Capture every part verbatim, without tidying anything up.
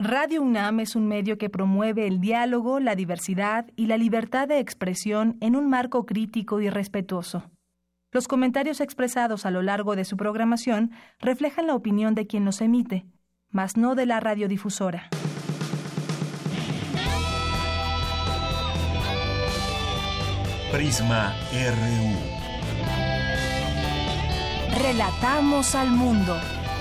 Radio UNAM es un medio que promueve el diálogo, la diversidad y la libertad de expresión en un marco crítico y respetuoso. Los comentarios expresados a lo largo de su programación reflejan la opinión de quien los emite, mas no de la radiodifusora. Prisma R U. Relatamos al mundo.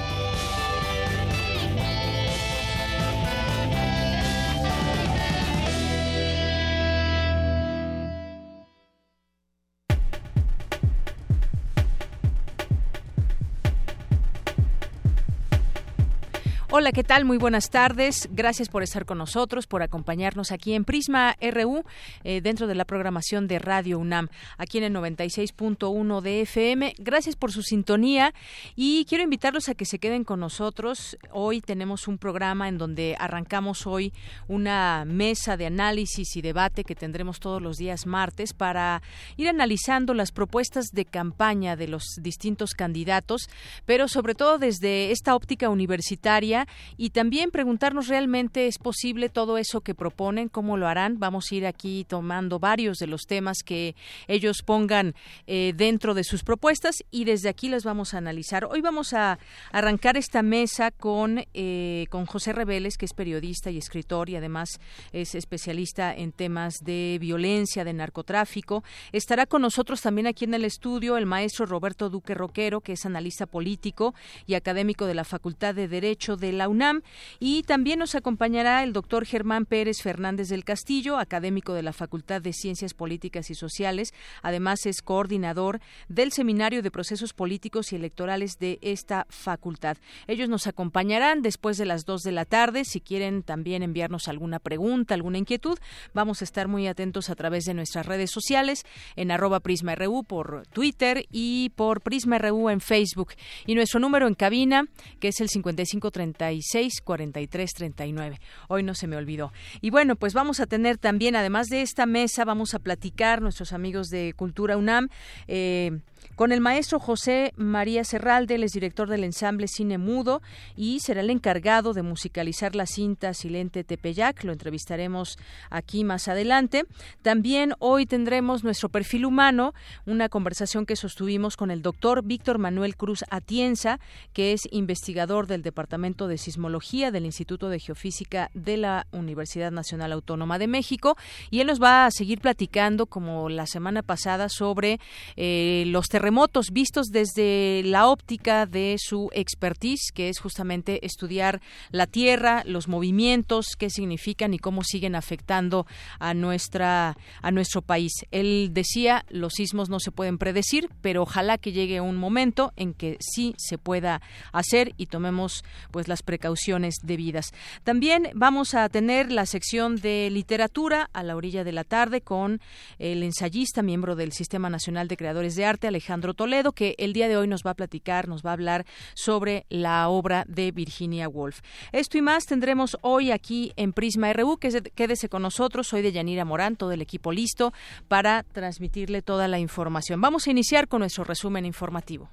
Hola, ¿qué tal? Muy buenas tardes. Gracias por estar con nosotros, por acompañarnos aquí en Prisma R U, eh, dentro de la programación de Radio UNAM, aquí en el noventa y seis punto uno de F M. Gracias por su sintonía y quiero invitarlos a que se queden con nosotros. Hoy tenemos un programa en donde arrancamos hoy una mesa de análisis y debate que tendremos todos los días martes para ir analizando las propuestas de campaña de los distintos candidatos, pero sobre todo desde esta óptica universitaria, y también preguntarnos realmente es posible todo eso que proponen, cómo lo harán. Vamos a ir aquí tomando varios de los temas que ellos pongan eh, dentro de sus propuestas y desde aquí las vamos a analizar. Hoy vamos a arrancar esta mesa con, eh, con José Reveles, que es periodista y escritor y además es especialista en temas de violencia, de narcotráfico. Estará con nosotros también aquí en el estudio el maestro Roberto Duque Roquero, que es analista político y académico de la Facultad de Derecho de la UNAM, y también nos acompañará el doctor Germán Pérez Fernández del Castillo, académico de la Facultad de Ciencias Políticas y Sociales. Además es coordinador del Seminario de Procesos Políticos y Electorales de esta facultad. Ellos nos acompañarán después de las dos de la tarde. Si quieren también enviarnos alguna pregunta, alguna inquietud, vamos a estar muy atentos a través de nuestras redes sociales, en arroba Prisma R U por Twitter y por Prisma R U en Facebook. Y nuestro número en cabina, que es el cincuenta y cinco treinta y seis cuarenta y tres treinta y nueve. Hoy no se me olvidó. Y bueno, pues vamos a tener también, además de esta mesa, vamos a platicar nuestros amigos de Cultura UNAM eh, con el maestro José María Serralde. Él es director del ensamble Cine Mudo y será el encargado de musicalizar la cinta Silente Tepeyac. Lo entrevistaremos aquí más adelante. También hoy tendremos nuestro perfil humano, una conversación que sostuvimos con el doctor Víctor Manuel Cruz Atienza, que es investigador del Departamento de Sismología del Instituto de Geofísica de la Universidad Nacional Autónoma de México, y él nos va a seguir platicando, como la semana pasada, sobre eh, los terremotos vistos desde la óptica de su expertise, que es justamente estudiar la Tierra, los movimientos, qué significan y cómo siguen afectando a nuestra a nuestro país. Él decía, los sismos no se pueden predecir, pero ojalá que llegue un momento en que sí se pueda hacer y tomemos pues las precauciones debidas. También vamos a tener la sección de literatura a la orilla de la tarde con el ensayista, miembro del Sistema Nacional de Creadores de Arte, Alejandro Toledo, que el día de hoy nos va a platicar, nos va a hablar sobre la obra de Virginia Woolf. Esto y más tendremos hoy aquí en Prisma R U. Quédese con nosotros, soy Deyanira Morán, todo el equipo listo para transmitirle toda la información. Vamos a iniciar con nuestro resumen informativo.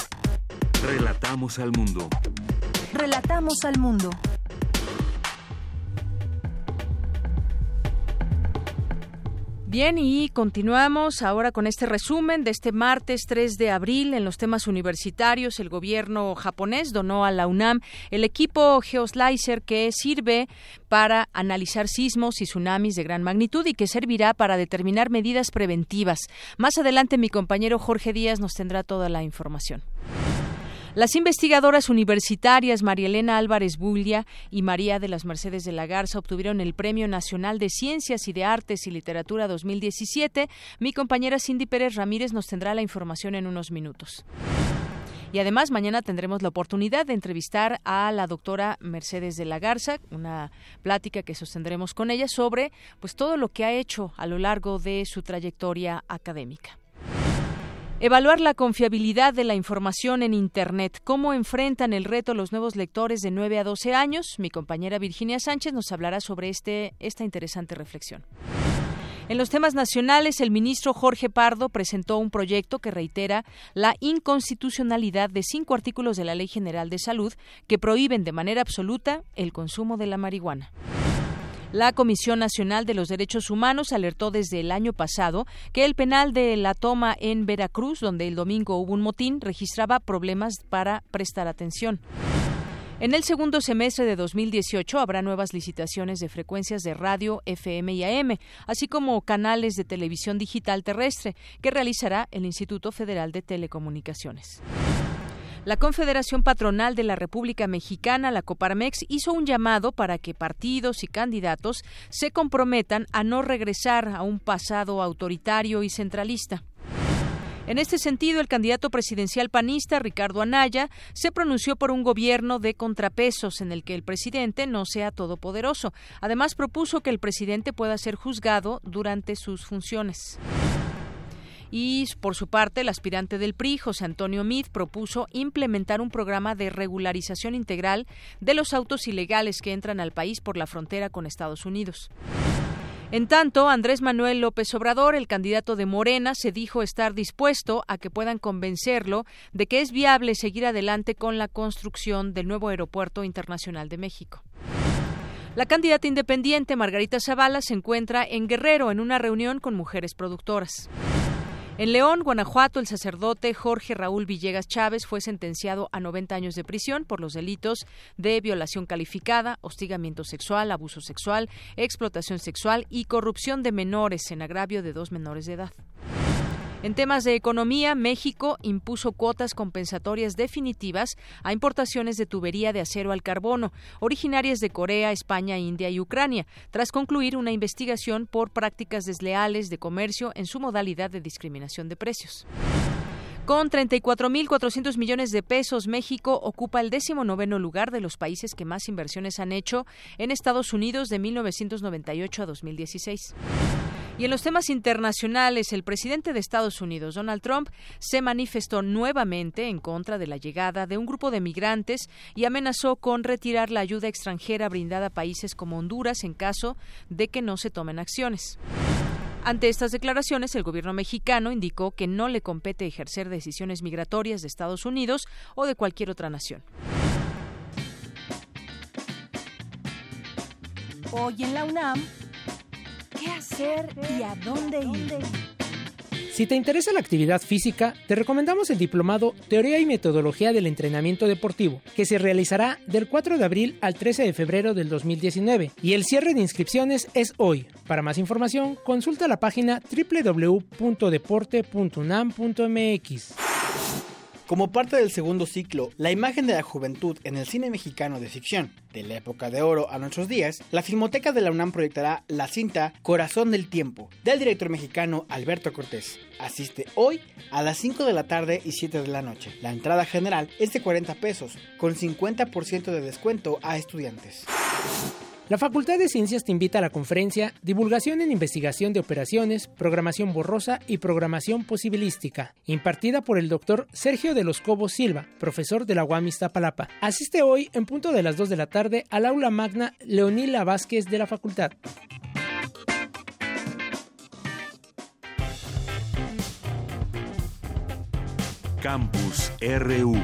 Relatamos al mundo. Relatamos al mundo. Bien, y continuamos ahora con este resumen de este martes tres de abril. En los temas universitarios, el gobierno japonés donó a la UNAM el equipo GeoSlicer, que sirve para analizar sismos y tsunamis de gran magnitud y que servirá para determinar medidas preventivas. Más adelante mi compañero Jorge Díaz nos tendrá toda la información. Las investigadoras universitarias María Elena Álvarez Bulla y María de las Mercedes de la Garza obtuvieron el Premio Nacional de Ciencias y de Artes y Literatura dos mil diecisiete. Mi compañera Cindy Pérez Ramírez nos tendrá la información en unos minutos. Y además mañana tendremos la oportunidad de entrevistar a la doctora Mercedes de la Garza, una plática que sostendremos con ella sobre pues todo lo que ha hecho a lo largo de su trayectoria académica. Evaluar la confiabilidad de la información en Internet. ¿Cómo enfrentan el reto los nuevos lectores de nueve a doce años? Mi compañera Virginia Sánchez nos hablará sobre este, esta interesante reflexión. En los temas nacionales, el ministro Jorge Pardo presentó un proyecto que reitera la inconstitucionalidad de cinco artículos de la Ley General de Salud que prohíben de manera absoluta el consumo de la marihuana. La Comisión Nacional de los Derechos Humanos alertó desde el año pasado que el penal de La Toma en Veracruz, donde el domingo hubo un motín, registraba problemas para prestar atención. En el segundo semestre de dos mil dieciocho habrá nuevas licitaciones de frecuencias de radio, F M y A M, así como canales de televisión digital terrestre que realizará el Instituto Federal de Telecomunicaciones. La Confederación Patronal de la República Mexicana, la Coparmex, hizo un llamado para que partidos y candidatos se comprometan a no regresar a un pasado autoritario y centralista. En este sentido, el candidato presidencial panista, Ricardo Anaya, se pronunció por un gobierno de contrapesos en el que el presidente no sea todopoderoso. Además, propuso que el presidente pueda ser juzgado durante sus funciones. Y, por su parte, el aspirante del P R I, José Antonio Meade, propuso implementar un programa de regularización integral de los autos ilegales que entran al país por la frontera con Estados Unidos. En tanto, Andrés Manuel López Obrador, el candidato de Morena, se dijo estar dispuesto a que puedan convencerlo de que es viable seguir adelante con la construcción del nuevo Aeropuerto Internacional de México. La candidata independiente, Margarita Zavala, se encuentra en Guerrero en una reunión con mujeres productoras. En León, Guanajuato, el sacerdote Jorge Raúl Villegas Chávez fue sentenciado a noventa años de prisión por los delitos de violación calificada, hostigamiento sexual, abuso sexual, explotación sexual y corrupción de menores en agravio de dos menores de edad. En temas de economía, México impuso cuotas compensatorias definitivas a importaciones de tubería de acero al carbono, originarias de Corea, España, India y Ucrania, tras concluir una investigación por prácticas desleales de comercio en su modalidad de discriminación de precios. Con treinta y cuatro mil cuatrocientos millones de pesos, México ocupa el décimo noveno lugar de los países que más inversiones han hecho en Estados Unidos de mil novecientos noventa y ocho a dos mil dieciséis. Y en los temas internacionales, el presidente de Estados Unidos, Donald Trump, se manifestó nuevamente en contra de la llegada de un grupo de migrantes y amenazó con retirar la ayuda extranjera brindada a países como Honduras en caso de que no se tomen acciones. Ante estas declaraciones, el gobierno mexicano indicó que no le compete ejercer decisiones migratorias de Estados Unidos o de cualquier otra nación. Hoy en la UNAM, ¿qué hacer y a dónde ir? Si te interesa la actividad física, te recomendamos el diplomado Teoría y Metodología del Entrenamiento Deportivo, que se realizará del cuatro de abril al trece de febrero del dos mil diecinueve, y el cierre de inscripciones es hoy. Para más información, consulta la página doble u doble u doble u punto deporte punto unam punto m x. Como parte del segundo ciclo, La imagen de la juventud en el cine mexicano de ficción, de la época de oro a nuestros días, la Filmoteca de la UNAM proyectará la cinta Corazón del Tiempo, del director mexicano Alberto Cortés. Asiste hoy a las cinco de la tarde y siete de la noche. La entrada general es de cuarenta pesos, con cincuenta por ciento de descuento a estudiantes. La Facultad de Ciencias te invita a la conferencia Divulgación en Investigación de Operaciones, Programación Borrosa y Programación Posibilística, impartida por el doctor Sergio de los Cobos Silva, profesor de la U A M Iztapalapa. Asiste hoy en punto de las dos de la tarde al aula magna Leonila Vázquez de la facultad. Campus R U.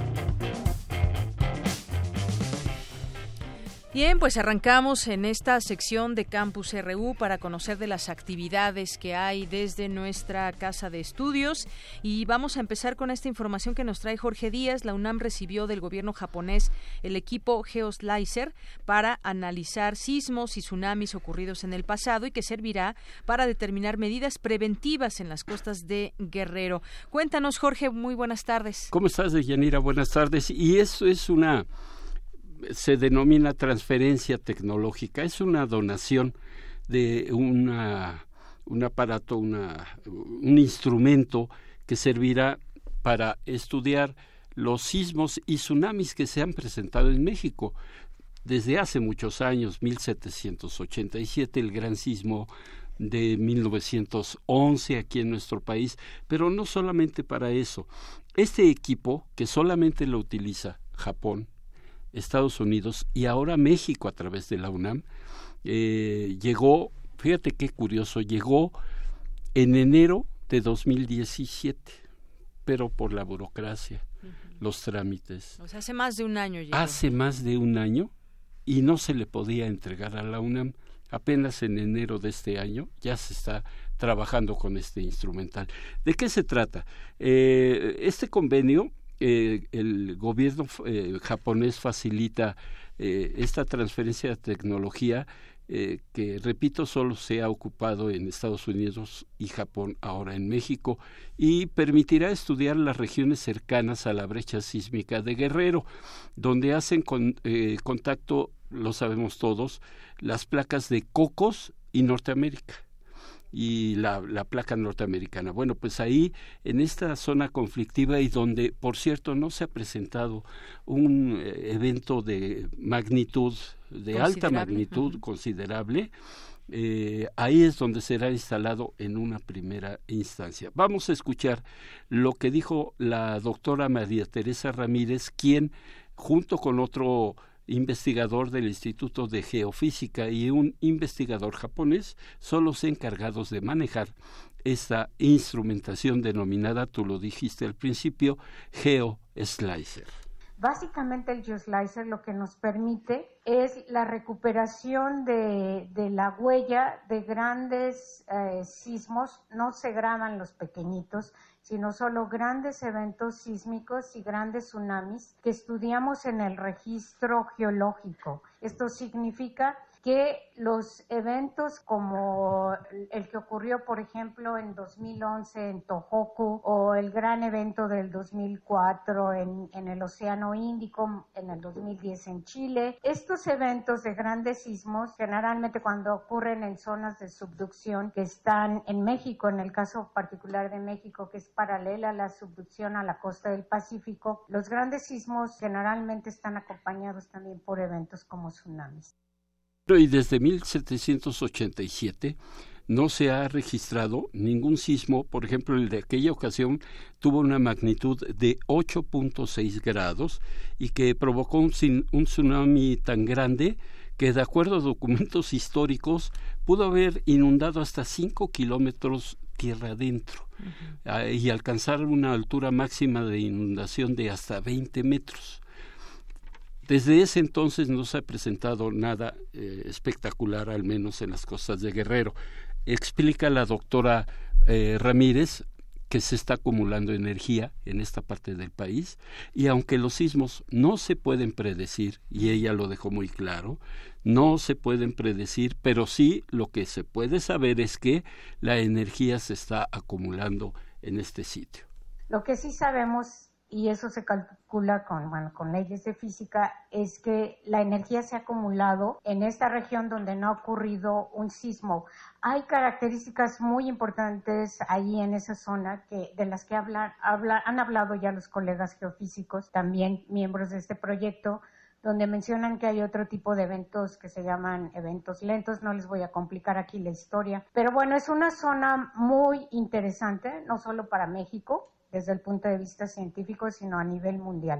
Bien, pues arrancamos en esta sección de Campus R U para conocer de las actividades que hay desde nuestra casa de estudios y vamos a empezar con esta información que nos trae Jorge Díaz. La UNAM recibió del gobierno japonés el equipo GeoSlicer para analizar sismos y tsunamis ocurridos en el pasado y que servirá para determinar medidas preventivas en las costas de Guerrero. Cuéntanos, Jorge, muy buenas tardes. ¿Cómo estás, Deyanira? Buenas tardes. Y eso es una... se denomina transferencia tecnológica, es una donación de una, un aparato, una, un instrumento que servirá para estudiar los sismos y tsunamis que se han presentado en México. Desde hace muchos años, mil setecientos ochenta y siete, el gran sismo de mil novecientos once aquí en nuestro país, pero no solamente para eso. Este equipo, que solamente lo utiliza Japón, Estados Unidos y ahora México a través de la UNAM, eh, llegó fíjate qué curioso, llegó en enero de dos mil diecisiete, pero por la burocracia, uh-huh. los trámites. O sea, hace más de un año llegó. Hace más de un año y no se le podía entregar a la UNAM. Apenas en enero de este año ya se está trabajando con este instrumental. ¿De qué se trata? Eh, este convenio, eh, el gobierno eh, japonés facilita eh, esta transferencia de tecnología Eh, que, repito, solo se ha ocupado en Estados Unidos y Japón, ahora en México, y permitirá estudiar las regiones cercanas a la brecha sísmica de Guerrero, donde hacen con, eh, contacto, lo sabemos todos, las placas de Cocos y Norteamérica, y la, la placa norteamericana. Bueno, pues ahí, en esta zona conflictiva y donde, por cierto, no se ha presentado un eh, evento de magnitud, de alta magnitud, uh-huh. considerable, eh, ahí es donde será instalado en una primera instancia. Vamos a escuchar lo que dijo la doctora María Teresa Ramírez, quien, junto con otro investigador del Instituto de Geofísica y un investigador japonés, son los encargados de manejar esta instrumentación denominada, tú lo dijiste al principio, GeoSlicer. Básicamente el GeoSlicer lo que nos permite es la recuperación de, de la huella de grandes eh, sismos. No se graban los pequeñitos, sino solo grandes eventos sísmicos y grandes tsunamis que estudiamos en el registro geológico. Esto significa que los eventos como el que ocurrió, por ejemplo, en dos mil once en Tohoku, o el gran evento del dos mil cuatro en, en el Océano Índico, en el dos mil diez en Chile, estos eventos de grandes sismos, generalmente cuando ocurren en zonas de subducción que están en México, en el caso particular de México, que es paralela a la subducción a la costa del Pacífico, los grandes sismos generalmente están acompañados también por eventos como tsunamis. Y desde mil setecientos ochenta y siete no se ha registrado ningún sismo. Por ejemplo, el de aquella ocasión tuvo una magnitud de ocho punto seis grados y que provocó un, un tsunami tan grande que, de acuerdo a documentos históricos, pudo haber inundado hasta cinco kilómetros tierra adentro, uh-huh. y alcanzar una altura máxima de inundación de hasta veinte metros. Desde ese entonces no se ha presentado nada eh, espectacular, al menos en las costas de Guerrero. Explica la doctora eh, Ramírez que se está acumulando energía en esta parte del país, y aunque los sismos no se pueden predecir, y ella lo dejó muy claro, no se pueden predecir, pero sí lo que se puede saber es que la energía se está acumulando en este sitio. Lo que sí sabemos, y eso se calcula con, bueno, con leyes de física, es que la energía se ha acumulado en esta región donde no ha ocurrido un sismo. Hay características muy importantes ahí en esa zona que, de las que hablan, habla, han hablado ya los colegas geofísicos, también miembros de este proyecto, donde mencionan que hay otro tipo de eventos que se llaman eventos lentos. No les voy a complicar aquí la historia, pero bueno, es una zona muy interesante, no solo para México, desde el punto de vista científico, sino a nivel mundial.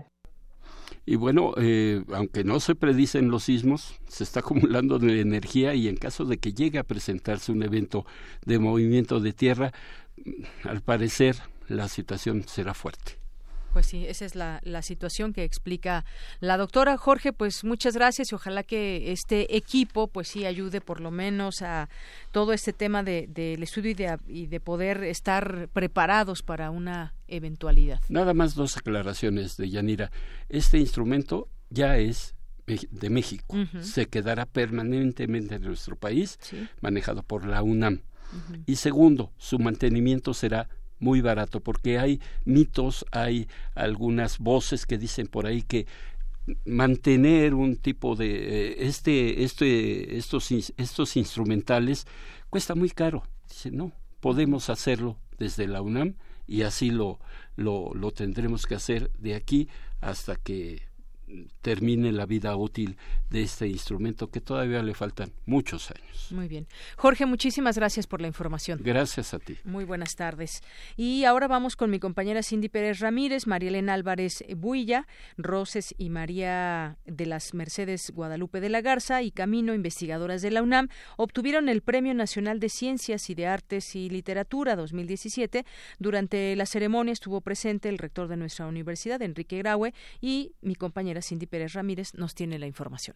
Y bueno, eh, aunque no se predicen los sismos, se está acumulando de energía, y en caso de que llegue a presentarse un evento de movimiento de tierra, al parecer la situación será fuerte. Pues sí, esa es la, la situación que explica la doctora. Jorge, pues muchas gracias, y ojalá que este equipo pues sí ayude por lo menos a todo este tema de, del estudio y de, y de poder estar preparados para una eventualidad. Nada más dos aclaraciones de Yanira. Este instrumento ya es de México, uh-huh. se quedará permanentemente en nuestro país, ¿sí? manejado por la UNAM. Uh-huh. Y segundo, su mantenimiento será muy barato, porque hay mitos, hay algunas voces que dicen por ahí que mantener un tipo de eh, este este estos estos instrumentales cuesta muy caro. Dice, no, podemos hacerlo desde la UNAM, y así lo lo lo tendremos que hacer de aquí hasta que termine la vida útil de este instrumento, que todavía le faltan muchos años. Muy bien. Jorge, muchísimas gracias por la información. Gracias a ti. Muy buenas tardes. Y ahora vamos con mi compañera Cindy Pérez Ramírez, María Elena Álvarez Builla, Roses y María de las Mercedes Guadalupe de la Garza y Camino, investigadoras de la UNAM, obtuvieron el Premio Nacional de Ciencias y de Artes y Literatura dos mil diecisiete. Durante la ceremonia estuvo presente el rector de nuestra universidad, Enrique Graue, y mi compañera Cindy Pérez Ramírez nos tiene la información.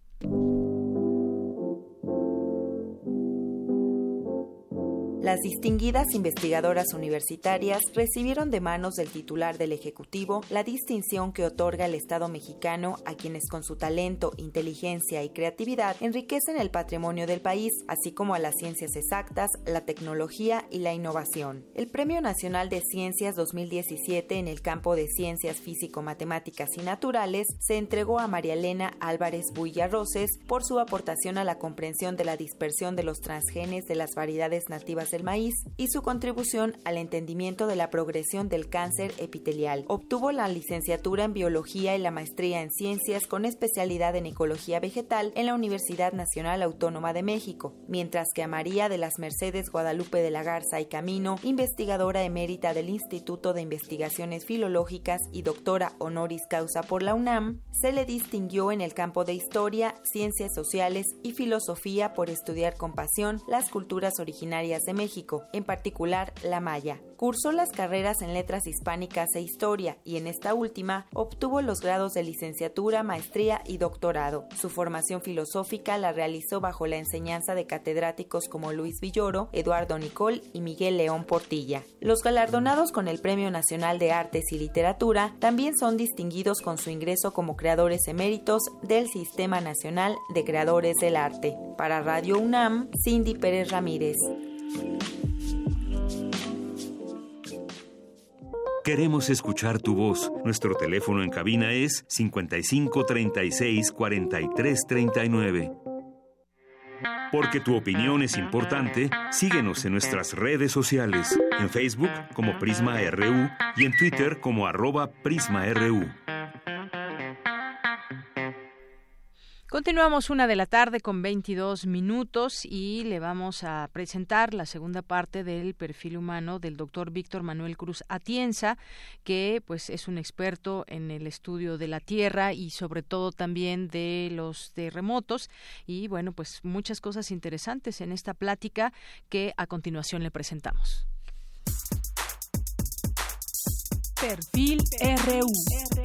Las distinguidas investigadoras universitarias recibieron de manos del titular del Ejecutivo la distinción que otorga el Estado mexicano a quienes con su talento, inteligencia y creatividad enriquecen el patrimonio del país, así como a las ciencias exactas, la tecnología y la innovación. El Premio Nacional de Ciencias dos mil diecisiete en el campo de ciencias físico-matemáticas y naturales se entregó a María Elena Álvarez Builla Roses por su aportación a la comprensión de la dispersión de los transgenes de las variedades nativas del maíz y su contribución al entendimiento de la progresión del cáncer epitelial. Obtuvo la licenciatura en Biología y la maestría en Ciencias con especialidad en Ecología Vegetal en la Universidad Nacional Autónoma de México, mientras que a María de las Mercedes Guadalupe de la Garza y Camino, investigadora emérita del Instituto de Investigaciones Filológicas y doctora honoris causa por la UNAM, se le distinguió en el campo de Historia, Ciencias Sociales y Filosofía por estudiar con pasión las culturas originarias de México, en particular la maya. Cursó las carreras en Letras Hispánicas e Historia y en esta última obtuvo los grados de licenciatura, maestría y doctorado. Su formación filosófica la realizó bajo la enseñanza de catedráticos como Luis Villoro, Eduardo Nicol y Miguel León Portilla. Los galardonados con el Premio Nacional de Artes y Literatura también son distinguidos con su ingreso como creadores eméritos del Sistema Nacional de Creadores del Arte. Para Radio UNAM, Cindy Pérez Ramírez. Queremos escuchar tu voz. Nuestro teléfono en cabina es cincuenta y cinco treinta y seis cuarenta y tres treinta y nueve. Porque tu opinión es importante, síguenos en nuestras redes sociales, en Facebook como Prisma R U y en Twitter como arroba Prisma R U. Continuamos una de la tarde con veintidós minutos y le vamos a presentar la segunda parte del perfil humano del doctor Víctor Manuel Cruz Atienza, que pues es un experto en el estudio de la Tierra y sobre todo también de los terremotos y bueno, pues muchas cosas interesantes en esta plática que a continuación le presentamos. Perfil R U.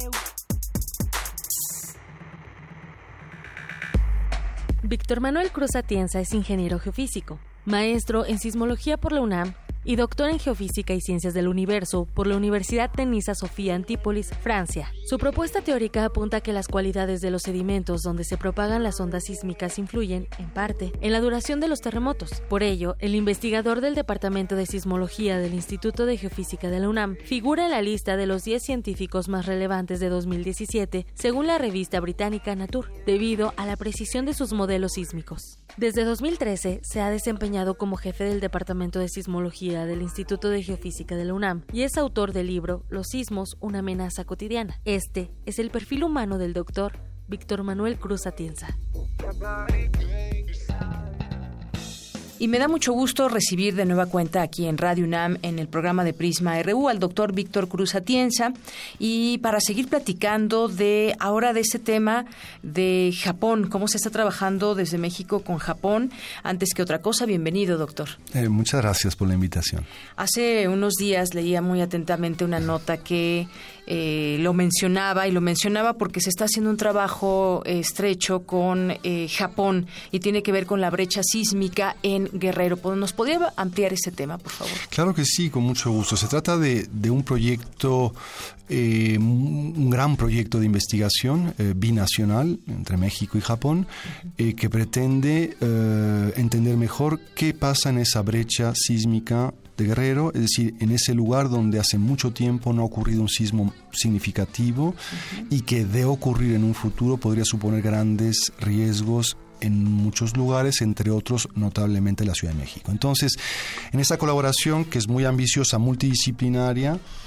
Víctor Manuel Cruz Atienza es ingeniero geofísico, maestro en sismología por la UNAM y doctor en Geofísica y Ciencias del Universo por la Universidad Tenisa Sofía Antípolis, Francia. Su propuesta teórica apunta a que las cualidades de los sedimentos donde se propagan las ondas sísmicas influyen, en parte, en la duración de los terremotos. Por ello, el investigador del Departamento de Sismología del Instituto de Geofísica de la UNAM figura en la lista de los diez científicos más relevantes de dos mil diecisiete, según la revista británica Nature, debido a la precisión de sus modelos sísmicos. Desde dos mil trece se ha desempeñado como jefe del Departamento de Sismología del Instituto de Geofísica de la UNAM y es autor del libro Los sismos, una amenaza cotidiana. Este es el perfil humano del doctor Víctor Manuel Cruz Atienza. Y me da mucho gusto recibir de nueva cuenta aquí en Radio UNAM, en el programa de Prisma R U, al doctor Víctor Cruz Atienza, y para seguir platicando de ahora de este tema de Japón, cómo se está trabajando desde México con Japón. Antes que otra cosa, bienvenido, doctor. Eh, muchas gracias por la invitación. Hace unos días leía muy atentamente una nota que eh, lo mencionaba, y lo mencionaba porque se está haciendo un trabajo eh, estrecho con eh, Japón y tiene que ver con la brecha sísmica en Guerrero. ¿Nos podría ampliar ese tema, por favor? Claro que sí, con mucho gusto. Se trata de, de un proyecto, eh, un gran proyecto de investigación eh, binacional entre México y Japón, eh, que pretende eh, entender mejor qué pasa en esa brecha sísmica de Guerrero, es decir, en ese lugar donde hace mucho tiempo no ha ocurrido un sismo significativo uh-huh. y que de ocurrir en un futuro podría suponer grandes riesgos en muchos lugares, entre otros notablemente la Ciudad de México. Entonces, en esta colaboración, que es muy ambiciosa, multidisciplinaria,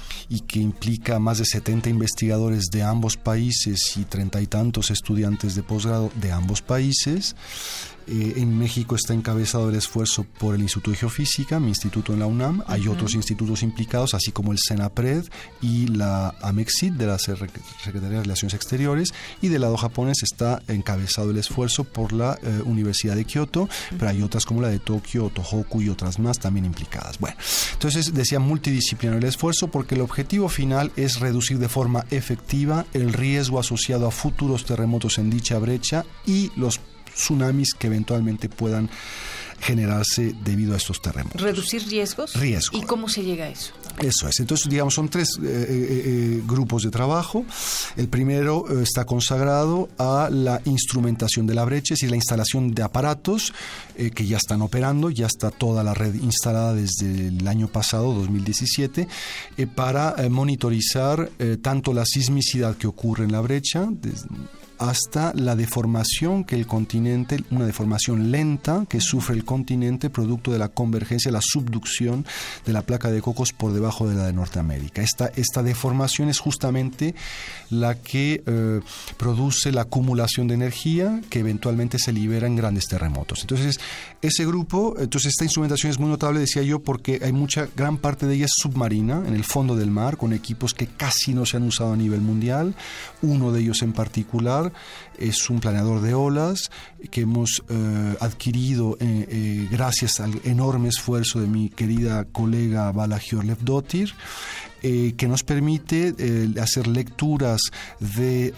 y que implica más de setenta investigadores de ambos países y treinta y tantos estudiantes de posgrado de ambos países. Eh, en México está encabezado el esfuerzo por el Instituto de Geofísica, mi instituto en la UNAM. Hay uh-huh. otros institutos implicados, así como el SENAPRED y la AMEXIT de la Secretaría de Relaciones Exteriores. Y del lado japonés está encabezado el esfuerzo por la eh, Universidad de Kioto, uh-huh. pero hay otras como la de Tokio, Tohoku y otras más también implicadas. Bueno, entonces decía multidisciplinar el esfuerzo porque el objetivo final es reducir de forma efectiva el riesgo asociado a futuros terremotos en dicha brecha y los tsunamis que eventualmente puedan generarse debido a estos terremotos. ¿Reducir riesgos? Riesgo. ¿Y cómo se llega a eso? Eso es. Entonces, digamos, son tres eh, eh, grupos de trabajo. El primero eh, está consagrado a la instrumentación de la brecha, es decir, la instalación de aparatos eh, que ya están operando, ya está toda la red instalada desde el año pasado, dos mil diecisiete, eh, para eh, monitorizar eh, tanto la sismicidad que ocurre en la brecha, desde hasta la deformación que el continente, una deformación lenta que sufre el continente producto de la convergencia, la subducción de la placa de Cocos por debajo de la de Norteamérica. Esta, esta deformación es justamente la que eh, produce la acumulación de energía que eventualmente se libera en grandes terremotos. Entonces, ese grupo, entonces esta instrumentación es muy notable, decía yo, porque hay mucha, gran parte de ella es submarina, en el fondo del mar, con equipos que casi no se han usado a nivel mundial. Uno de ellos en particular es un planeador de olas que hemos eh, adquirido eh, eh, gracias al enorme esfuerzo de mi querida colega Vala Hjörleifdóttir, eh, que nos permite eh, hacer lecturas de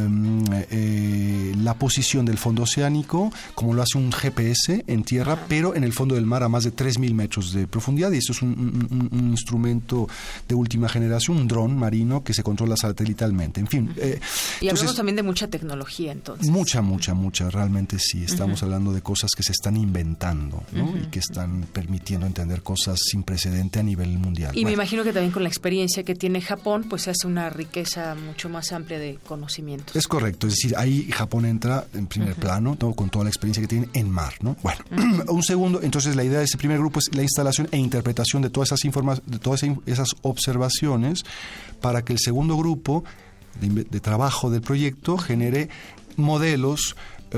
eh, eh, la posición del fondo oceánico, como lo hace un G P S en tierra, pero en el fondo del mar a más de tres mil metros de profundidad, y esto es un, un, un instrumento de última generación, un dron marino que se controla satelitalmente. En fin. Eh, y entonces, hablamos también de mucha tecnología, entonces. Mucha, mucha, mucha, realmente sí. Estamos uh-huh. hablando de cosas que se están inventando, ¿no? Uh-huh. Y que están permitiendo entender cosas sin precedente a nivel mundial. Y bueno, me imagino que también con la experiencia que tiene Japón, pues se hace una riqueza mucho más amplia de conocimientos. Es correcto, es decir, ahí Japón entra en primer uh-huh. plano, todo, con toda la experiencia que tiene en mar, ¿no? Bueno, uh-huh. un segundo, entonces la idea de ese primer grupo es la instalación e interpretación de todas esas informa- de todas esas observaciones para que el segundo grupo de, de trabajo del proyecto genere modelos,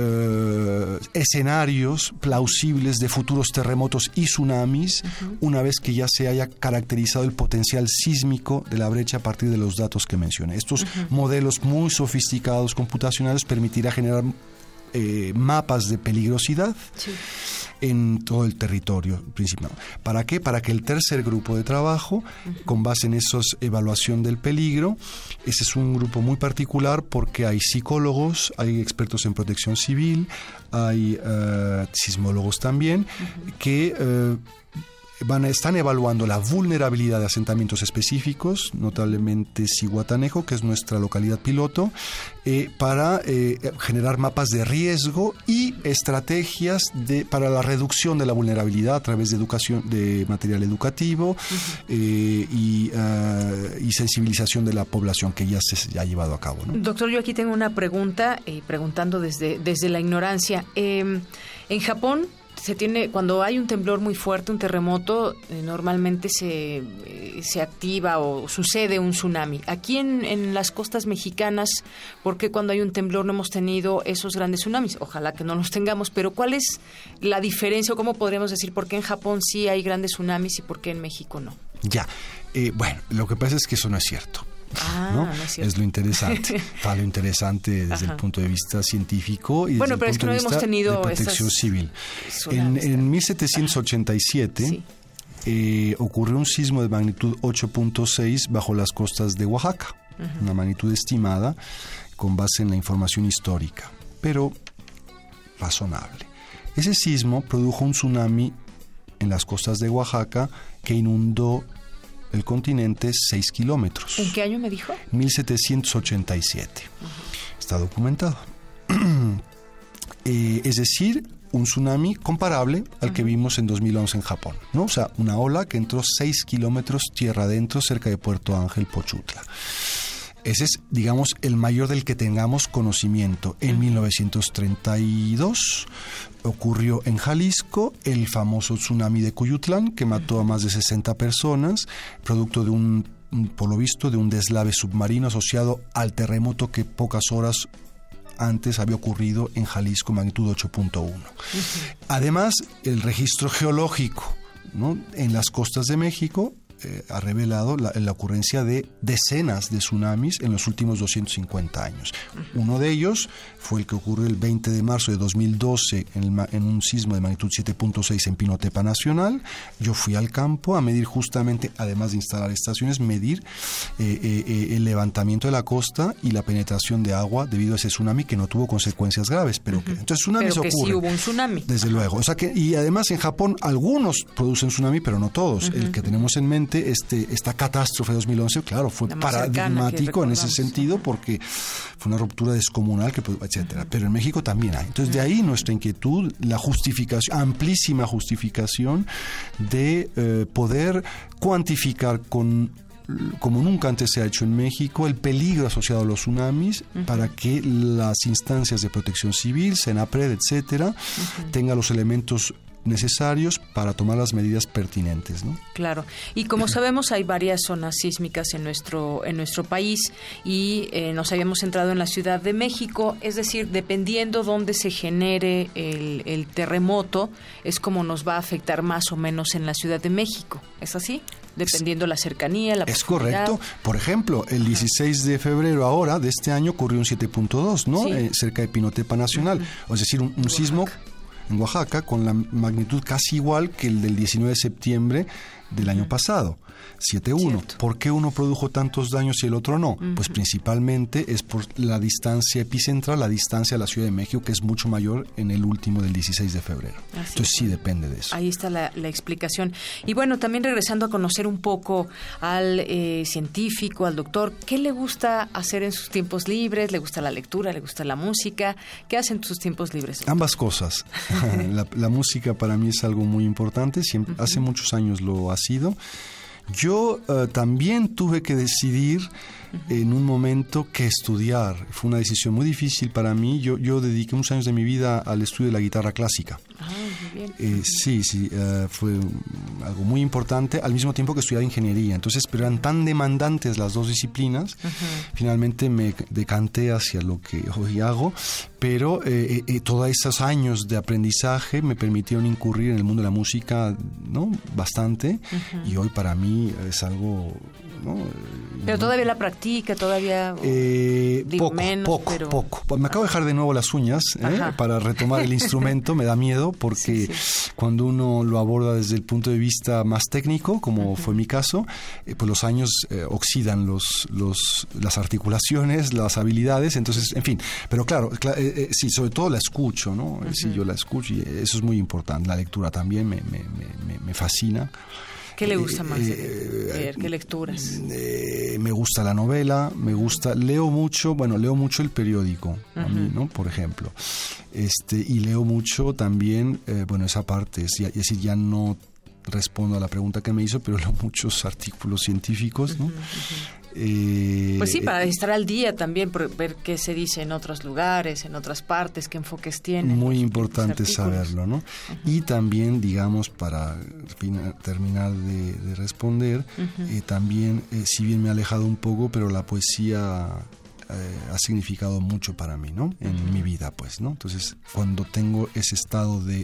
Eh, escenarios plausibles de futuros terremotos y tsunamis, uh-huh. una vez que ya se haya caracterizado el potencial sísmico de la brecha a partir de los datos que mencioné. Estos uh-huh. modelos muy sofisticados computacionales permitirá generar eh, mapas de peligrosidad sí. en todo el territorio principal. ¿Para qué? Para que el tercer grupo de trabajo, uh-huh. con base en esa evaluación del peligro, ese es un grupo muy particular porque hay psicólogos, hay expertos en protección civil, hay uh, sismólogos también, uh-huh. que uh, Van, están evaluando la vulnerabilidad de asentamientos específicos, notablemente Zihuatanejo, que es nuestra localidad piloto, eh, para eh, generar mapas de riesgo y estrategias de, para la reducción de la vulnerabilidad a través de educación, de material educativo uh-huh. eh, y, uh, y sensibilización de la población que ya se ha llevado a cabo, ¿no? Doctor, yo aquí tengo una pregunta, eh, preguntando desde, desde la ignorancia. Eh, en Japón, se tiene, cuando hay un temblor muy fuerte, un terremoto, eh, normalmente se, eh, se activa o sucede un tsunami. Aquí en, en las costas mexicanas, ¿por qué cuando hay un temblor no hemos tenido esos grandes tsunamis? Ojalá que no los tengamos, pero ¿cuál es la diferencia o cómo podríamos decir por qué en Japón sí hay grandes tsunamis y por qué en México no? Ya, eh, bueno, lo que pasa es que eso no es cierto. Ah, ¿no? No es, es lo interesante, para lo interesante desde Ajá. el punto de vista científico y bueno, desde pero el es punto que no de hemos vista tenido de protección civil. En, en mil setecientos ochenta y siete sí. eh, ocurrió un sismo de magnitud ocho punto seis bajo las costas de Oaxaca, uh-huh. una magnitud estimada con base en la información histórica, pero razonable. Ese sismo produjo un tsunami en las costas de Oaxaca que inundó el continente seis kilómetros. ¿En qué año me dijo? mil setecientos ochenta y siete. Uh-huh. Está documentado. eh, es decir, un tsunami comparable al uh-huh. que vimos en dos mil once en Japón, ¿no? O sea, una ola que entró seis kilómetros tierra adentro cerca de Puerto Ángel, Pochutla. Ese es, digamos, el mayor del que tengamos conocimiento. En mil novecientos treinta y dos ocurrió en Jalisco el famoso tsunami de Cuyutlán, que mató a más de sesenta personas, producto de un por lo visto, de un deslave submarino asociado al terremoto que pocas horas antes había ocurrido en Jalisco, magnitud ocho punto uno. Uh-huh. Además, el registro geológico, ¿no?, en las costas de México eh, ha revelado la, la ocurrencia de decenas de tsunamis en los últimos doscientos cincuenta años. Uh-huh. Uno de ellos fue el que ocurrió el veinte de marzo de dos mil doce en, el, en un sismo de magnitud siete punto seis en Pinotepa Nacional. Yo fui al campo a medir justamente, además de instalar estaciones, medir eh, eh, el levantamiento de la costa y la penetración de agua debido a ese tsunami que no tuvo consecuencias graves, pero uh-huh. que entonces tsunamis pero que ocurren. Sí hubo un tsunami. Desde Ajá. luego. O sea que, y además en Japón algunos producen tsunami, pero no todos. Uh-huh. El que tenemos en mente, este, esta catástrofe de dos mil once, claro, fue paradigmático en ese sentido, porque fue una ruptura descomunal, que, etcétera. Uh-huh. Pero en México también hay. Entonces, de ahí nuestra inquietud, la justificación, amplísima justificación de eh, poder cuantificar con como nunca antes se ha hecho en México, el peligro asociado a los tsunamis, uh-huh. para que las instancias de protección civil, Senapred, etcétera, uh-huh. tengan los elementos necesarios para tomar las medidas pertinentes, ¿no? Claro. Y como sabemos, hay varias zonas sísmicas en nuestro en nuestro país y eh, nos habíamos centrado en la Ciudad de México, es decir, dependiendo dónde se genere el, el terremoto, es como nos va a afectar más o menos en la Ciudad de México. ¿Es así? Dependiendo la cercanía, la Es correcto. Por ejemplo, el dieciséis de febrero ahora de este año ocurrió un siete punto dos, ¿no? Sí. Eh, cerca de Pinotepa Nacional. Uh-huh. Es decir, un, un sismo en Oaxaca con la magnitud casi igual que el del diecinueve de septiembre del uh-huh. año pasado, siete uno. Cierto. ¿Por qué uno produjo tantos daños y el otro no? Uh-huh. Pues principalmente es por la distancia epicentral, la distancia a la Ciudad de México, que es mucho mayor en el último del dieciséis de febrero. Así Entonces es. Sí depende de eso. Ahí está la, la explicación. Y bueno, también regresando a conocer un poco al eh, científico, al doctor, ¿qué le gusta hacer en sus tiempos libres? ¿Le gusta la lectura? ¿Le gusta la música? ¿Qué hace en sus tiempos libres, doctor? Ambas cosas. la, la música para mí es algo muy importante. Siempre, uh-huh. Hace muchos años lo ha sido. Yo uh, también tuve que decidir uh-huh. en un momento qué estudiar. Fue una decisión muy difícil para mí. Yo, yo dediqué unos años de mi vida al estudio de la guitarra clásica. Ah, muy bien. Eh, sí, sí, uh, fue algo muy importante, al mismo tiempo que estudiaba ingeniería. Entonces, pero eran tan demandantes las dos disciplinas, uh-huh. finalmente me decanté hacia lo que hoy hago, pero eh, eh, todos esos años de aprendizaje me permitieron incurrir en el mundo de la música, ¿no?, bastante, uh-huh. y hoy para mí es algo, ¿no? Pero todavía la practica, todavía eh, digo, poco, menos, poco, pero... poco. Me acabo de dejar de nuevo las uñas ¿eh? para retomar el instrumento. Me da miedo porque sí, sí. cuando uno lo aborda desde el punto de vista más técnico, como uh-huh. fue mi caso, eh, pues los años eh, oxidan los, los, las articulaciones, las habilidades. Entonces, en fin. Pero claro, cl- eh, eh, sí, sobre todo la escucho, ¿no? Uh-huh. Sí, yo la escucho y eso es muy importante. La lectura también me, me, me, me fascina. ¿Qué le gusta más eh, leer? ¿Qué lecturas? Eh, me gusta la novela, me gusta, leo mucho, bueno, leo mucho el periódico, uh-huh. a mí, ¿no? Por ejemplo. Este, y leo mucho también, eh, bueno, esa parte, es, es decir, ya no respondo a la pregunta que me hizo, pero leo muchos artículos científicos, ¿no? Uh-huh, uh-huh. Eh, pues sí, para estar al día también, por ver qué se dice en otros lugares, en otras partes, qué enfoques tienen. Muy importante saberlo, ¿no? Uh-huh. Y también, digamos, para fin, terminar de, de responder, uh-huh. eh, también, eh, si bien me he alejado un poco, pero la poesía eh, ha significado mucho para mí, ¿no? En uh-huh. mi vida, pues, ¿no? Entonces, cuando tengo ese estado de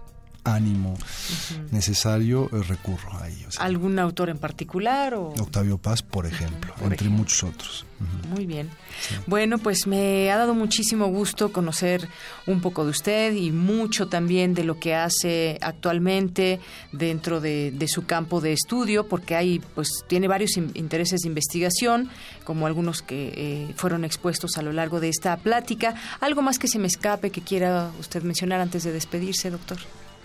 ánimo uh-huh. necesario, eh, recurro a ellos. ¿Algún autor en particular? O? Octavio Paz, por ejemplo, uh-huh, por entre ejemplo. muchos otros. Uh-huh. Muy bien. Sí. Bueno, pues me ha dado muchísimo gusto conocer un poco de usted y mucho también de lo que hace actualmente dentro de, de su campo de estudio, porque hay, pues, tiene varios in- intereses de investigación, como algunos que eh, fueron expuestos a lo largo de esta plática. ¿Algo más que se me escape que quiera usted mencionar antes de despedirse, doctor?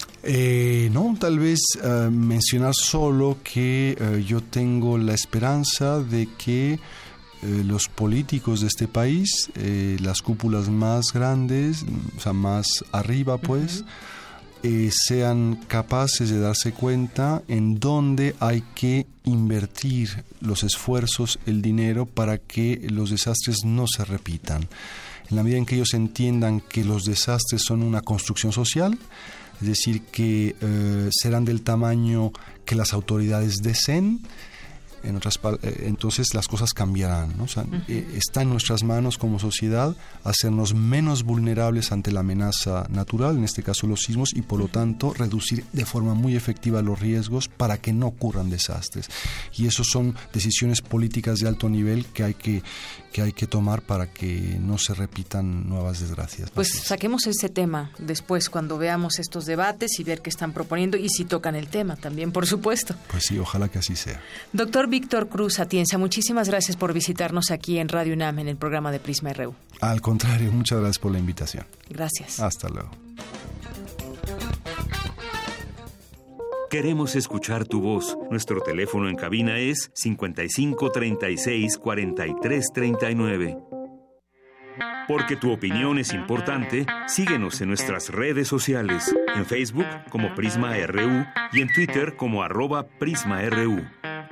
Eh, no, tal vez uh, mencionar solo que uh, yo tengo la esperanza de que uh, los políticos de este país, eh, las cúpulas más grandes, o sea, más arriba, pues, uh-huh. eh, sean capaces de darse cuenta en dónde hay que invertir los esfuerzos, el dinero, para que los desastres no se repitan. En la medida en que ellos entiendan que los desastres son una construcción social, es decir, que eh, serán del tamaño que las autoridades deseen, En otras, entonces las cosas cambiarán, ¿no? O sea, uh-huh. eh, está en nuestras manos como sociedad hacernos menos vulnerables ante la amenaza natural, en este caso los sismos, y por lo tanto reducir de forma muy efectiva los riesgos para que no ocurran desastres. Y eso son decisiones políticas de alto nivel que hay que, que, hay que tomar para que no se repitan nuevas desgracias. Pues saquemos ese tema después cuando veamos estos debates y ver qué están proponiendo y si tocan el tema también, por supuesto. Pues sí, ojalá que así sea. Doctor Víctor Cruz Atienza, muchísimas gracias por visitarnos aquí en Radio UNAM en el programa de Prisma R U. Al contrario, muchas gracias por la invitación. Gracias. Hasta luego. Queremos escuchar tu voz. Nuestro teléfono en cabina es cincuenta y cinco treinta y seis cuarenta y tres treinta y nueve. Porque tu opinión es importante, síguenos en nuestras redes sociales, en Facebook como Prisma R U y en Twitter como arroba Prisma R U.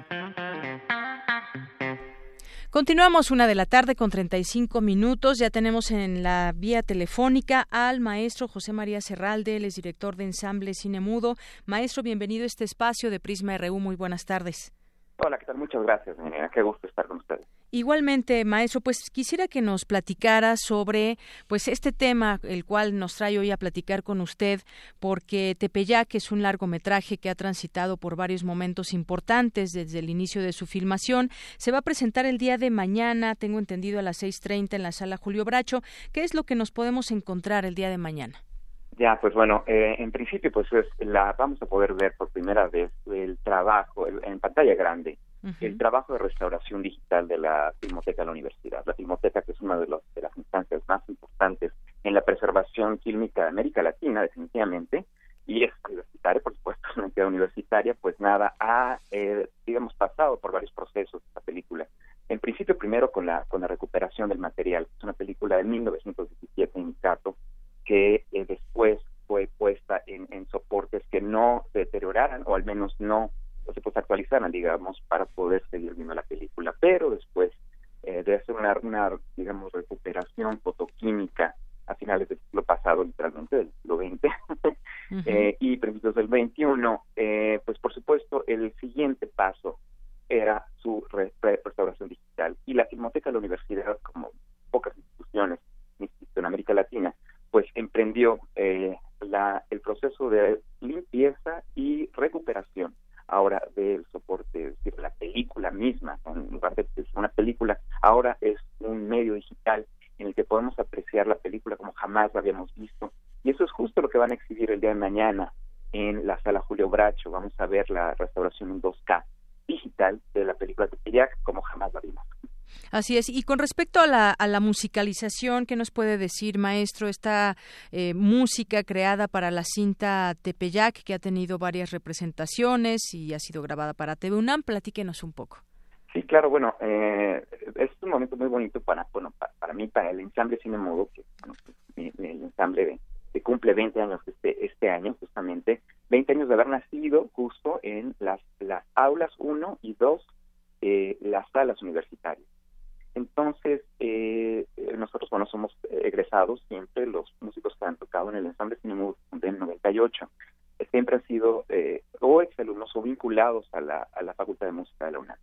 Continuamos una de la tarde con treinta y cinco minutos. Ya tenemos en la vía telefónica al maestro José María Serralde, él es director de Ensamble Cine Mudo. Maestro, bienvenido a este espacio de Prisma R U. Muy buenas tardes. Hola, ¿qué tal? Muchas gracias, Menina. Qué gusto estar con ustedes. Igualmente, maestro, pues quisiera que nos platicara sobre pues este tema, el cual nos trae hoy a platicar con usted, porque Tepeyac es un largometraje que ha transitado por varios momentos importantes desde el inicio de su filmación. Se va a presentar el día de mañana, tengo entendido, a las seis treinta en la Sala Julio Bracho. ¿Qué es lo que nos podemos encontrar el día de mañana? Ya, pues bueno, eh, en principio pues es la vamos a poder ver por primera vez el trabajo el, en pantalla grande, uh-huh. el trabajo de restauración digital de la Filmoteca de la Universidad. La Filmoteca, que es una de, los, de las instancias más importantes en la preservación fílmica de América Latina, definitivamente, y es universitaria, por supuesto, una entidad universitaria, pues nada, ha, eh, digamos, pasado por varios procesos esta película. En principio, primero con la con la recuperación del material. Es una película de mil novecientos diecisiete en Cato, que eh, después fue puesta en, en soportes que no se deterioraran, o al menos no o se pues, actualizaran, digamos, para poder seguir viendo la película. Pero después eh, de hacer una, una, digamos, recuperación fotoquímica a finales del siglo pasado, literalmente del siglo veinte, uh-huh. eh, y principios del veintiuno, eh, pues por supuesto el siguiente paso era su re- re- restauración digital. Y la Filmoteca de la Universidad, como pocas instituciones en América Latina, pues emprendió eh, la, el proceso de limpieza y recuperación ahora del soporte, es decir, la película misma, ¿no? En lugar de ser una película, ahora es un medio digital en el que podemos apreciar la película como jamás la habíamos visto, y eso es justo lo que van a exhibir el día de mañana en la Sala Julio Bracho. Vamos a ver la restauración en dos K digital de la película Tepeyac como jamás la vimos. Así es. Y con respecto a la, a la musicalización, ¿qué nos puede decir, maestro? Esta eh, música creada para la cinta Tepeyac, que ha tenido varias representaciones y ha sido grabada para T V UNAM, platíquenos un poco. Sí, claro, bueno, eh, es un momento muy bonito para, bueno, para, para mí, para el Ensamble Cine Mudo, que bueno, pues, mi, mi, el ensamble de, que cumple veinte años este, este año, justamente, veinte años de haber nacido justo en las, las aulas uno y dos, eh, las salas universitarias. Entonces, eh, nosotros, bueno, somos egresados siempre, los músicos que han tocado en el Ensamble Cine Mudo del noventa y ocho, siempre han sido eh, o exalumnos o vinculados a la, a la Facultad de Música de la UNAM.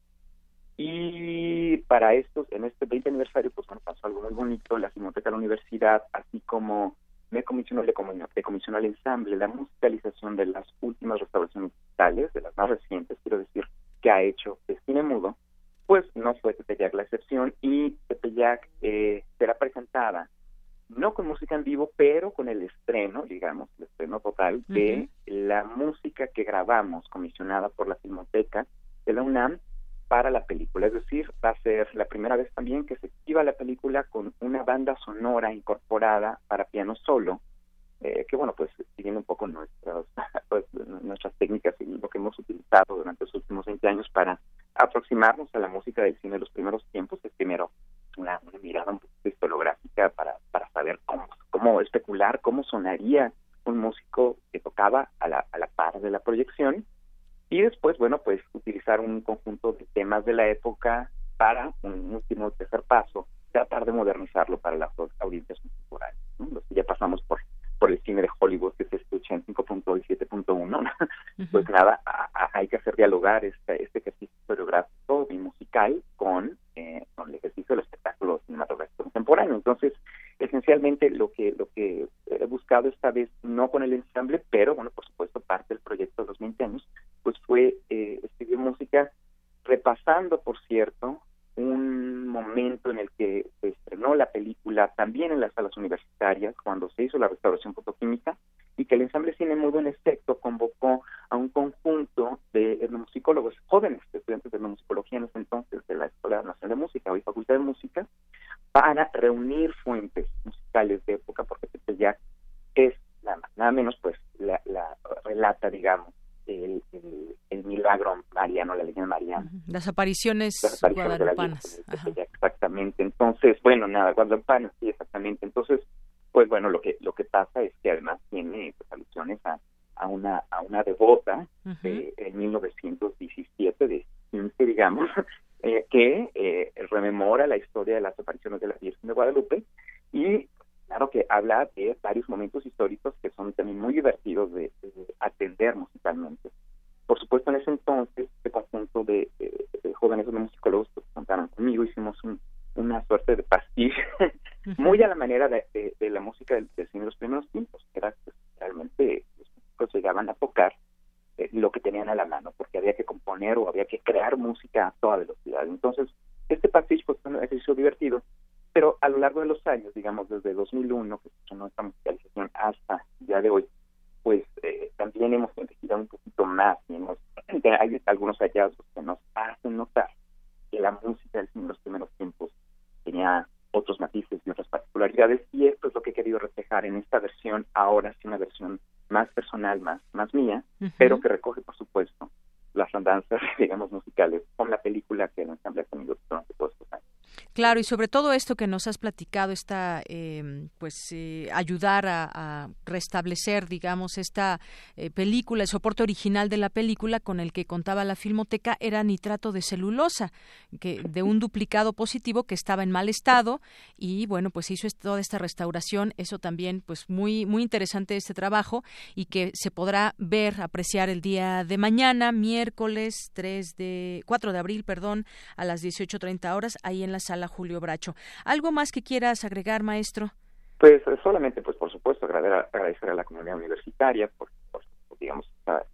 Y para estos, en este veinte aniversario, pues bueno, pasó algo muy bonito. La Filmoteca de la Universidad, así como me comisionó, le comisionó al ensamble la musicalización de las últimas restauraciones digitales, de las más recientes, quiero decir, que ha hecho de Cine Mudo. Pues no fue Tepeyac la excepción, y Tepeyac eh, será presentada no con música en vivo, pero con el estreno, digamos, el estreno total de uh-huh. la música que grabamos, comisionada por la Filmoteca de la UNAM para la película. Es decir, va a ser la primera vez también que se activa la película con una banda sonora incorporada para piano solo, eh, que bueno, pues siguiendo un poco nuestras, pues, nuestras técnicas y lo que hemos utilizado durante los últimos veinte años para aproximarnos a la música del cine de los primeros tiempos. Es primero una, una mirada un poco historiográfica para, para saber cómo, cómo especular cómo sonaría un músico que tocaba a la, a la par de la proyección, y después, bueno, pues utilizar un conjunto de temas de la época para un último tercer paso, tratar de modernizarlo para las audiencias contemporáneas, ¿no? Los que ya pasamos por por el cine de Hollywood, que se escucha en cinco punto dos y siete punto uno, uh-huh. pues nada, a, a, hay que hacer dialogar este, este ejercicio historiográfico ensamble, pero bueno, por supuesto, parte del proyecto de los veinte años, pues fue eh, escribir música repasando, por cierto, un momento en el que se estrenó la película también en las salas universitarias, cuando se hizo la restauración fotoquímica, y que el ensamble Cine Mudo en efecto convocó a un conjunto de etnomusicólogos jóvenes, estudiantes de etnomusicología en ese entonces de la Escuela Nacional de Música, hoy Facultad de Música, para reunir fuentes musicales de época, porque ya es nada más, nada menos, pues la, la relata, digamos, el, el, el milagro mariano, la leyenda mariana. Las apariciones, Las apariciones guadalupanas. Exactamente. Entonces, bueno, nada, guadalupanas, sí, exactamente. Entonces, pues bueno, lo que lo que pasa es que además tiene pues, alusiones a, a una a una devota uh-huh. de en mil novecientos diecisiete, de quince, digamos, eh, que eh, rememora la historia de las apariciones de la Virgen de Guadalupe, y claro que habla de varios momentos históricos que son también muy divertidos de, de atender musicalmente. Por supuesto, en ese entonces, este conjunto de, de, de jóvenes musicólogos que contaron conmigo, hicimos un, una suerte de pastiche uh-huh. muy a la manera de, de, de la música del, del cine de los primeros tiempos, que era pues, realmente los músicos llegaban a tocar eh, lo que tenían a la mano, porque había que componer o había que crear música a toda velocidad. Entonces, este pastiche pues, fue un ejercicio divertido, pero a lo largo de los años, digamos desde dos mil uno, que se hizo esta musicalización, hasta el día de hoy, pues eh, también hemos investigado un poquito más y hemos, hay algunos hallazgos que nos hacen notar que la música del cine de los primeros tiempos tenía otros matices y otras particularidades, y esto es lo que he querido reflejar en esta versión, ahora sí una versión más personal, más, más mía, uh-huh. pero que recoge, por supuesto, las andanzas, digamos, musicales con la película que el ensamble ha tenido durante todos estos años. Claro, y sobre todo esto que nos has platicado, esta, eh, pues, eh, ayudar a, a restablecer, digamos, esta eh, película, el soporte original de la película con el que contaba la Filmoteca era nitrato de celulosa, que de un duplicado positivo que estaba en mal estado, y bueno, pues hizo toda esta restauración. Eso también, pues, muy, muy interesante este trabajo, y que se podrá ver, apreciar el día de mañana, miércoles tres de, cuatro de abril, perdón, a las dieciocho treinta horas, ahí en la sala Julio Bracho. ¿Algo más que quieras agregar, maestro? Pues solamente, pues por supuesto, agradecer, agradecer a la comunidad universitaria por, por digamos,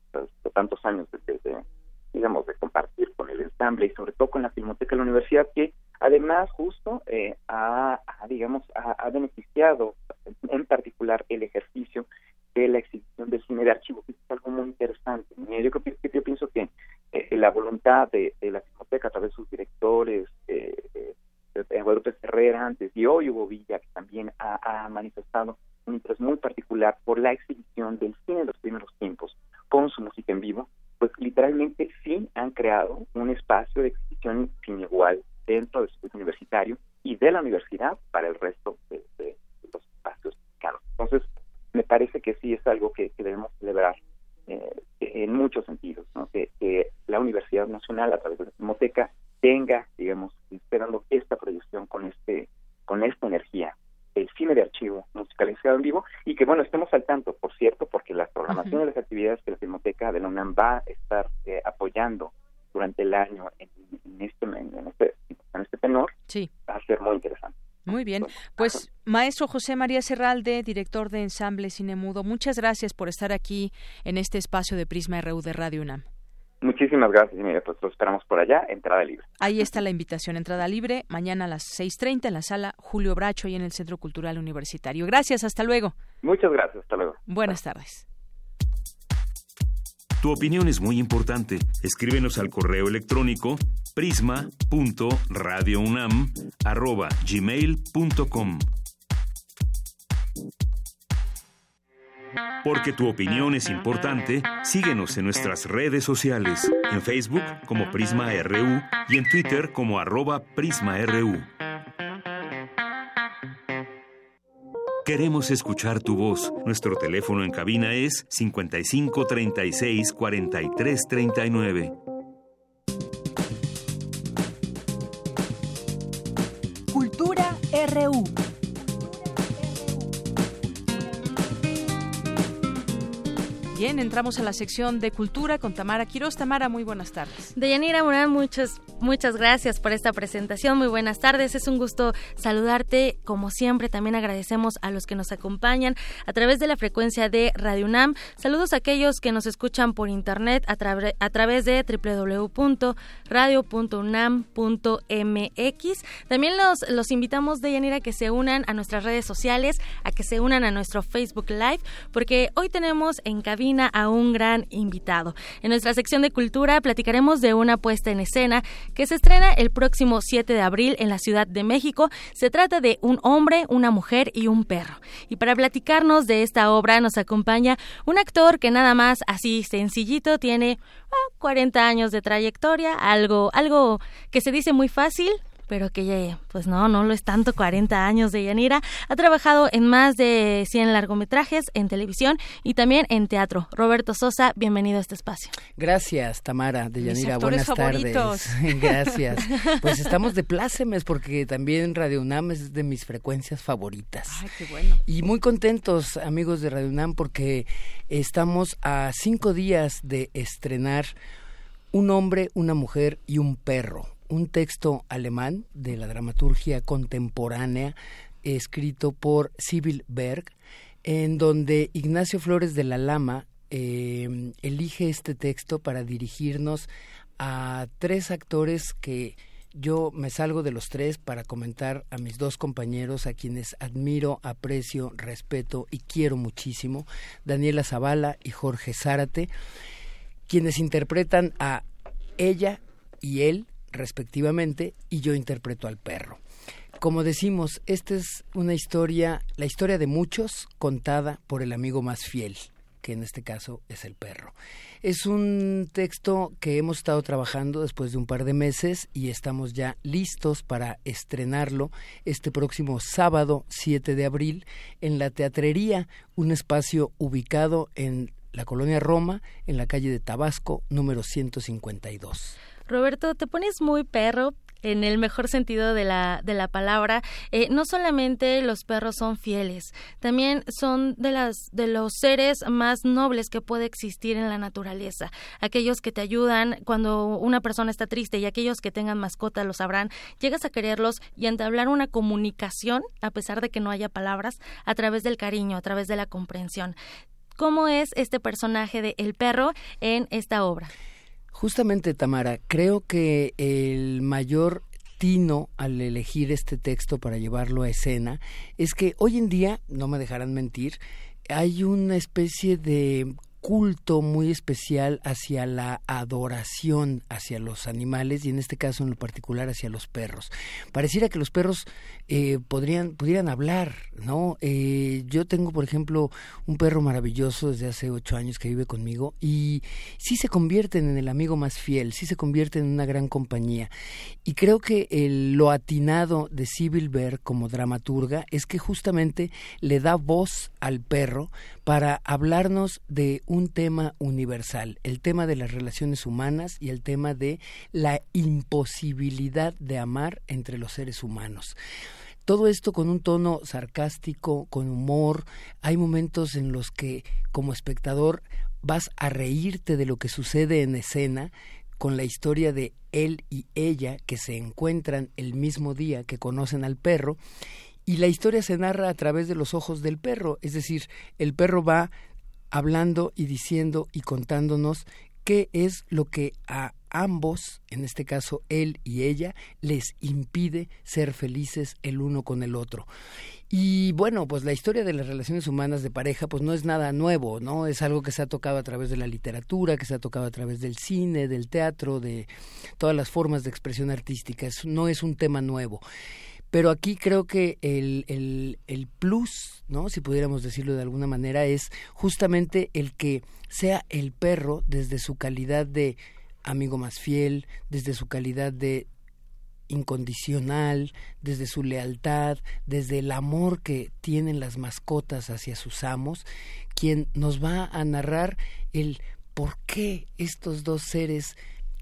de tantos años de, de, digamos, de compartir con el ensamble y sobre todo con la Filmoteca de la Universidad, que además justo eh, ha, ha, digamos, ha, ha beneficiado en particular el ejercicio de la exhibición del cine de archivo, que es algo muy interesante. Yo, creo que, yo pienso que eh, la voluntad de, de la Filmoteca a través de sus directores, eh, eh, Guadalupe Herrera antes y hoy Hugo Villa, que también ha, ha manifestado un interés muy particular por la exhibición del cine de los primeros tiempos con su música en vivo, pues literalmente sí han creado un espacio de exhibición sin igual dentro del circuito universitario y de la universidad para el resto de, de, de los espacios mexicanos. Entonces, me parece que sí es algo que, que debemos celebrar eh, en muchos sentidos, ¿no? Que, que la Universidad Nacional, a través de la Filmoteca, tenga, digamos, esperando esta proyección con este, con esta energía, el cine de archivo musicalizado en vivo, y que bueno, estemos al tanto, por cierto, porque la programación uh-huh. de las actividades que la Filmoteca de la UNAM va a estar eh, apoyando durante el año en, en este en este en este tenor, sí. va a ser muy interesante. Muy bien, pues maestro José María Serralde, director de Ensamble Cine Mudo, muchas gracias por estar aquí en este espacio de Prisma R U de Radio UNAM. Muchísimas gracias, y mira, pues lo esperamos por allá, entrada libre. Ahí está la invitación, entrada libre, mañana a las seis treinta en la sala Julio Bracho y en el Centro Cultural Universitario. Gracias, hasta luego. Muchas gracias, hasta luego. Buenas tardes. Tu opinión es muy importante. Escríbenos al correo electrónico prisma punto radio unam arroba gmail punto com. Porque tu opinión es importante, síguenos en nuestras redes sociales, en Facebook como Prisma R U y en Twitter como arroba PrismaRU. Queremos escuchar tu voz. Nuestro teléfono en cabina es cincuenta y cinco treinta y seis cuarenta y tres treinta y nueve. Cultura R U. Bien, entramos a la sección de Cultura con Tamara Quirós. Tamara, muy buenas tardes. Deyanira Morán, muchas, muchas gracias por esta presentación. Muy buenas tardes, es un gusto saludarte. Como siempre, también agradecemos a los que nos acompañan a través de la frecuencia de Radio UNAM. Saludos a aquellos que nos escuchan por internet a, tra- a través de doble u doble u doble u punto radio punto unam punto m x. También los, los invitamos, Deyanira, a que se unan a nuestras redes sociales, a que se unan a nuestro Facebook Live, porque hoy tenemos en cabina a un gran invitado. En nuestra sección de Cultura platicaremos de una puesta en escena que se estrena el próximo siete de abril en la Ciudad de México. Se trata de un hombre, una mujer y un perro. Y para platicarnos de esta obra nos acompaña un actor que nada más así sencillito tiene ah, cuarenta años de trayectoria, algo, algo que se dice muy fácil, pero que ya, pues no, no lo es tanto, cuarenta años de Yanira. Ha trabajado en más de cien largometrajes, en televisión y también en teatro. Roberto Sosa, bienvenido a este espacio. Gracias, Tamara, de Yanira, buenas favoritos. tardes. Gracias. Pues estamos de plácemes porque también Radio UNAM es de mis frecuencias favoritas. Ay, qué bueno. Y muy contentos, amigos de Radio UNAM, porque estamos a cinco días de estrenar Un hombre, una mujer y un perro. Un texto alemán de la dramaturgia contemporánea escrito por Sibyl Berg, en donde Ignacio Flores de la Lama eh, elige este texto para dirigirnos a tres actores que yo me salgo de los tres para comentar a mis dos compañeros, a quienes admiro, aprecio, respeto y quiero muchísimo, Daniela Zavala y Jorge Zárate, quienes interpretan a ella y él, respectivamente, y yo interpreto al perro. Como decimos, esta es una historia, la historia de muchos, contada por el amigo más fiel, que en este caso es el perro. Es un texto que hemos estado trabajando después de un par de meses y estamos ya listos para estrenarlo este próximo sábado siete de abril en la Teatrería, un espacio ubicado en la colonia Roma, en la calle de Tabasco, número ciento cincuenta y dos. Roberto, te pones muy perro en el mejor sentido de la de la palabra. Eh, no solamente los perros son fieles, también son de las de los seres más nobles que puede existir en la naturaleza. Aquellos que te ayudan cuando una persona está triste y aquellos que tengan mascota lo sabrán. Llegas a quererlos y entablar una comunicación, a pesar de que no haya palabras, a través del cariño, a través de la comprensión. ¿Cómo es este personaje de El Perro en esta obra? Justamente, Tamara, creo que el mayor tino al elegir este texto para llevarlo a escena es que hoy en día, no me dejarán mentir, hay una especie de culto muy especial hacia la adoración hacia los animales y en este caso en lo particular hacia los perros. Pareciera que los perros eh, podrían pudieran hablar, ¿no? Eh, yo tengo, por ejemplo, un perro maravilloso desde hace ocho años que vive conmigo y sí se convierten en el amigo más fiel, sí se convierten en una gran compañía. Y creo que el, lo atinado de Sibyl Berg como dramaturga es que justamente le da voz al perro para hablarnos de un tema universal, el tema de las relaciones humanas y el tema de la imposibilidad de amar entre los seres humanos. Todo esto con un tono sarcástico, con humor. Hay momentos en los que, como espectador, vas a reírte de lo que sucede en escena con la historia de él y ella que se encuentran el mismo día que conocen al perro. Y la historia se narra a través de los ojos del perro, es decir, el perro va hablando y diciendo y contándonos qué es lo que a ambos, en este caso él y ella, les impide ser felices el uno con el otro. Y bueno, pues la historia de las relaciones humanas de pareja pues no es nada nuevo, ¿no? Es algo que se ha tocado a través de la literatura, que se ha tocado a través del cine, del teatro, de todas las formas de expresión artística. Es, no es un tema nuevo. Pero aquí creo que el, el, el plus, ¿no?, si pudiéramos decirlo de alguna manera, es justamente el que sea el perro desde su calidad de amigo más fiel, desde su calidad de incondicional, desde su lealtad, desde el amor que tienen las mascotas hacia sus amos, quien nos va a narrar el por qué estos dos seres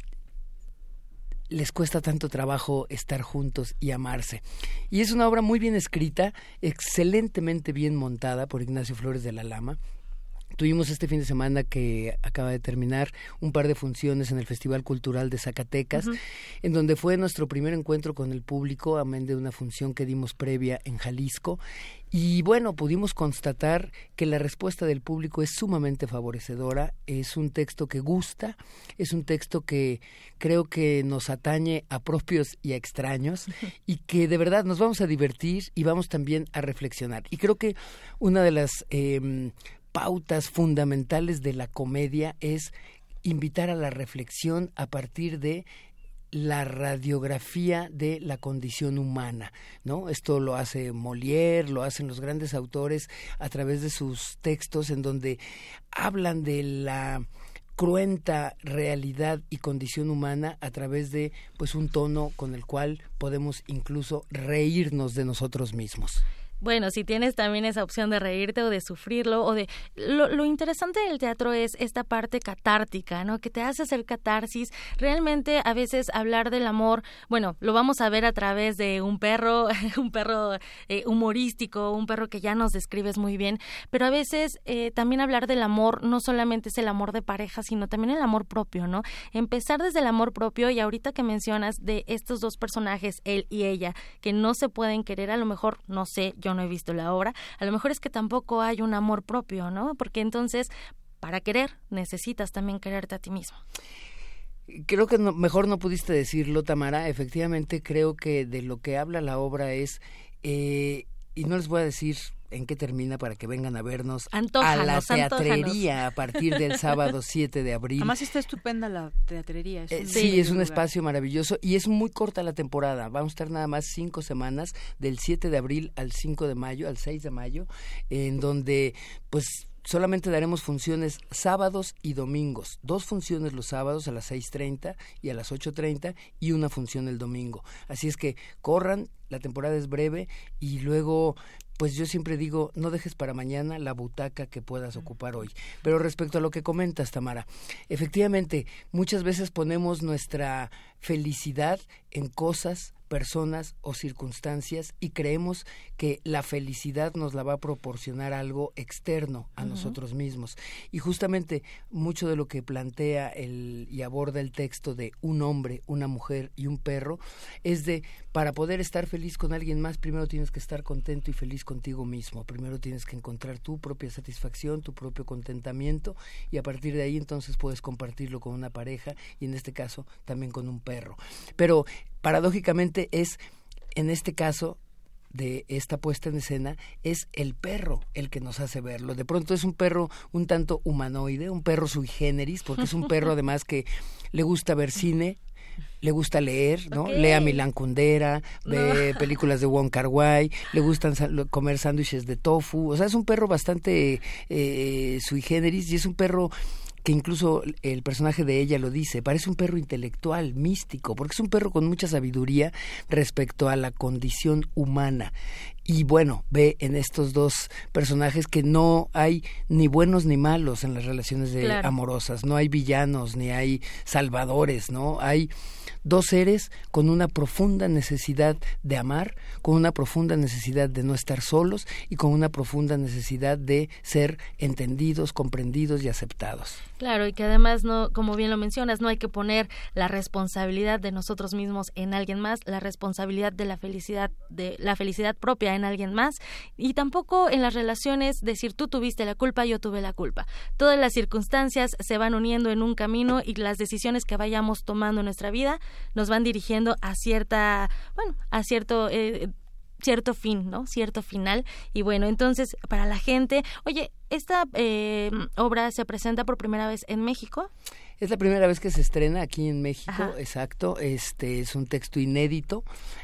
les cuesta tanto trabajo estar juntos y amarse. Y es una obra muy bien escrita, excelentemente bien montada por Ignacio Flores de la Lama, tuvimos este fin de semana que acaba de terminar un par de funciones en el Festival Cultural de Zacatecas, uh-huh. en donde fue nuestro primer encuentro con el público, amén de una función que dimos previa en Jalisco. Y bueno, pudimos constatar que la respuesta del público es sumamente favorecedora, es un texto que gusta, es un texto que creo que nos atañe a propios y a extraños y que de verdad nos vamos a divertir y vamos también a reflexionar. Y creo que una de las eh, pautas fundamentales de la comedia es invitar a la reflexión a partir de la radiografía de la condición humana, ¿no? Esto lo hace Molière, lo hacen los grandes autores a través de sus textos en donde hablan de la cruenta realidad y condición humana a través de pues un tono con el cual podemos incluso reírnos de nosotros mismos. Bueno, si tienes también esa opción de reírte o de sufrirlo o de... Lo, lo interesante del teatro es esta parte catártica, ¿no? Que te hace hacer catarsis. Realmente a veces hablar del amor, bueno, lo vamos a ver a través de un perro, un perro eh, humorístico, un perro que ya nos describes muy bien, pero a veces eh, también hablar del amor no solamente es el amor de pareja, sino también el amor propio, ¿no? Empezar desde el amor propio y ahorita que mencionas de estos dos personajes, él y ella, que no se pueden querer, a lo mejor, no sé, yo no he visto la obra, a lo mejor es que tampoco hay un amor propio, ¿no? Porque entonces, para querer, necesitas también quererte a ti mismo. Creo que no, mejor no pudiste decirlo, Tamara. Efectivamente, creo que de lo que habla la obra es, eh, y no les voy a decir en qué termina para que vengan a vernos antójanos, a la antójanos. teatrería a partir del sábado siete de abril. Además está estupenda la teatrería. Es eh, un sí, es un lugar. espacio maravilloso y es muy corta la temporada. Vamos a estar nada más cinco semanas, del siete de abril al cinco de mayo, al seis de mayo, en donde pues solamente daremos funciones sábados y domingos. Dos funciones los sábados a las seis treinta y a las ocho treinta y una función el domingo. Así es que corran, la temporada es breve y luego... pues yo siempre digo, no dejes para mañana la butaca que puedas ocupar hoy. Pero respecto a lo que comentas, Tamara, efectivamente, muchas veces ponemos nuestra felicidad en cosas, personas o circunstancias y creemos que la felicidad nos la va a proporcionar algo externo a uh-huh. nosotros mismos. Y justamente mucho de lo que plantea el, y aborda el texto de un hombre, una mujer y un perro es de, para poder estar feliz con alguien más, primero tienes que estar contento y feliz contigo mismo. Primero tienes que encontrar tu propia satisfacción, tu propio contentamiento y a partir de ahí entonces puedes compartirlo con una pareja y en este caso también con un perro. Pero paradójicamente es, en este caso de esta puesta en escena, es el perro el que nos hace verlo. De pronto es un perro un tanto humanoide, un perro sui generis, porque es un perro además que le gusta ver cine, le gusta leer, ¿no? Okay. Lee a Milán Kundera, ve no. películas de Wong Kar-wai, le gustan comer sándwiches de tofu, o sea, es un perro bastante eh, sui generis y es un perro que incluso el personaje de ella lo dice, parece un perro intelectual, místico, porque es un perro con mucha sabiduría respecto a la condición humana. Y bueno, ve en estos dos personajes que no hay ni buenos ni malos en las relaciones de claro. amorosas, no hay villanos ni hay salvadores, ¿no? Hay dos seres con una profunda necesidad de amar, con una profunda necesidad de no estar solos y con una profunda necesidad de ser entendidos, comprendidos y aceptados. Claro, y que además, no, como bien lo mencionas, no hay que poner la responsabilidad de nosotros mismos en alguien más, la responsabilidad de la felicidad, de la felicidad propia en alguien más, y tampoco en las relaciones decir tú tuviste la culpa, yo tuve la culpa. Todas las circunstancias se van uniendo en un camino y las decisiones que vayamos tomando en nuestra vida nos van dirigiendo a cierta, bueno, a cierto eh, cierto fin, ¿no? Cierto final. Y bueno, entonces, para la gente, oye, ¿esta eh, obra se presenta por primera vez en México? Es la primera vez que se estrena aquí en México, Ajá. exacto. Este es un texto inédito,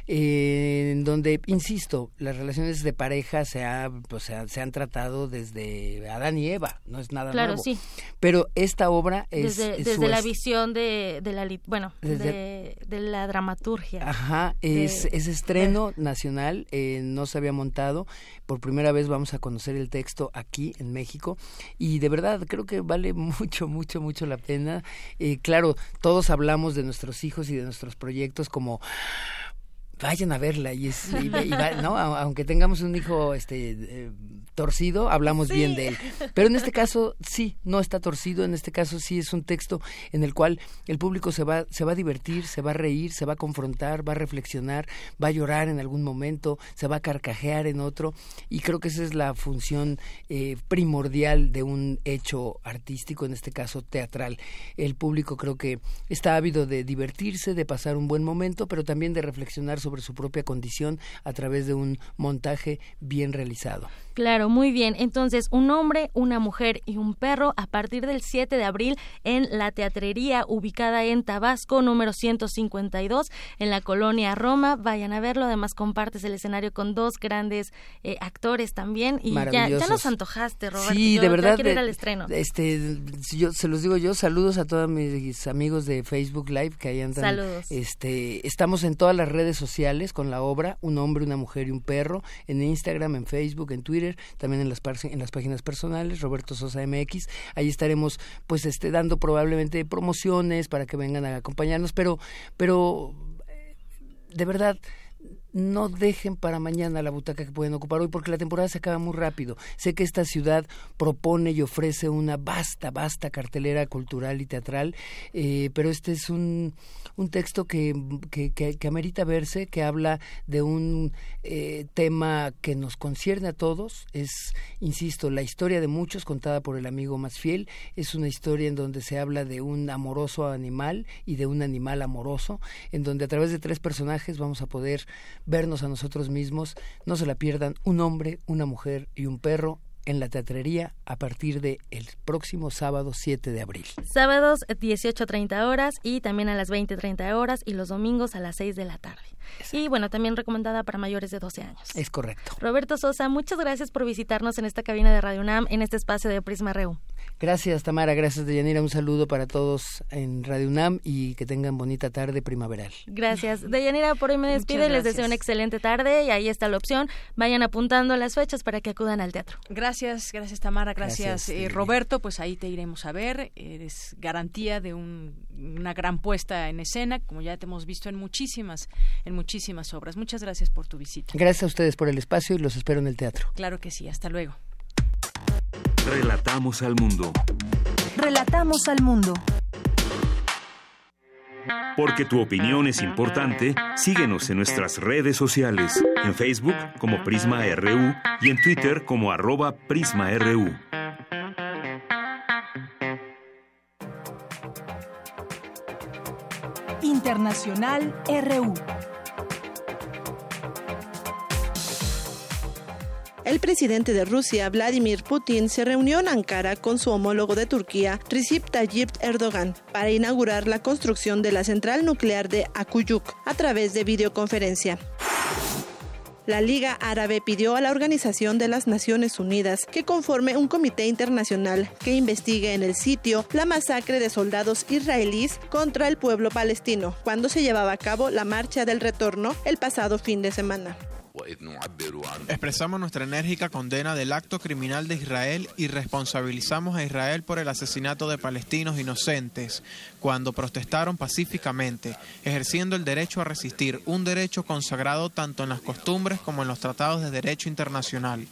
eh, en donde, insisto, las relaciones de pareja se, ha, pues, se, ha, se han tratado desde Adán y Eva, no es nada claro, nuevo. Sí. Pero esta obra es... Desde, es desde la es, visión de, de la, bueno, desde, de, de la dramaturgia. Ajá, es, de, es estreno de, nacional, eh, no se había montado. Por primera vez vamos a conocer el texto aquí en México y de verdad creo que vale mucho, mucho, mucho la pena. Eh, claro, todos hablamos de nuestros hijos y de nuestros proyectos como vayan a verla y es y, y va, no, aunque tengamos un hijo este eh, torcido, hablamos sí. bien de él. Pero en este caso sí, no está torcido, en este caso sí es un texto en el cual el público se va se va a divertir, se va a reír, se va a confrontar, va a reflexionar, va a llorar en algún momento, se va a carcajear en otro, y creo que esa es la función eh, primordial de un hecho artístico, en este caso teatral. El público creo que está ávido de divertirse, de pasar un buen momento, pero también de reflexionar sobre su propia condición a través de un montaje bien realizado. Claro, muy bien. Entonces, un hombre, una mujer y un perro a partir del siete de abril en la Teatrería, ubicada en Tabasco, número ciento cincuenta y dos, en la colonia Roma. Vayan a verlo. Además, compartes el escenario con dos grandes eh, actores también. Y ya, ya nos antojaste, Roberto. Sí, yo de verdad. quiero ir al estreno. Este, yo se los digo yo, saludos a todos mis amigos de Facebook Live que ahí andan. Saludos. Este, estamos en todas las redes sociales con la obra Un hombre, una mujer y un perro, en Instagram, en Facebook, en Twitter, también en las en las páginas personales, Roberto Sosa M X. Ahí estaremos pues este dando probablemente promociones para que vengan a acompañarnos, pero pero de verdad no dejen para mañana la butaca que pueden ocupar hoy, porque la temporada se acaba muy rápido. Sé que esta ciudad propone y ofrece una vasta, vasta cartelera cultural y teatral, eh, pero este es un, un texto que, que, que, que amerita verse, que habla de un eh, tema que nos concierne a todos. Es, insisto, la historia de muchos contada por el amigo más fiel. Es una historia en donde se habla de un amoroso animal y de un animal amoroso, en donde a través de tres personajes vamos a poder vernos a nosotros mismos. No se la pierdan. Un hombre, una mujer y un perro en la Teatrería a partir de el próximo sábado siete de abril. Sábados dieciocho treinta horas y también a las veinte treinta horas, y los domingos a las seis de la tarde. Exacto. Y bueno, también recomendada para mayores de doce años. Es correcto. Roberto Sosa, muchas gracias por visitarnos en esta cabina de Radio UNAM, en este espacio de Prisma R U. Gracias, Tamara, gracias, Deyanira. Un saludo para todos en Radio UNAM y que tengan bonita tarde primaveral. Gracias. Deyanira, por hoy me despido y les deseo una excelente tarde, y ahí está la opción. Vayan apuntando las fechas para que acudan al teatro. Gracias, gracias Tamara, gracias, gracias eh, Roberto, pues ahí te iremos a ver. Eres garantía de un, una gran puesta en escena, como ya te hemos visto en muchísimas, en muchísimas obras. Muchas gracias por tu visita. Gracias a ustedes por el espacio y los espero en el teatro. Claro que sí, hasta luego. Relatamos al mundo. Relatamos al mundo. Porque tu opinión es importante, síguenos en nuestras redes sociales, en Facebook como Prisma R U y en Twitter como arroba Prisma R U. Internacional R U. El presidente de Rusia, Vladimir Putin, se reunió en Ankara con su homólogo de Turquía, Recep Tayyip Erdogan, para inaugurar la construcción de la central nuclear de Akuyuk a través de videoconferencia. La Liga Árabe pidió a la Organización de las Naciones Unidas que conforme un comité internacional que investigue en el sitio la masacre de soldados israelíes contra el pueblo palestino cuando se llevaba a cabo la Marcha del Retorno el pasado fin de semana. Expresamos nuestra enérgica condena del acto criminal de Israel y responsabilizamos a Israel por el asesinato de palestinos inocentes cuando protestaron pacíficamente, ejerciendo el derecho a resistir, un derecho consagrado tanto en las costumbres como en los tratados de derecho internacional.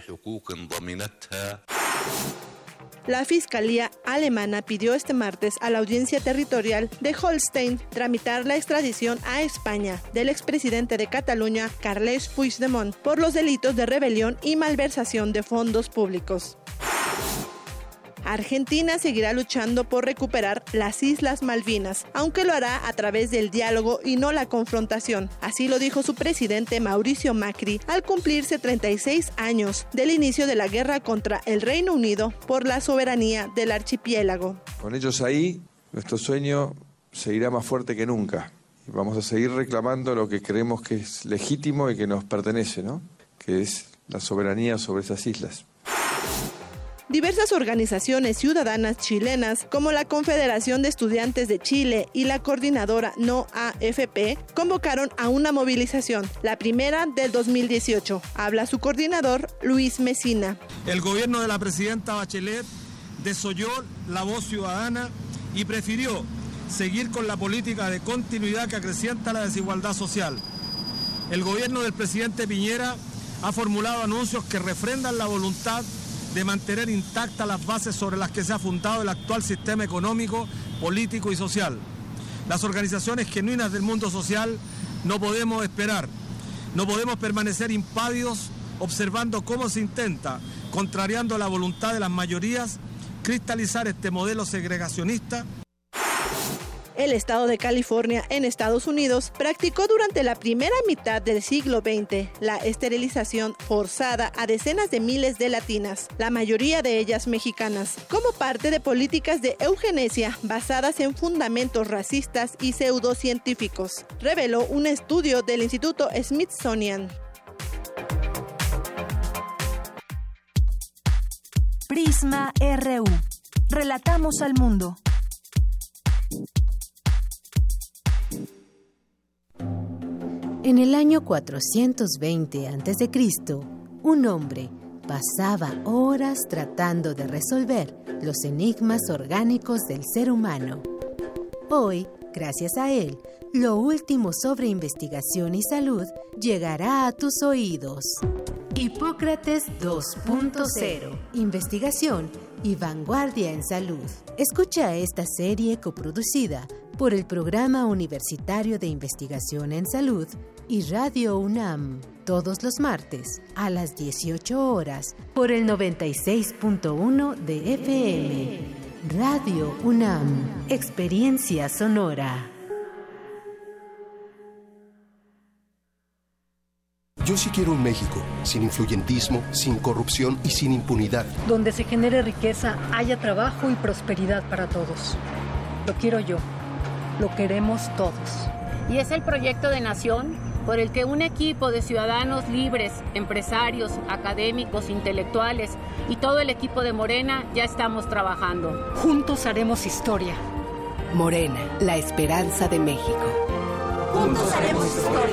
La Fiscalía alemana pidió este martes a la Audiencia Territorial de Holstein tramitar la extradición a España del expresidente de Cataluña, Carles Puigdemont, por los delitos de rebelión y malversación de fondos públicos. Argentina seguirá luchando por recuperar las Islas Malvinas, aunque lo hará a través del diálogo y no la confrontación. Así lo dijo su presidente Mauricio Macri al cumplirse treinta y seis años del inicio de la guerra contra el Reino Unido por la soberanía del archipiélago. Con ellos ahí, nuestro sueño seguirá más fuerte que nunca. Vamos a seguir reclamando lo que creemos que es legítimo y que nos pertenece, ¿no? Que es la soberanía sobre esas islas. Diversas organizaciones ciudadanas chilenas, como la Confederación de Estudiantes de Chile y la coordinadora No A F P, convocaron a una movilización, la primera del dos mil dieciocho. Habla su coordinador, Luis Mesina. El gobierno de la presidenta Bachelet desoyó la voz ciudadana y prefirió seguir con la política de continuidad que acrecienta la desigualdad social. El gobierno del presidente Piñera ha formulado anuncios que refrendan la voluntad de mantener intactas las bases sobre las que se ha fundado el actual sistema económico, político y social. Las organizaciones genuinas del mundo social no podemos esperar, no podemos permanecer impávidos observando cómo se intenta, contrariando la voluntad de las mayorías, cristalizar este modelo segregacionista. El estado de California, en Estados Unidos, practicó durante la primera mitad del siglo veinte la esterilización forzada a decenas de miles de latinas, la mayoría de ellas mexicanas, como parte de políticas de eugenesia basadas en fundamentos racistas y pseudocientíficos, reveló un estudio del Instituto Smithsonian. Prisma R U. Relatamos al mundo. En el año cuatrocientos veinte antes de Cristo, un hombre pasaba horas tratando de resolver los enigmas orgánicos del ser humano. Hoy, gracias a él, lo último sobre investigación y salud llegará a tus oídos. Hipócrates dos punto cero. Investigación y vanguardia en salud. Escucha esta serie coproducida por el Programa Universitario de Investigación en Salud y Radio UNAM, todos los martes a las dieciocho horas por el noventa y seis punto uno de F M. Radio UNAM, experiencia sonora. Yo sí quiero un México sin influyentismo, sin corrupción y sin impunidad. Donde se genere riqueza, haya trabajo y prosperidad para todos. Lo quiero yo. Lo queremos todos. Y es el proyecto de nación por el que un equipo de ciudadanos libres, empresarios, académicos, intelectuales y todo el equipo de Morena ya estamos trabajando. Juntos haremos historia. Morena, la esperanza de México. Juntos haremos historia.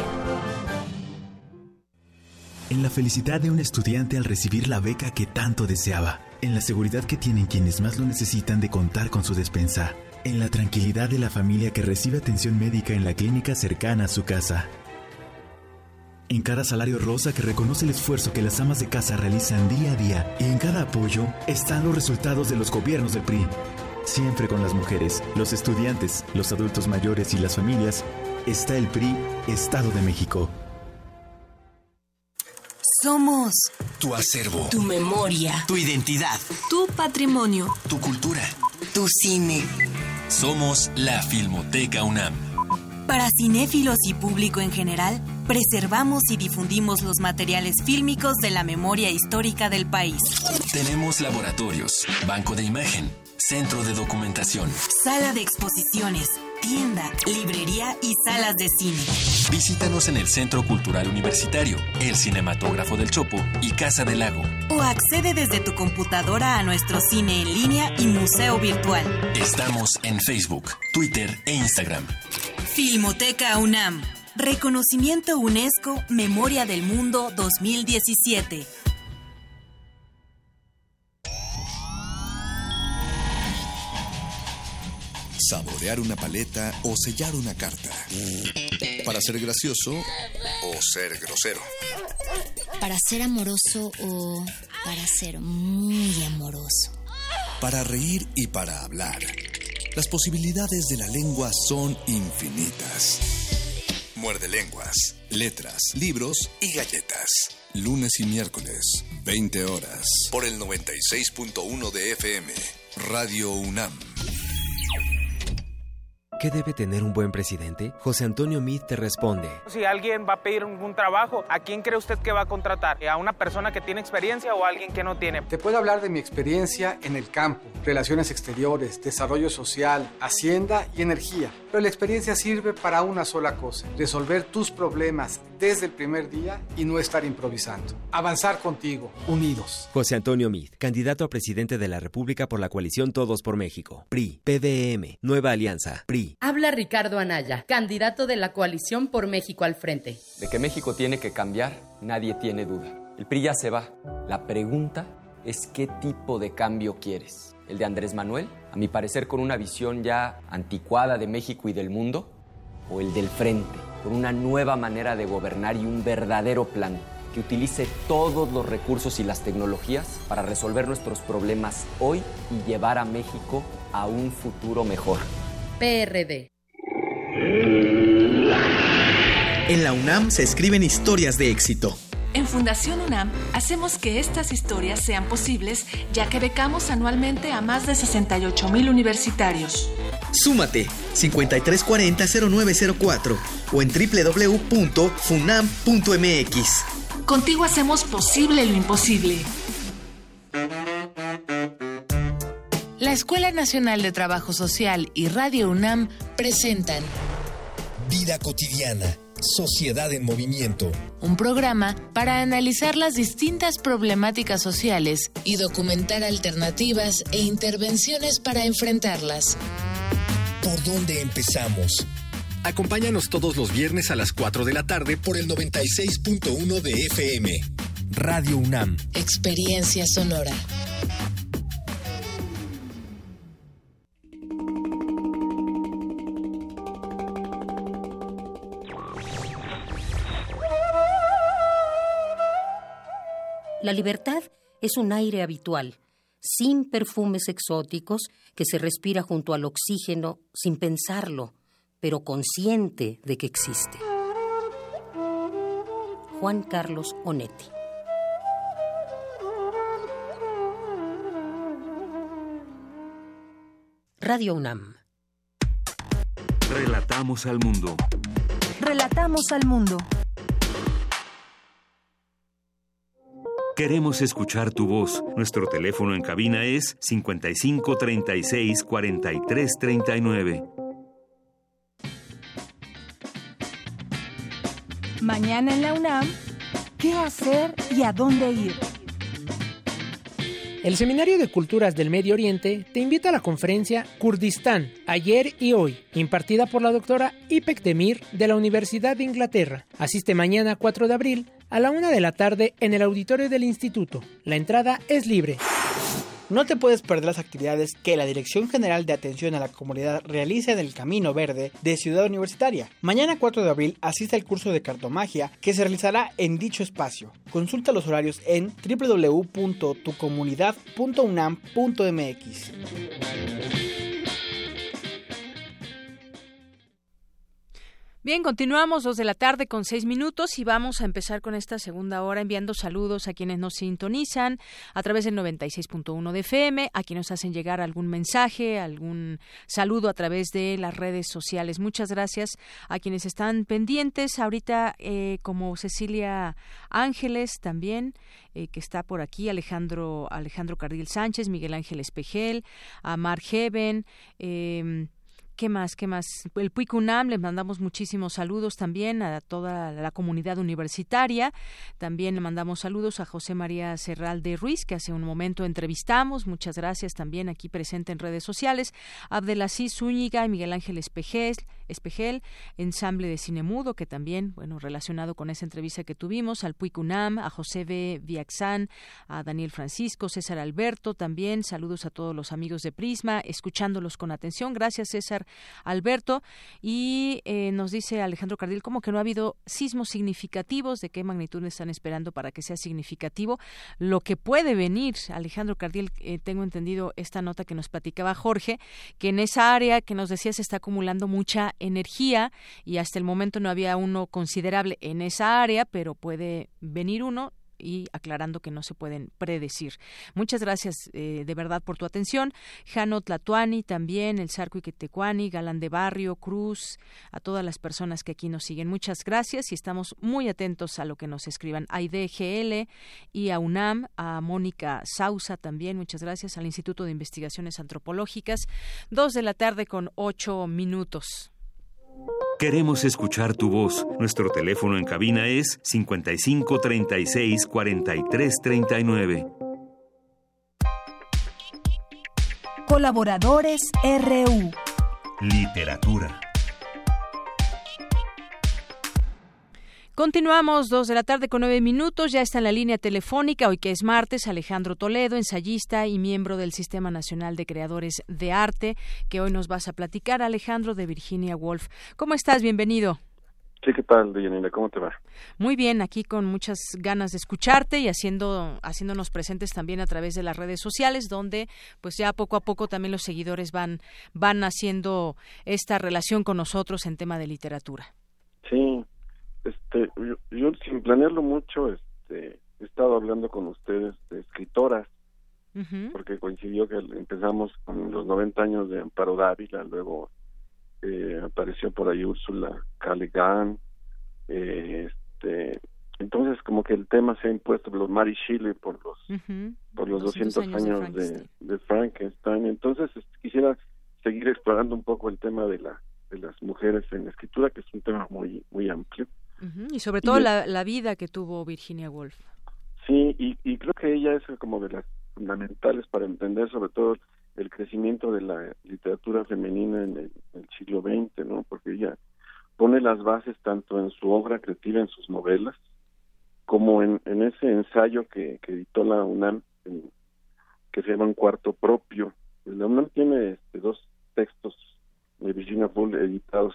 En la felicidad de un estudiante al recibir la beca que tanto deseaba. En la seguridad que tienen quienes más lo necesitan de contar con su despensa. En la tranquilidad de la familia que recibe atención médica en la clínica cercana a su casa. En cada salario rosa que reconoce el esfuerzo que las amas de casa realizan día a día. Y en cada apoyo están los resultados de los gobiernos del P R I. Siempre con las mujeres, los estudiantes, los adultos mayores y las familias, está el P R I, Estado de México. Somos tu acervo, tu memoria, tu identidad, tu patrimonio, tu cultura, tu cine. Somos la Filmoteca UNAM. Para cinéfilos y público en general, preservamos y difundimos los materiales fílmicos de la memoria histórica del país. Tenemos laboratorios, banco de imagen, centro de documentación, sala de exposiciones, tienda, librería y salas de cine. Visítanos en el Centro Cultural Universitario, el Cinematógrafo del Chopo y Casa del Lago. O accede desde tu computadora a nuestro cine en línea y museo virtual. Estamos en Facebook, Twitter e Instagram. Filmoteca UNAM. Reconocimiento UNESCO Memoria del Mundo dos mil diecisiete. Saborear una paleta o sellar una carta. Para ser gracioso o ser grosero. Para ser amoroso o para ser muy amoroso. Para reír y para hablar. Las posibilidades de la lengua son infinitas. Muerde lenguas, letras, libros y galletas. Lunes y miércoles, veinte horas. Por el noventa y seis punto uno de F M. Radio UNAM. ¿Qué debe tener un buen presidente? José Antonio Meade te responde. Si alguien va a pedir un trabajo, ¿a quién cree usted que va a contratar? ¿A una persona que tiene experiencia o a alguien que no tiene? Te puedo hablar de mi experiencia en el campo, relaciones exteriores, desarrollo social, hacienda y energía. Pero la experiencia sirve para una sola cosa: resolver tus problemas desde el primer día y no estar improvisando. Avanzar contigo, unidos. José Antonio Meade, candidato a presidente de la República por la coalición Todos por México. P R I, P D M, Nueva Alianza, P R I. Habla Ricardo Anaya, candidato de la coalición por México al frente. De que México tiene que cambiar, nadie tiene duda. El P R I ya se va. La pregunta es qué tipo de cambio quieres. ¿El de Andrés Manuel? A mi parecer con una visión ya anticuada de México y del mundo. ¿O el del frente, por una nueva manera de gobernar y un verdadero plan que utilice todos los recursos y las tecnologías para resolver nuestros problemas hoy y llevar a México a un futuro mejor. P R D. En la UNAM se escriben historias de éxito. En Fundación UNAM hacemos que estas historias sean posibles, ya que becamos anualmente a más de sesenta y ocho mil universitarios. Súmate cincuenta y tres cuarenta cero nueve cero cuatro o en doble u doble u doble u punto funam punto m x. Contigo hacemos posible lo imposible. La Escuela Nacional de Trabajo Social y Radio UNAM presentan Vida cotidiana, sociedad en movimiento. Un programa para analizar las distintas problemáticas sociales y documentar alternativas e intervenciones para enfrentarlas. ¿Por dónde empezamos? Acompáñanos todos los viernes a las cuatro de la tarde por el noventa y seis punto uno de F M. Radio UNAM. Experiencia sonora. La libertad es un aire habitual, sin perfumes exóticos, que se respira junto al oxígeno sin pensarlo, pero consciente de que existe. Juan Carlos Onetti. Radio UNAM. Relatamos al mundo. Relatamos al mundo. Queremos escuchar tu voz. Nuestro teléfono en cabina es cincuenta y cinco treinta y seis cuarenta y tres treinta y nueve. Mañana en la UNAM, ¿qué hacer y a dónde ir? El Seminario de Culturas del Medio Oriente te invita a la conferencia Kurdistán, ayer y hoy, impartida por la doctora Ipek Demir de la Universidad de Inglaterra. Asiste mañana cuatro de abril a la una de la tarde en el auditorio del instituto. La entrada es libre. No te puedes perder las actividades que la Dirección General de Atención a la Comunidad realiza en el Camino Verde de Ciudad Universitaria. Mañana cuatro de abril asiste al curso de cartomagia que se realizará en dicho espacio. Consulta los horarios en doble u doble u doble u punto tu comunidad punto unam punto m x. Bien, continuamos dos de la tarde con seis minutos y vamos a empezar con esta segunda hora enviando saludos a quienes nos sintonizan a través del noventa y seis punto uno de F M, a quienes nos hacen llegar algún mensaje, algún saludo a través de las redes sociales. Muchas gracias a quienes están pendientes ahorita, eh, como Cecilia Ángeles también, eh, que está por aquí, Alejandro, Alejandro Cardil Sánchez, Miguel Ángel Espejel, a Mark Heaven, eh, ¿Qué más? ¿Qué más? El Puig UNAM, les mandamos muchísimos saludos también a toda la comunidad universitaria. También le mandamos saludos a José María Serralde Ruiz, que hace un momento entrevistamos. Muchas gracias también aquí presente en redes sociales. Abdelaziz Zúñiga y Miguel Ángel Espejel, Espejel, Ensamble de Cine Mudo, que también, bueno, relacionado con esa entrevista que tuvimos, al Puig UNAM, a José B. Viaxán, a Daniel Francisco, César Alberto, también saludos a todos los amigos de Prisma, escuchándolos con atención. Gracias, César Alberto. Y eh, nos dice Alejandro Cardil, ¿cómo que no ha habido sismos significativos? ¿De qué magnitud están esperando para que sea significativo? Lo que puede venir, Alejandro Cardil, eh, tengo entendido esta nota que nos platicaba Jorge, que en esa área que nos decía se está acumulando mucha energía y hasta el momento no había uno considerable en esa área, pero puede venir uno, y aclarando que no se pueden predecir. Muchas gracias eh, de verdad por tu atención. Jano Tlatuani también, el Zarco Iquetecuani, Galán de Barrio, Cruz, a todas las personas que aquí nos siguen. Muchas gracias y estamos muy atentos a lo que nos escriban. A I D G L y a UNAM, a Mónica Sausa también, muchas gracias, al Instituto de Investigaciones Antropológicas. Dos de la tarde con ocho minutos. Queremos escuchar tu voz. Nuestro teléfono en cabina es cincuenta y cinco treinta y seis cuarenta y tres treinta y nueve. Colaboradores R U. Literatura. Continuamos, dos de la tarde con nueve minutos, ya está en la línea telefónica, hoy que es martes, Alejandro Toledo, ensayista y miembro del Sistema Nacional de Creadores de Arte, que hoy nos vas a platicar, Alejandro, de Virginia Woolf. ¿Cómo estás? Bienvenido. Sí, ¿qué tal, Deyanira? ¿Cómo te va? Muy bien, aquí con muchas ganas de escucharte y haciendo haciéndonos presentes también a través de las redes sociales, donde pues ya poco a poco también los seguidores van van haciendo esta relación con nosotros en tema de literatura. Sí, este, yo, yo sin planearlo mucho, este, he estado hablando con ustedes de escritoras, uh-huh. porque coincidió que empezamos con los noventa años de Amparo Dávila, luego Eh, apareció por ahí Úrsula K. Le Guin, eh, este, entonces como que el tema se ha impuesto por los Mary Shelley por los uh-huh. por los doscientos años de, de, de Frankenstein. Entonces este, quisiera seguir explorando un poco el tema de la de las mujeres en la escritura, que es un tema muy muy amplio, uh-huh. y sobre todo y de, la, la vida que tuvo Virginia Woolf. Sí, y, y creo que ella es como de las fundamentales para entender sobre todo el crecimiento de la literatura femenina en el, en el siglo veinte, ¿no? Porque ella pone las bases tanto en su obra creativa, en sus novelas, como en, en ese ensayo que, que editó la UNAM, en, que se llama Un cuarto propio. La UNAM tiene este, dos textos de Virginia Woolf editados.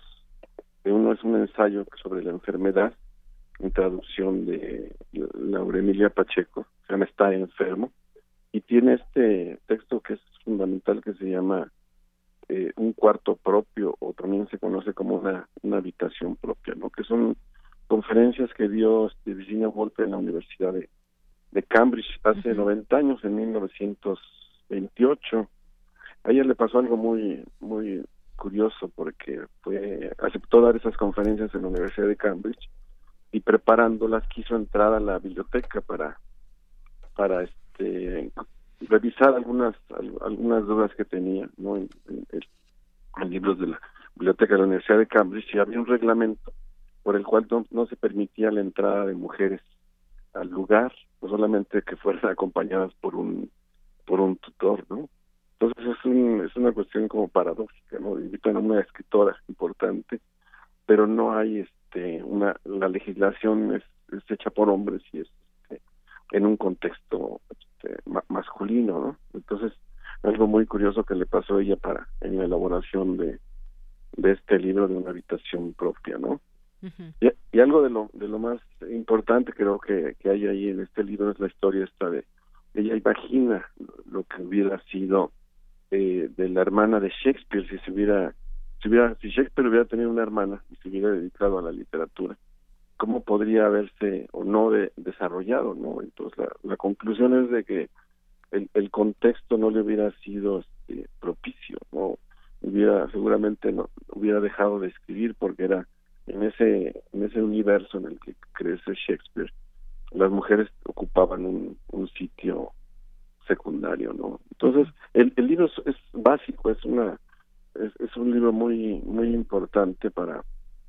Uno es un ensayo sobre la enfermedad, en traducción de Laura Emilia Pacheco, se llama Está enfermo, y tiene este texto que es fundamental, que se llama eh, Un cuarto propio, o también se conoce como una, una habitación propia, ¿no? Que son conferencias que dio este, Virginia Woolf en la Universidad de, de Cambridge hace uh-huh. noventa años, en mil novecientos veintiocho. A ella le pasó algo muy muy curioso, porque fue aceptó dar esas conferencias en la Universidad de Cambridge, y preparándolas quiso entrar a la biblioteca para para este revisar algunas algunas dudas que tenía, ¿no? En, en, en libros de la biblioteca de la Universidad de Cambridge, y había un reglamento por el cual no, no se permitía la entrada de mujeres al lugar, o solamente que fueran acompañadas por un por un tutor, ¿no? Entonces es un, es una cuestión como paradójica, ¿no? Invitan a una escritora importante, pero no hay este una la legislación es, es hecha por hombres y es este, en un contexto este, ma- masculino, ¿no? Entonces algo muy curioso que le pasó a ella para en la elaboración de de este libro de una habitación propia, ¿no? Uh-huh. Y, y algo de lo de lo más importante creo que, que hay ahí en este libro es la historia esta de ella imagina lo que hubiera sido eh, de la hermana de Shakespeare si se hubiera si hubiera si Shakespeare hubiera tenido una hermana y se hubiera dedicado a la literatura, cómo podría haberse o no de, desarrollado, ¿no? Entonces la, la conclusión es de que el, el contexto no le hubiera sido este, propicio, no hubiera seguramente no hubiera dejado de escribir, porque era en ese en ese universo en el que crece Shakespeare, las mujeres ocupaban un, un sitio secundario, ¿no? Entonces el, el libro es, es básico, es una es, es un libro muy muy importante para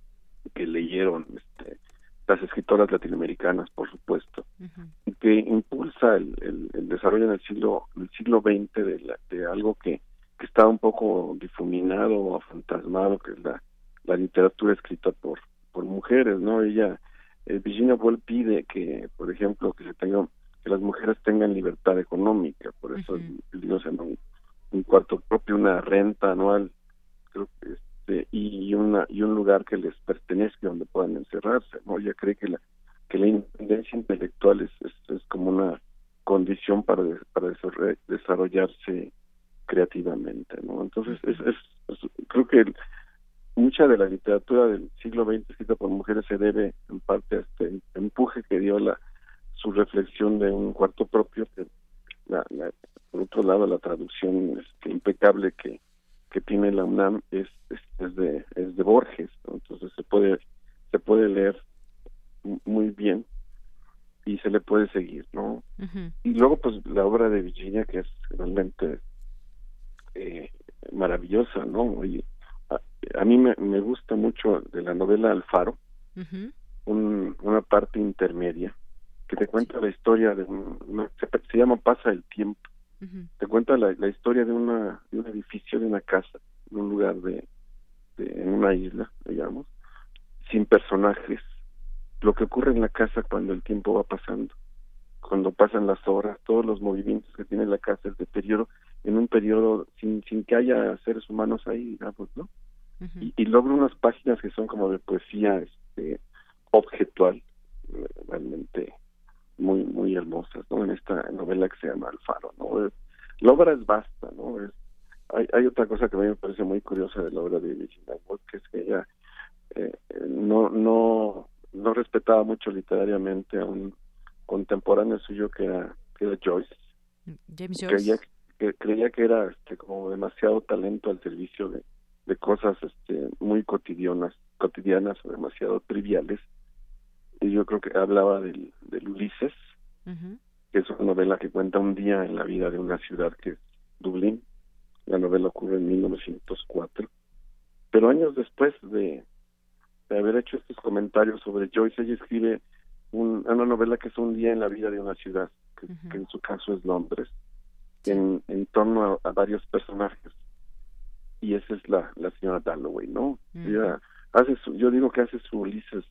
que leyeron este, las escritoras latinoamericanas, por supuesto, uh-huh. y que impulsa el, el, el desarrollo en el siglo el siglo veinte de, la, de algo que, que está un poco difuminado o fantasmado, que es la la literatura escrita por por mujeres, ¿no? Ella eh, Virginia Woolf pide que, por ejemplo, que se tenga que las mujeres tengan libertad económica, por eso uh-huh. el, el libro se llama un, un cuarto propio, una renta anual, creo que este y una y un lugar que les pertenezca donde puedan encerrarse, ¿no? Ella cree que la que la independencia intelectual es, es, es como una condición para de, para desarrollarse creativamente, ¿no? Entonces es, es, es creo que el, mucha de la literatura del siglo veinte escrita por mujeres se debe en parte a este empuje que dio la su reflexión de un cuarto propio, que la, la, por otro lado la traducción este, impecable que, que tiene la UNAM es, es, es de es de Borges, ¿no? Entonces se puede se puede leer muy bien y se le puede seguir, ¿no? Uh-huh. Y luego pues la obra de Virginia, que es realmente eh, maravillosa, ¿no? Y, a mí me, me gusta mucho de la novela Alfaro, uh-huh. un, una parte intermedia que te cuenta la historia de un, una, se, se llama Pasa el tiempo, uh-huh. te cuenta la, la historia de una de un edificio, de una casa, en un lugar de, de en una isla, digamos, sin personajes, lo que ocurre en la casa cuando el tiempo va pasando, cuando pasan las horas, todos los movimientos que tiene la casa, el deterioro en un periodo sin sin que haya seres humanos ahí, digamos, ¿no? Uh-huh. Y, y logra unas páginas que son como de poesía este, objetual, realmente muy muy hermosas, ¿no? En esta novela que se llama El Faro, ¿no? La obra es vasta, ¿no? Es, hay, hay otra cosa que a mí me parece muy curiosa de la obra de Virginia Woolf, que es que ella eh, no no no respetaba mucho literariamente a un contemporáneo suyo que era que era Joyce. James Joyce. Creía que creía que era este como demasiado talento al servicio de, de cosas este muy cotidianas, cotidianas o demasiado triviales. Y yo creo que hablaba del, del Ulises, uh-huh. que es una novela que cuenta un día en la vida de una ciudad que es Dublín. La novela ocurre en mil novecientos cuatro, pero años después de, de haber hecho estos comentarios sobre Joyce, ella escribe un, una novela que es un día en la vida de una ciudad, que, uh-huh. que en su caso es Londres, sí. en, en torno a, a varios personajes, y esa es la, la señora Dalloway, ¿no? Uh-huh. Ella hace su, yo digo que hace su Ulises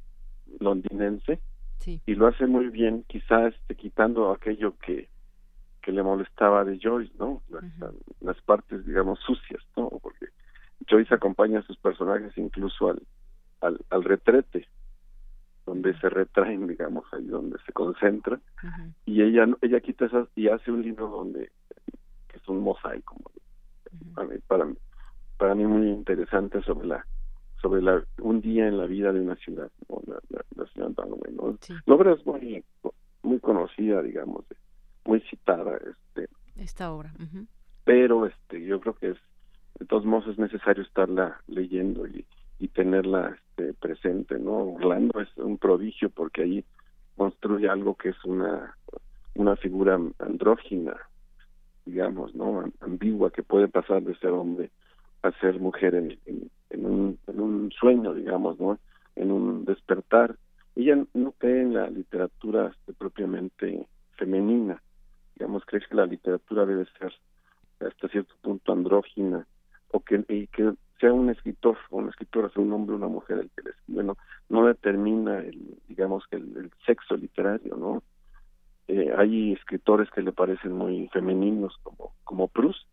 londinense, sí. y lo hace muy bien, quizás este, quitando aquello que que le molestaba de Joyce, ¿no? Las, uh-huh. las partes, digamos, sucias, ¿no? Porque Joyce acompaña a sus personajes incluso al al, al retrete, donde uh-huh. se retraen, digamos, ahí donde se concentra, uh-huh. y ella ella quita esas y hace un libro donde que es un mosaico, uh-huh. para, mí, para, para mí muy interesante sobre la sobre la un día en la vida de una ciudad, ¿no? la, la, la ciudad Dalloway, ¿no? Sí. La obra es muy muy conocida, digamos, muy citada, este esta obra, uh-huh. pero este yo creo que es de todos modos es necesario estarla leyendo y, y tenerla este, presente, ¿no? Orlando es un prodigio porque ahí construye algo que es una una figura andrógina, digamos, ¿no? Ambigua, que puede pasar de ser hombre a ser mujer en, en, en un en un sueño, digamos, ¿no? En un despertar. Ella no cree en la literatura este, propiamente femenina, digamos, cree que la literatura debe ser hasta cierto punto andrógina, o que, y que sea un escritor o una escritora, sea un hombre o una mujer el que le escribe, no, no determina el, digamos, el, el sexo literario, ¿no? Eh, hay escritores que le parecen muy femeninos como como Proust,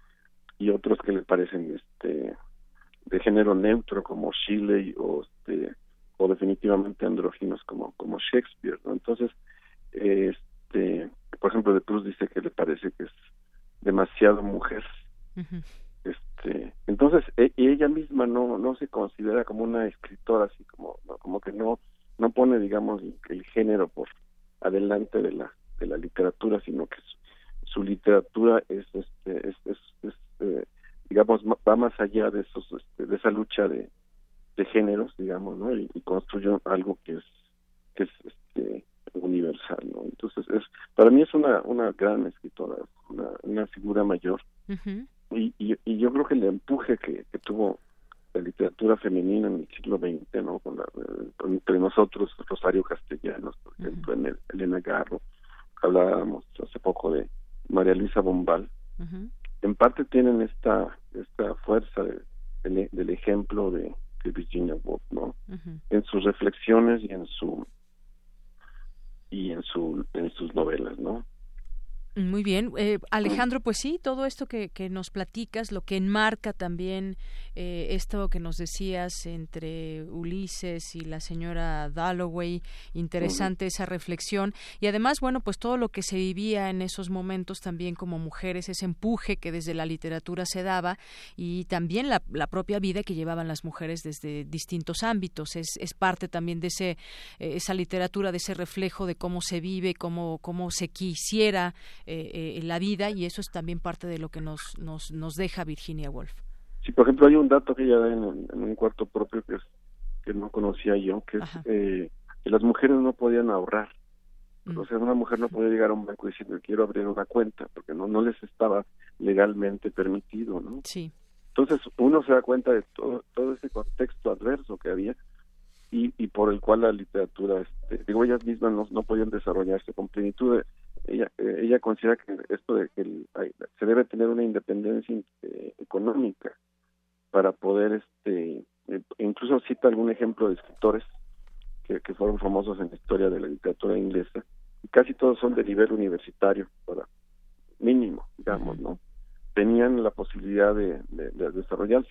y otros que le parecen este de género neutro como Shelley, o este o definitivamente andróginos como como Shakespeare, ¿no? Entonces eh, este por ejemplo, de Proust dice que le parece que es demasiado mujer. Uh-huh. Este, entonces e- ella misma no no se considera como una escritora, así como no, como que no no pone, digamos, el, el género por adelante de la de la literatura, sino que su, su literatura es este es, es, es eh, digamos va más allá de esos este, de esa lucha de, de géneros, digamos, ¿no? Y, y construye algo que es que es este universal, ¿no? Entonces es para mí es una una gran escritora, una una figura mayor. Uh-huh. y, y y yo creo que el empuje que, que tuvo la literatura femenina en el siglo veinte, ¿no? Con la, entre nosotros Rosario Castellanos, por ejemplo, uh-huh. en el, Elena Garro, hablábamos hace poco de María Luisa Bombal. Uh-huh. En parte tienen esta esta fuerza de, de, del ejemplo de, de Virginia Woolf, ¿no? Uh-huh. En sus reflexiones y en su y en su en sus novelas, ¿no? Muy bien, eh, Alejandro, pues sí, todo esto que, que nos platicas, lo que enmarca también eh, esto que nos decías entre Ulises y la señora Dalloway, interesante uh-huh. esa reflexión, y además, bueno, pues todo lo que se vivía en esos momentos también como mujeres, ese empuje que desde la literatura se daba, y también la, la propia vida que llevaban las mujeres desde distintos ámbitos, es, es parte también de ese eh, esa literatura, de ese reflejo de cómo se vive, cómo, cómo se quisiera Eh, eh, la vida, y eso es también parte de lo que nos nos nos deja Virginia Woolf. Sí, por ejemplo, hay un dato que ella da en, en un cuarto propio que es que no conocía yo, que es eh, que las mujeres no podían ahorrar. Mm. O sea, una mujer no podía llegar a un banco diciendo quiero abrir una cuenta, porque no no les estaba legalmente permitido, ¿no? Sí. Entonces uno se da cuenta de todo todo ese contexto adverso que había y, y por el cual la literatura, este, digo, ellas mismas no, no podían desarrollarse con plenitud. De, ella eh, ella considera que esto de que el, hay, se debe tener una independencia eh, económica para poder este eh, incluso cita algún ejemplo de escritores que, que fueron famosos en la historia de la literatura inglesa, y casi todos son de nivel universitario, para mínimo, digamos, ¿no? Tenían la posibilidad de, de, de desarrollarse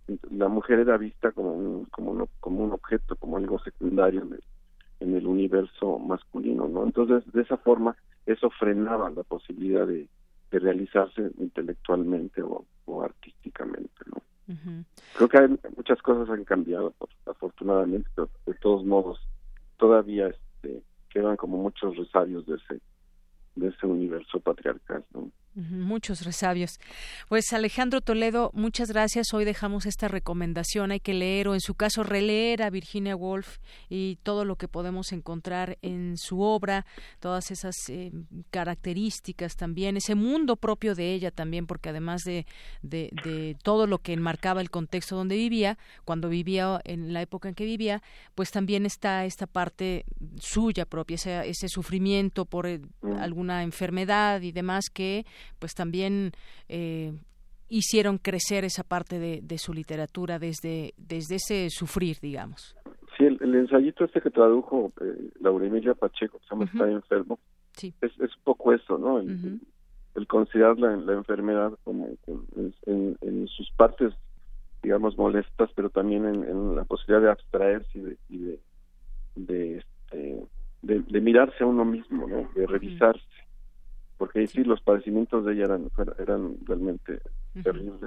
la mujer era vista como un, como un, como un objeto, como algo secundario en el, en el universo masculino, ¿no? Entonces, de esa forma, eso frenaba la posibilidad de, de realizarse intelectualmente o, o artísticamente, ¿no? Uh-huh. Creo que hay, muchas cosas han cambiado, por, afortunadamente, pero de todos modos, todavía este, quedan como muchos resabios de ese, de ese universo patriarcal, ¿no? Muchos resabios. Pues Alejandro Toledo, muchas gracias. Hoy dejamos esta recomendación. Hay que leer o en su caso releer a Virginia Woolf y todo lo que podemos encontrar en su obra, todas esas eh, características también, ese mundo propio de ella también, porque además de, de, de todo lo que enmarcaba el contexto donde vivía, cuando vivía, en la época en que vivía, pues también está esta parte suya propia, ese, ese sufrimiento por eh, alguna enfermedad y demás que pues también eh, hicieron crecer esa parte de, de su literatura desde desde ese sufrir, digamos. Sí, el, el ensayito este que tradujo eh, Laura Emilia Pacheco, que se llama uh-huh. Está enfermo, sí. es, es un poco eso, ¿no? El, uh-huh. el considerar la, la enfermedad como en, en, en sus partes, digamos, molestas, pero también en, en la posibilidad de abstraerse y de y de, de, este, de, de mirarse a uno mismo, ¿no? De revisarse. Uh-huh. Porque sí, los padecimientos de ella eran eran realmente uh-huh. terribles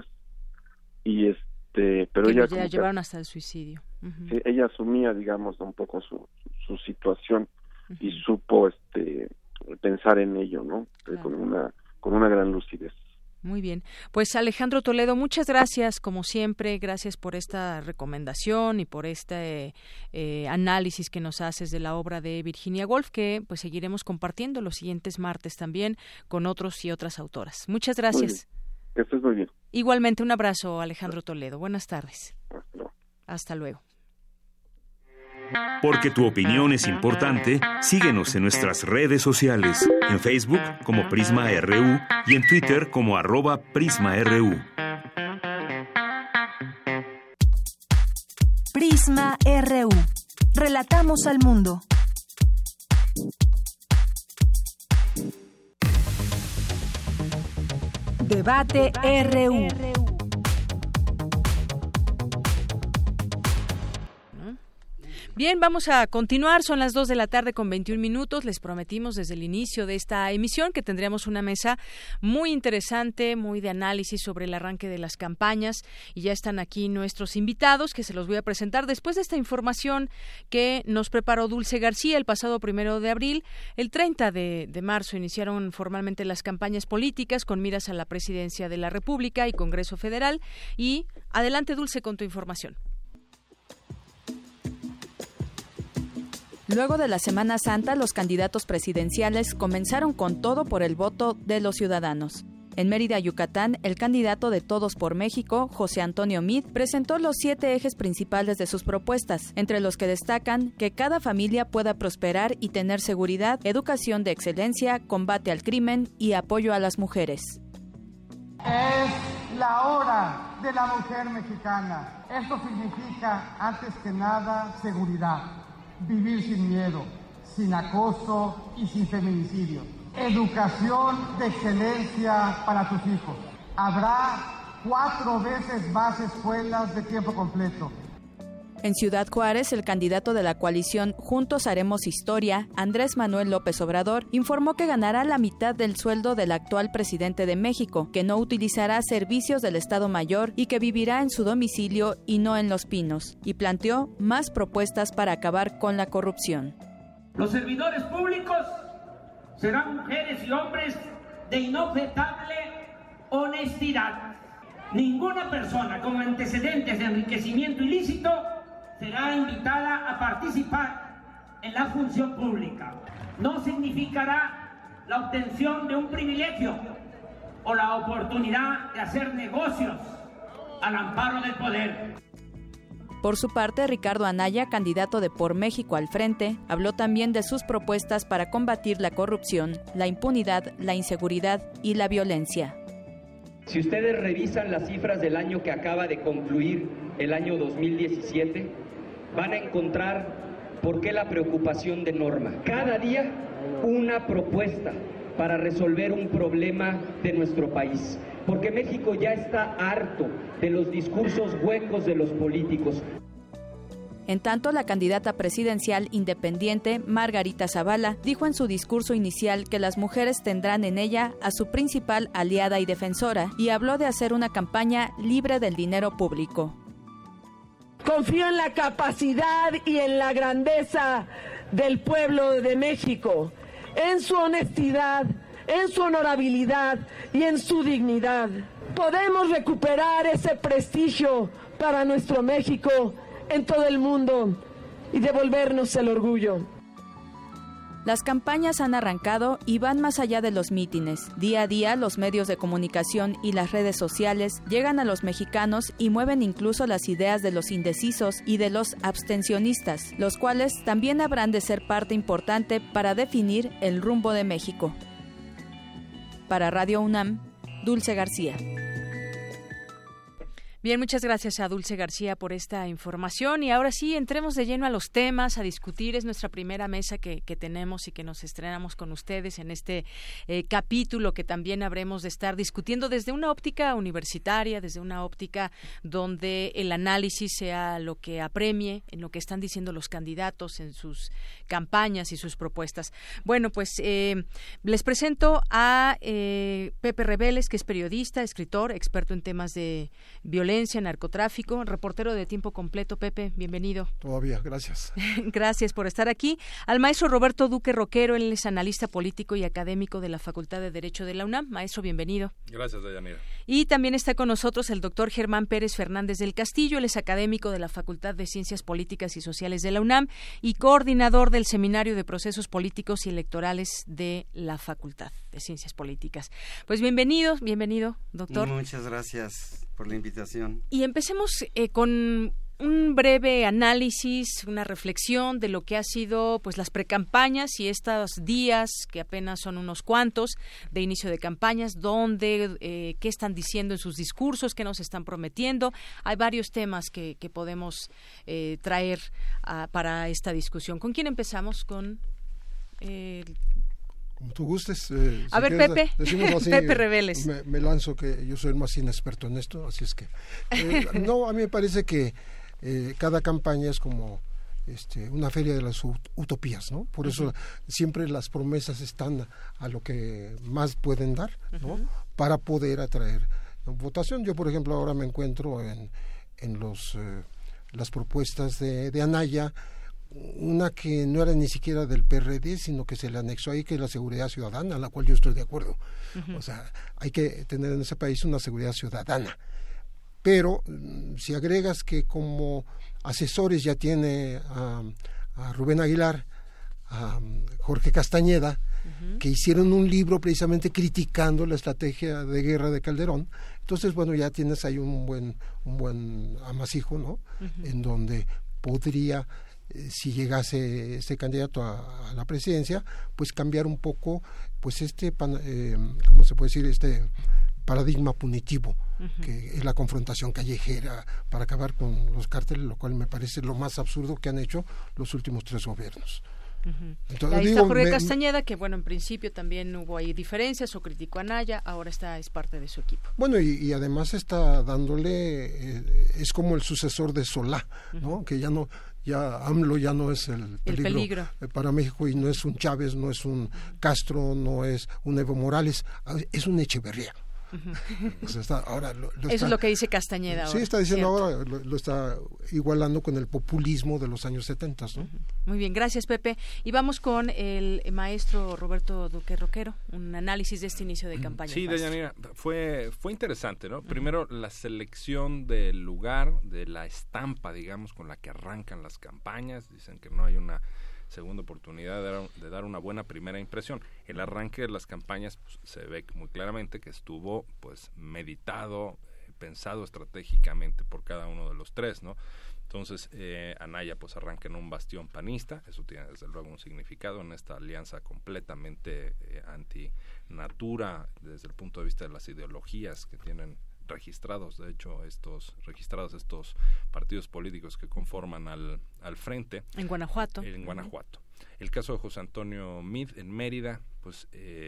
y este pero que ella la llevaron hasta el suicidio. Uh-huh. Sí, ella asumía, digamos, un poco su su situación uh-huh. y supo este pensar en ello, ¿no? Claro. con una con una gran lucidez. Muy bien. Pues Alejandro Toledo, muchas gracias, como siempre, gracias por esta recomendación y por este eh, análisis que nos haces de la obra de Virginia Woolf, que pues seguiremos compartiendo los siguientes martes también con otros y otras autoras. Muchas gracias. Que estés muy bien. Igualmente, un abrazo, Alejandro Toledo. Buenas tardes. Hasta luego. Hasta luego. Porque tu opinión es importante, síguenos en nuestras redes sociales, en Facebook como Prisma R U y en Twitter como arroba PrismaRU. Prisma R U. Relatamos al mundo. Debate R U. Bien, vamos a continuar. Son las dos de la tarde con veintiún minutos. Les prometimos desde el inicio de esta emisión que tendríamos una mesa muy interesante, muy de análisis sobre el arranque de las campañas. Y ya están aquí nuestros invitados, que se los voy a presentar después de esta información que nos preparó Dulce García el pasado primero de abril. El treinta de marzo iniciaron formalmente las campañas políticas con miras a la presidencia de la República y Congreso Federal. Y adelante, Dulce, con tu información. Luego de la Semana Santa, los candidatos presidenciales comenzaron con todo por el voto de los ciudadanos. En Mérida, Yucatán, el candidato de Todos por México, José Antonio Meade, presentó los siete ejes principales de sus propuestas, entre los que destacan que cada familia pueda prosperar y tener seguridad, educación de excelencia, combate al crimen y apoyo a las mujeres. Es la hora de la mujer mexicana. Esto significa, antes que nada, seguridad. Vivir sin miedo, sin acoso y sin feminicidio. Educación de excelencia para tus hijos. Habrá cuatro veces más escuelas de tiempo completo. En Ciudad Juárez, el candidato de la coalición Juntos Haremos Historia, Andrés Manuel López Obrador, informó que ganará la mitad del sueldo del actual presidente de México, que no utilizará servicios del Estado Mayor y que vivirá en su domicilio y no en Los Pinos, y planteó más propuestas para acabar con la corrupción. Los servidores públicos serán mujeres y hombres de inobjetable honestidad. Ninguna persona con antecedentes de enriquecimiento ilícito será invitada a participar en la función pública. No significará la obtención de un privilegio o la oportunidad de hacer negocios al amparo del poder. Por su parte, Ricardo Anaya, candidato de Por México al Frente, habló también de sus propuestas para combatir la corrupción, la impunidad, la inseguridad y la violencia. Si ustedes revisan las cifras del año que acaba de concluir, el año dos mil diecisiete, van a encontrar por qué la preocupación de Norma. Cada día una propuesta para resolver un problema de nuestro país. porque México ya está harto de los discursos huecos de los políticos. En tanto, la candidata presidencial independiente, Margarita Zavala, dijo en su discurso inicial que las mujeres tendrán en ella a su principal aliada y defensora, y habló de hacer una campaña libre del dinero público. Confío en la capacidad y en la grandeza del pueblo de México, en su honestidad, en su honorabilidad y en su dignidad. Podemos recuperar ese prestigio para nuestro México en todo el mundo y devolvernos el orgullo. Las campañas han arrancado y van más allá de los mítines. Día a día, los medios de comunicación y las redes sociales llegan a los mexicanos y mueven incluso las ideas de los indecisos y de los abstencionistas, los cuales también habrán de ser parte importante para definir el rumbo de México. Para Radio UNAM, Dulce García. Bien, muchas gracias a Dulce García por esta información y ahora sí, entremos de lleno a los temas, a discutir. Es nuestra primera mesa que, que tenemos y que nos estrenamos con ustedes en este eh, capítulo que también habremos de estar discutiendo desde una óptica universitaria, desde una óptica donde el análisis sea lo que apremie en lo que están diciendo los candidatos en sus campañas y sus propuestas. Bueno, pues eh, les presento a eh, Pepe Reveles, que es periodista, escritor, experto en temas de violencia, narcotráfico, reportero de tiempo completo. Pepe, bienvenido. Todavía, gracias. Gracias por estar aquí. Al maestro Roberto Duque Roquero, él es analista político y académico de la Facultad de Derecho de la UNAM. Maestro, bienvenido. Gracias, Deyanira. Y también está con nosotros el doctor Germán Pérez Fernández del Castillo, él es académico de la Facultad de Ciencias Políticas y Sociales de la UNAM y coordinador del Seminario de Procesos Políticos y Electorales de la Facultad de Ciencias Políticas. Pues bienvenido, bienvenido, doctor. Muchas gracias por la invitación. Y empecemos eh, con un breve análisis, una reflexión de lo que ha sido pues las precampañas y estos días, que apenas son unos cuantos, de inicio de campañas, donde, eh, qué están diciendo en sus discursos, qué nos están prometiendo. Hay varios temas que, que podemos eh, traer a, para esta discusión. ¿Con quién empezamos? Con... Eh, Como tú gustes. Eh, a si ver, quieres, Pepe, así, Pepe Reveles. Me, me lanzo que yo soy el más inexperto en esto, así es que... Eh, no, a mí me parece que eh, cada campaña es como este, una feria de las utopías, ¿no? Por eso uh-huh. siempre las promesas están a lo que más pueden dar, ¿no? Uh-huh. Para poder atraer votación. Yo, por ejemplo, ahora me encuentro en, en los eh, las propuestas de, de Anaya, una que no era ni siquiera del P R D, sino que se le anexó ahí, que es la seguridad ciudadana, a la cual yo estoy de acuerdo. Uh-huh. O sea, hay que tener en ese país una seguridad ciudadana. Pero si agregas que como asesores ya tiene a, a Rubén Aguilar, a Jorge Castañeda, uh-huh. que hicieron un libro precisamente criticando la estrategia de guerra de Calderón, entonces, bueno, ya tienes ahí un buen, un buen amasijo, ¿no? Uh-huh. En donde podría... si llegase este candidato a, a la presidencia, pues cambiar un poco, pues este, eh, ¿cómo se puede decir? Este paradigma punitivo, uh-huh. que es la confrontación callejera para acabar con los cárteles, lo cual me parece lo más absurdo que han hecho los últimos tres gobiernos. Uh-huh. Entonces, ahí digo, está Jorge me, Castañeda, que bueno, en principio también hubo ahí diferencias, o criticó a Anaya, ahora está es parte de su equipo. Bueno, y, y además está dándole, eh, es como el sucesor de Solá, ¿no? Uh-huh. Que ya no, ya AMLO ya no es el peligro, el peligro para México, y no es un Chávez, no es un Castro, no es un Evo Morales, es un Echeverría. Uh-huh. O sea, está, ahora lo, lo Eso está, es lo que dice Castañeda ahora. Sí, está diciendo ¿cierto? ahora, lo, lo está igualando con el populismo de los años setenta, ¿no? Uh-huh. Muy bien, gracias, Pepe. Y vamos con el maestro Roberto Duque Roquero, un análisis de este inicio de campaña. Sí, Deyanira, fue, fue interesante, ¿no? Uh-huh. Primero, la selección del lugar, de la estampa, digamos, con la que arrancan las campañas. Dicen que no hay una segunda oportunidad de dar, de dar una buena primera impresión. El arranque de las campañas, pues, se ve muy claramente que estuvo pues meditado, eh, pensado estratégicamente por cada uno de los tres, ¿no? Entonces, eh, Anaya pues arranca en un bastión panista, eso tiene desde luego un significado en esta alianza completamente eh, anti-natura desde el punto de vista de las ideologías que tienen registrados, de hecho, estos registrados estos partidos políticos que conforman al, al frente. En Guanajuato. En Guanajuato. El caso de José Antonio Meade en Mérida, pues eh,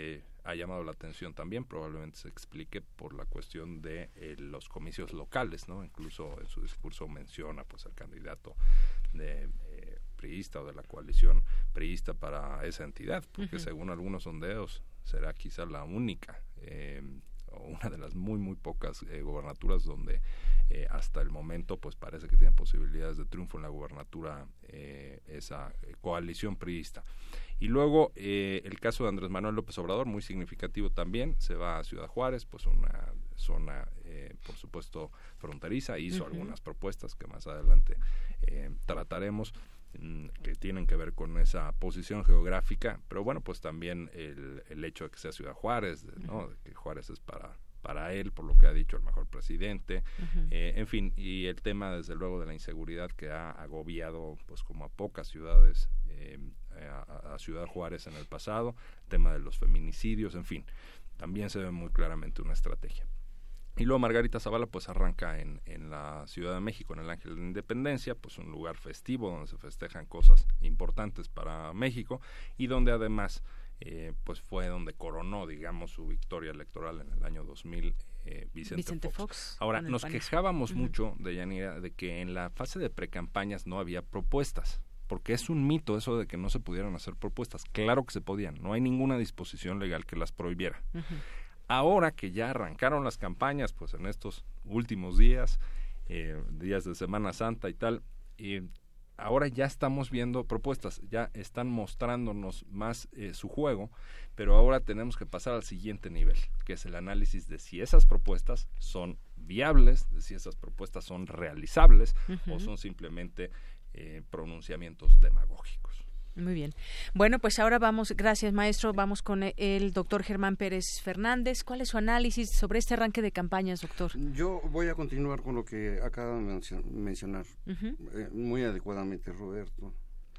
ha llamado la atención también, probablemente se explique por la cuestión de eh, los comicios locales, ¿no? Incluso en su discurso menciona pues al candidato de eh, priista o de la coalición priista para esa entidad, porque uh-huh. según algunos sondeos será quizá la única eh, o una de las muy muy pocas eh, gobernaturas donde eh, hasta el momento pues parece que tiene posibilidades de triunfo en la gubernatura eh, esa eh, coalición priista. Y luego eh, el caso de Andrés Manuel López Obrador, muy significativo también, se va a Ciudad Juárez, pues una zona eh, por supuesto fronteriza, hizo uh-huh. algunas propuestas que más adelante eh, trataremos, que tienen que ver con esa posición geográfica, pero bueno, pues también el, el hecho de que sea Ciudad Juárez, ¿no? De que Juárez es para para él, por lo que ha dicho el mejor presidente, uh-huh. eh, en fin, y el tema desde luego de la inseguridad que ha agobiado pues como a pocas ciudades, eh, a, a Ciudad Juárez en el pasado, el tema de los feminicidios, en fin, también se ve muy claramente una estrategia. Y luego Margarita Zavala pues arranca en, en la Ciudad de México, en el Ángel de la Independencia, pues un lugar festivo donde se festejan cosas importantes para México y donde además eh, pues fue donde coronó, digamos, su victoria electoral en el año dos mil eh, Vicente, Vicente Fox. Fox. Ahora, nos panismo. quejábamos uh-huh. mucho, Deyanira, de que en la fase de precampañas no había propuestas, porque es un mito eso de que no se pudieran hacer propuestas. Claro que se podían, no hay ninguna disposición legal que las prohibiera. Uh-huh. Ahora que ya arrancaron las campañas, pues en estos últimos días, eh, días de Semana Santa y tal, y ahora ya estamos viendo propuestas, ya están mostrándonos más eh, su juego, pero ahora tenemos que pasar al siguiente nivel, que es el análisis de si esas propuestas son viables, de si esas propuestas son realizables uh-huh. o son simplemente eh, pronunciamientos demagógicos. Muy bien. Bueno, pues ahora vamos, gracias maestro, vamos con el doctor Germán Pérez Fernández. ¿Cuál es su análisis sobre este arranque de campañas, doctor? Yo voy a continuar con lo que acaba de mencionar, uh-huh. eh, muy adecuadamente Roberto.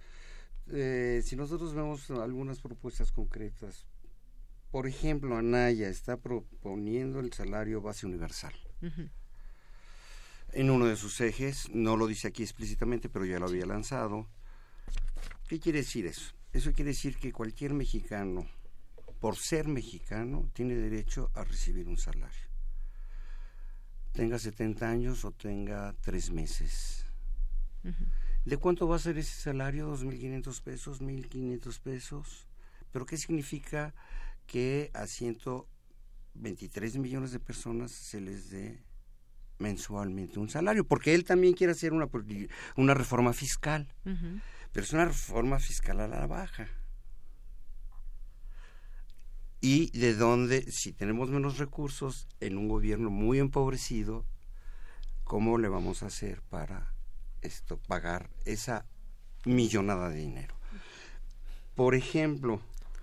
Eh, si nosotros vemos algunas propuestas concretas, por ejemplo, Anaya está proponiendo el salario base universal. Uh-huh. En uno de sus ejes, no lo dice aquí explícitamente, pero ya lo había lanzado. ¿Qué quiere decir eso? Eso quiere decir que cualquier mexicano, por ser mexicano, tiene derecho a recibir un salario. Tenga setenta años o tenga tres meses. Uh-huh. ¿De cuánto va a ser ese salario? ¿dos mil quinientos pesos? ¿mil quinientos pesos? ¿Pero qué significa que a ciento veintitrés millones de personas se les dé mensualmente un salario? Porque él también quiere hacer una, una reforma fiscal. Uh-huh. Pero es una reforma fiscal a la baja. Y de donde, si tenemos menos recursos en un gobierno muy empobrecido, ¿cómo le vamos a hacer para esto pagar esa millonada de dinero? Por ejemplo,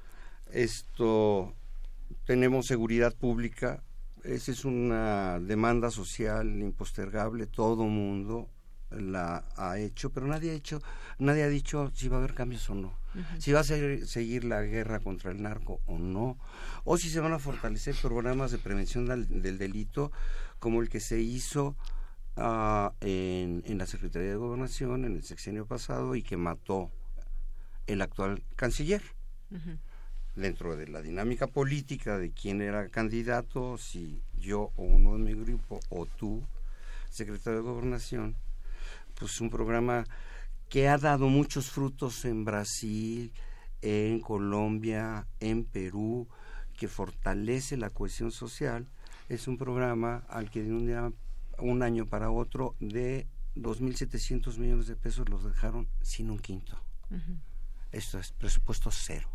esto tenemos seguridad pública, esa es una demanda social impostergable, todo mundo la ha hecho, pero nadie ha hecho, nadie ha dicho si va a haber cambios o no, uh-huh. si va a seguir, seguir la guerra contra el narco o no, o si se van a fortalecer programas de prevención del, del delito como el que se hizo uh, en, en la Secretaría de Gobernación en el sexenio pasado y que mató el actual canciller. Uh-huh. Dentro de la dinámica política de quién era candidato, si yo o uno de mi grupo o tú, secretario de Gobernación, pues un programa que ha dado muchos frutos en Brasil, en Colombia, en Perú, que fortalece la cohesión social. Es un programa al que de un, día, un año para otro de dos mil setecientos millones de pesos los dejaron sin un quinto. Uh-huh. Esto es presupuesto cero.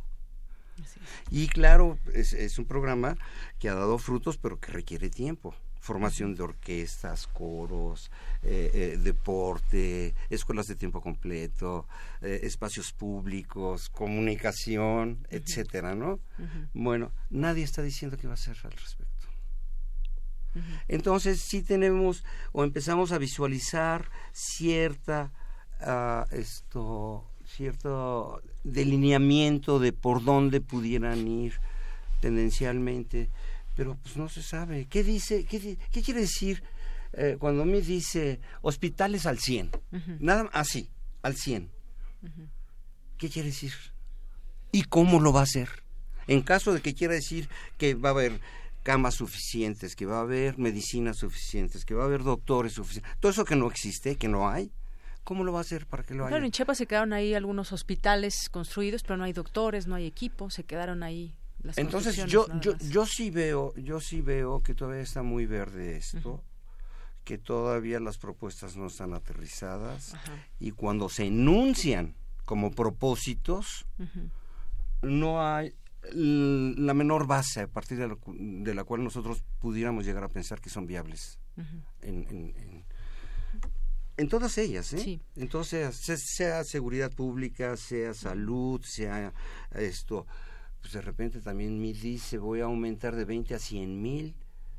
Y claro, es, es un programa que ha dado frutos, pero que requiere tiempo. Formación de orquestas, coros, eh, eh, deporte, escuelas de tiempo completo, eh, espacios públicos, comunicación, uh-huh. etcétera, ¿no? Uh-huh. Bueno, nadie está diciendo qué va a hacer al respecto. Uh-huh. Entonces, sí tenemos o empezamos a visualizar cierta uh, esto, cierto delineamiento de por dónde pudieran ir tendencialmente. Pero pues no se sabe. ¿Qué dice? ¿Qué, qué quiere decir eh, cuando me dice hospitales al cien? Uh-huh. Nada más, así, al cien. Uh-huh. ¿Qué quiere decir? ¿Y cómo lo va a hacer? En caso de que quiera decir que va a haber camas suficientes, que va a haber medicinas suficientes, que va a haber doctores suficientes, todo eso que no existe, que no hay, ¿cómo lo va a hacer para que lo haya? Claro, en Chiapas se quedaron ahí algunos hospitales construidos, pero no hay doctores, no hay equipo, se quedaron ahí las Entonces yo yo yo sí veo, yo sí veo que todavía está muy verde esto. Uh-huh. Que todavía las propuestas no están aterrizadas. Ajá. Y cuando se enuncian como propósitos, uh-huh. no hay la menor base a partir de la, de la cual nosotros pudiéramos llegar a pensar que son viables uh-huh. en, en, en, en todas ellas, ¿eh? Sí. Entonces, sea, sea seguridad pública, sea salud, sea esto, pues de repente también me dice voy a aumentar de veinte a cien mil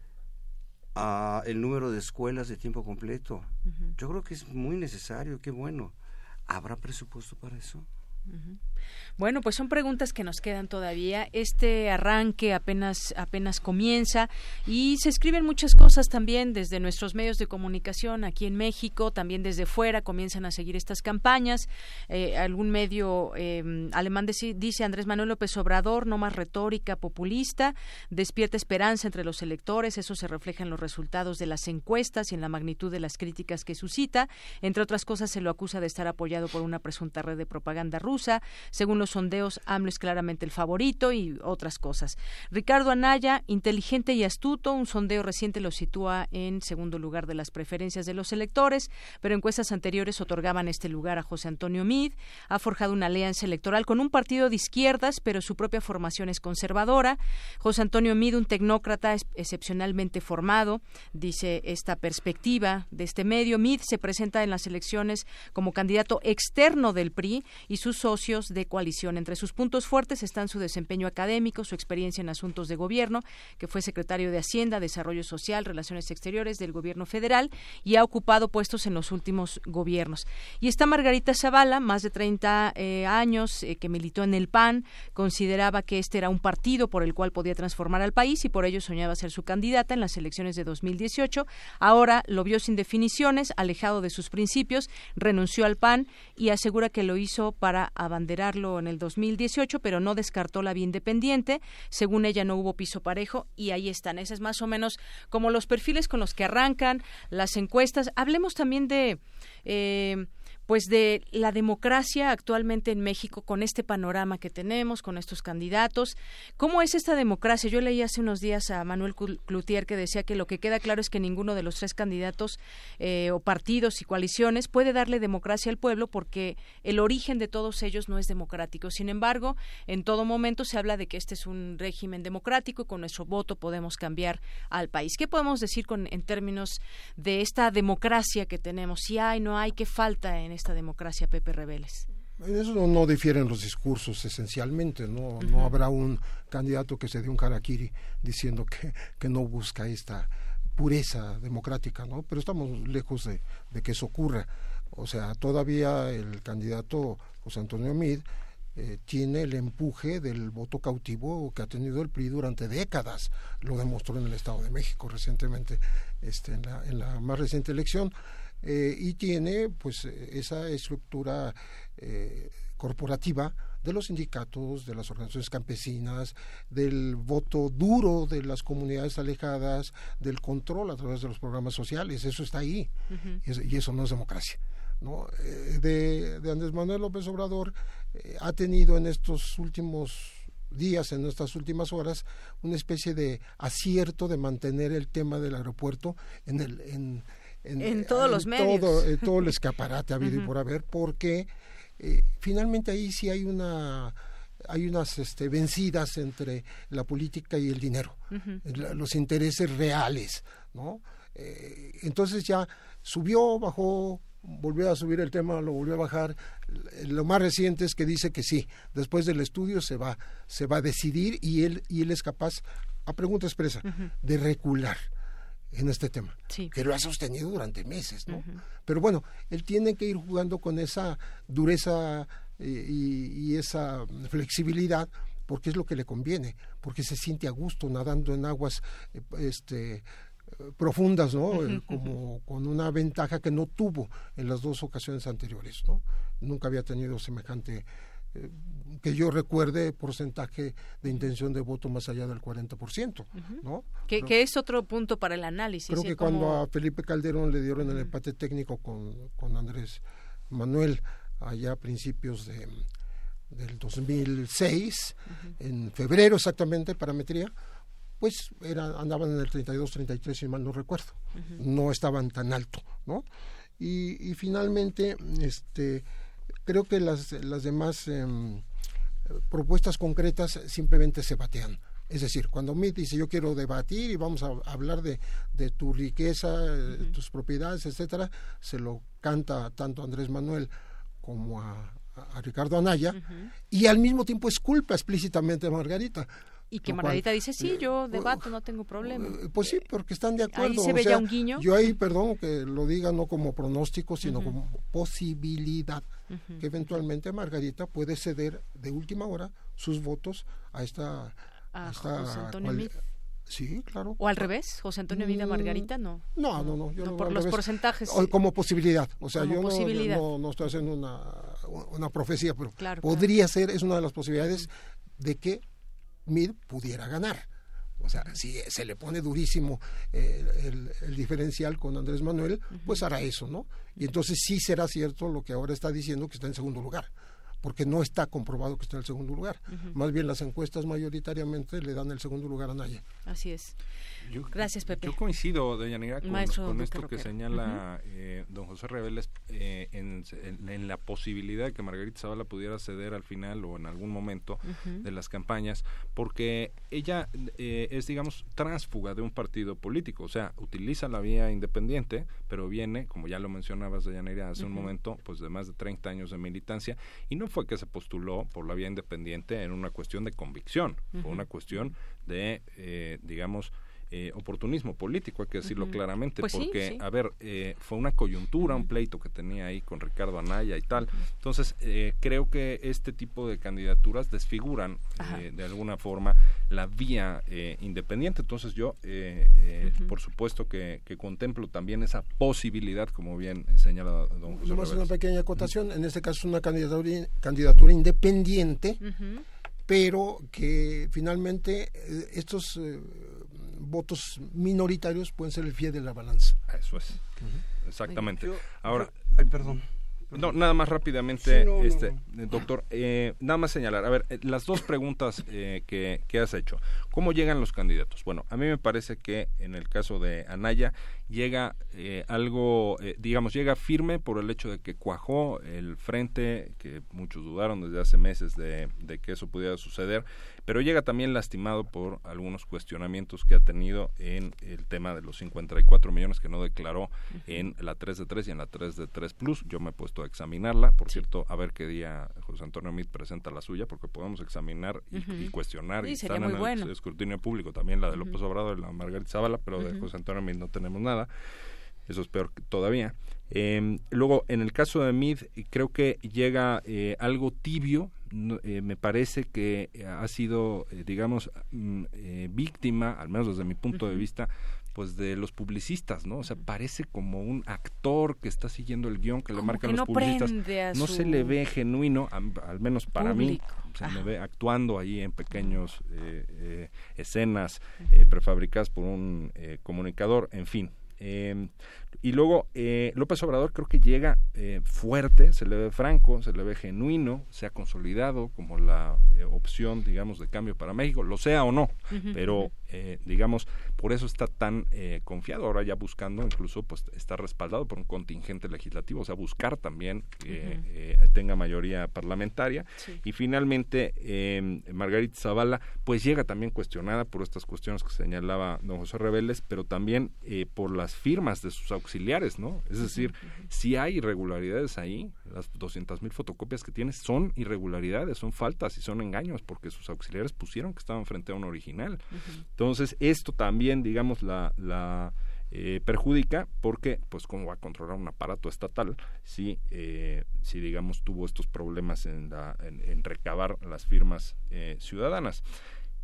a el número de escuelas de tiempo completo. Uh-huh. Yo creo que es muy necesario, qué bueno. ¿Habrá presupuesto para eso? Uh-huh. Bueno, pues son preguntas que nos quedan todavía. Este arranque apenas apenas comienza y se escriben muchas cosas también desde nuestros medios de comunicación aquí en México, también desde fuera comienzan a seguir estas campañas. Eh, algún medio eh, alemán dice, dice Andrés Manuel López Obrador, no más retórica populista, despierta esperanza entre los electores, eso se refleja en los resultados de las encuestas y en la magnitud de las críticas que suscita. Entre otras cosas, se lo acusa de estar apoyado por una presunta red de propaganda rusa. Según los sondeos, AMLO es claramente el favorito y otras cosas. Ricardo Anaya, inteligente y astuto, un sondeo reciente lo sitúa en segundo lugar de las preferencias de los electores, pero encuestas anteriores otorgaban este lugar a José Antonio Meade. Ha forjado una alianza electoral con un partido de izquierdas, pero su propia formación es conservadora. José Antonio Meade, un tecnócrata excepcionalmente formado, dice esta perspectiva de este medio. Meade se presenta en las elecciones como candidato externo del P R I y sus socios de coalición. Entre sus puntos fuertes están su desempeño académico, su experiencia en asuntos de gobierno, que fue secretario de Hacienda, Desarrollo Social, Relaciones Exteriores del Gobierno Federal y ha ocupado puestos en los últimos gobiernos. Y está Margarita Zavala, más de treinta eh, años, eh, que militó en el P A N, consideraba que este era un partido por el cual podía transformar al país y por ello soñaba ser su candidata en las elecciones de dos mil dieciocho. Ahora lo vio sin definiciones, alejado de sus principios, renunció al P A N y asegura que lo hizo para abanderarlo en el dos mil dieciocho, pero no descartó la vía independiente. Según ella, no hubo piso parejo y ahí están. Ese es más o menos como los perfiles con los que arrancan las encuestas. Hablemos también de... Eh, pues de la democracia actualmente en México con este panorama que tenemos, con estos candidatos. ¿Cómo es esta democracia? Yo leí hace unos días a Manuel Cloutier que decía que lo que queda claro es que ninguno de los tres candidatos eh, o partidos y coaliciones puede darle democracia al pueblo porque el origen de todos ellos no es democrático. Sin embargo, en todo momento se habla de que este es un régimen democrático y con nuestro voto podemos cambiar al país. ¿Qué podemos decir con, en términos de esta democracia que tenemos? Si hay, no hay, ¿qué falta en esta democracia, Pepe Reveles? En eso no, no difieren los discursos esencialmente, no, uh-huh. no habrá un candidato que se dé un harakiri diciendo que, que no busca esta pureza democrática, ¿no? Pero estamos lejos de, de que eso ocurra. O sea, todavía el candidato José Antonio Meade eh, tiene el empuje del voto cautivo que ha tenido el P R I durante décadas. Lo demostró en el Estado de México recientemente, este, en la, en la más reciente elección. Eh, y tiene pues esa estructura eh, corporativa de los sindicatos, de las organizaciones campesinas, del voto duro de las comunidades alejadas, del control a través de los programas sociales. Eso está ahí. Uh-huh. y, eso, y eso no es democracia, ¿no? Eh, de, de Andrés Manuel López Obrador eh, ha tenido en estos últimos días, en estas últimas horas, una especie de acierto de mantener el tema del aeropuerto en el en En, en todos en los medios. Todo, eh, todo el escaparate habido uh-huh. y por haber, porque eh, finalmente ahí sí hay una hay unas este, vencidas entre la política y el dinero, uh-huh. la, los intereses reales, ¿no? Eh, entonces ya subió, bajó, volvió a subir el tema, lo volvió a bajar. Lo más reciente es que dice que sí, después del estudio se va se va a decidir y él y él es capaz, a pregunta expresa, uh-huh. de recular en este tema, sí. que lo ha sostenido durante meses, ¿no? Uh-huh. Pero bueno, él tiene que ir jugando con esa dureza eh, y, y esa flexibilidad, porque es lo que le conviene, porque se siente a gusto nadando en aguas eh, este profundas, ¿no? Uh-huh. Eh, como con una ventaja que no tuvo en las dos ocasiones anteriores, ¿no? Nunca había tenido semejante eh, que yo recuerde porcentaje de intención de voto más allá del cuarenta por ciento, uh-huh. ¿no? Que, Pero, que es otro punto para el análisis. Creo que como... cuando a Felipe Calderón le dieron uh-huh. el empate técnico con, con Andrés Manuel allá a principios de, del dos mil seis, uh-huh. en febrero exactamente, parametría, pues era, andaban en el treinta y dos, treinta y tres, si mal no recuerdo, uh-huh. no estaban tan alto, ¿no? Y, y finalmente, este, creo que las, las demás eh, propuestas concretas simplemente se batean. Es decir, cuando Meade dice yo quiero debatir y vamos a hablar de, de tu riqueza, uh-huh. tus propiedades, etcétera, se lo canta tanto a Andrés Manuel como a, a Ricardo Anaya, uh-huh. y al mismo tiempo esculpa explícitamente a Margarita. Y que Margarita cual, dice, sí, yo debato, no tengo problema. Pues sí, porque están de acuerdo. Ahí se ve o sea, ya un guiño. Yo ahí, perdón, que lo diga no como pronóstico, sino uh-huh. como posibilidad, uh-huh. que eventualmente Margarita puede ceder de última hora sus votos a esta... A, a esta José Antonio cual, Meade. Sí, claro. ¿O al revés? ¿José Antonio Meade a Margarita? No. No, no, no. Yo no no por los revés. porcentajes. O, como posibilidad. O sea, como yo posibilidad. No, no, no estoy haciendo una, una profecía, pero claro, podría claro. ser, es una de las posibilidades de que Meade pudiera ganar. O sea, si se le pone durísimo eh, el, el diferencial con Andrés Manuel, uh-huh. pues hará eso, ¿no? Y entonces sí será cierto lo que ahora está diciendo, que está en segundo lugar, porque no está comprobado que está en el segundo lugar. Uh-huh. Más bien las encuestas mayoritariamente le dan el segundo lugar a Anaya. Así es. Yo, Gracias, Pepe. Yo coincido, Deyanira, con, con esto que Roquero. señala uh-huh. eh, don José Reveles eh, en, en, en la posibilidad de que Margarita Zavala pudiera ceder al final o en algún momento uh-huh. de las campañas, porque ella eh, es, digamos, tránsfuga de un partido político, o sea, utiliza la vía independiente, pero viene, como ya lo mencionabas, Deyanira, hace uh-huh. un momento, pues de más de treinta años de militancia, y no fue que se postuló por la vía independiente en una cuestión de convicción, uh-huh. fue una cuestión de, eh, digamos, Eh, oportunismo político, hay que decirlo uh-huh. claramente, pues porque, sí, sí. a ver, eh, fue una coyuntura, uh-huh. un pleito que tenía ahí con Ricardo Anaya y tal, uh-huh. entonces eh, creo que este tipo de candidaturas desfiguran eh, de alguna forma la vía eh, independiente, entonces yo eh, eh, uh-huh. por supuesto que, que contemplo también esa posibilidad, como bien señala don José Nomás Reveles. una pequeña acotación, uh-huh. en este caso es una candidatura, candidatura independiente, uh-huh. pero que finalmente eh, estos eh, votos minoritarios pueden ser el fiel de la balanza. Eso es, uh-huh. exactamente. Yo, Ahora, yo, ay, perdón. No, nada más rápidamente, sí, no, este, no, no. doctor, eh, nada más señalar, a ver, eh, las dos preguntas eh, que, que has hecho. ¿Cómo llegan los candidatos? Bueno, a mí me parece que en el caso de Anaya llega eh, algo, eh, digamos, llega firme por el hecho de que cuajó el frente, que muchos dudaron desde hace meses de, de que eso pudiera suceder, pero llega también lastimado por algunos cuestionamientos que ha tenido en el tema de los cincuenta y cuatro millones que no declaró uh-huh. en la tres de tres y en la tres de tres Plus. Yo me he puesto a examinarla, por sí. cierto, a ver qué día José Antonio Meade presenta la suya, porque podemos examinar y, uh-huh. y cuestionar, sí, y están en el bueno. escrutinio público también la de López uh-huh. Obrador y la Margarita Zavala, pero uh-huh. de José Antonio Meade no tenemos nada, eso es peor todavía. Eh, luego, en el caso de Meade, creo que llega eh, algo tibio, no, eh, me parece que ha sido, eh, digamos, mm, eh, víctima, al menos desde mi punto uh-huh. de vista, pues de los publicistas, ¿no? O sea, parece como un actor que está siguiendo el guión que le marcan que los no publicistas. No se le ve genuino, a, al menos para público. mí, se Ajá. me ve actuando ahí en pequeños eh, eh, escenas uh-huh. eh, prefabricadas por un eh, comunicador, en fin. Eh, y luego eh, López Obrador creo que llega eh, fuerte, se le ve franco, se le ve genuino, se ha consolidado como la eh, opción, digamos, de cambio para México, lo sea o no, uh-huh, pero eh, digamos, por eso está tan eh, confiado, ahora ya buscando, incluso pues está respaldado por un contingente legislativo, o sea, buscar también que uh-huh. eh, tenga mayoría parlamentaria, sí. Y finalmente eh, Margarita Zavala pues llega también cuestionada por estas cuestiones que señalaba don José Reveles, pero también eh, por las firmas de sus auxiliares, ¿no? Es decir, uh-huh. si hay irregularidades ahí, las doscientas mil fotocopias que tiene son irregularidades, son faltas y son engaños, porque sus auxiliares pusieron que estaban frente a un original. Uh-huh. Entonces, esto también, digamos, la, la eh, perjudica, porque, pues, ¿cómo va a controlar un aparato estatal si, eh, si digamos, tuvo estos problemas en, la, en, en recabar las firmas eh, ciudadanas?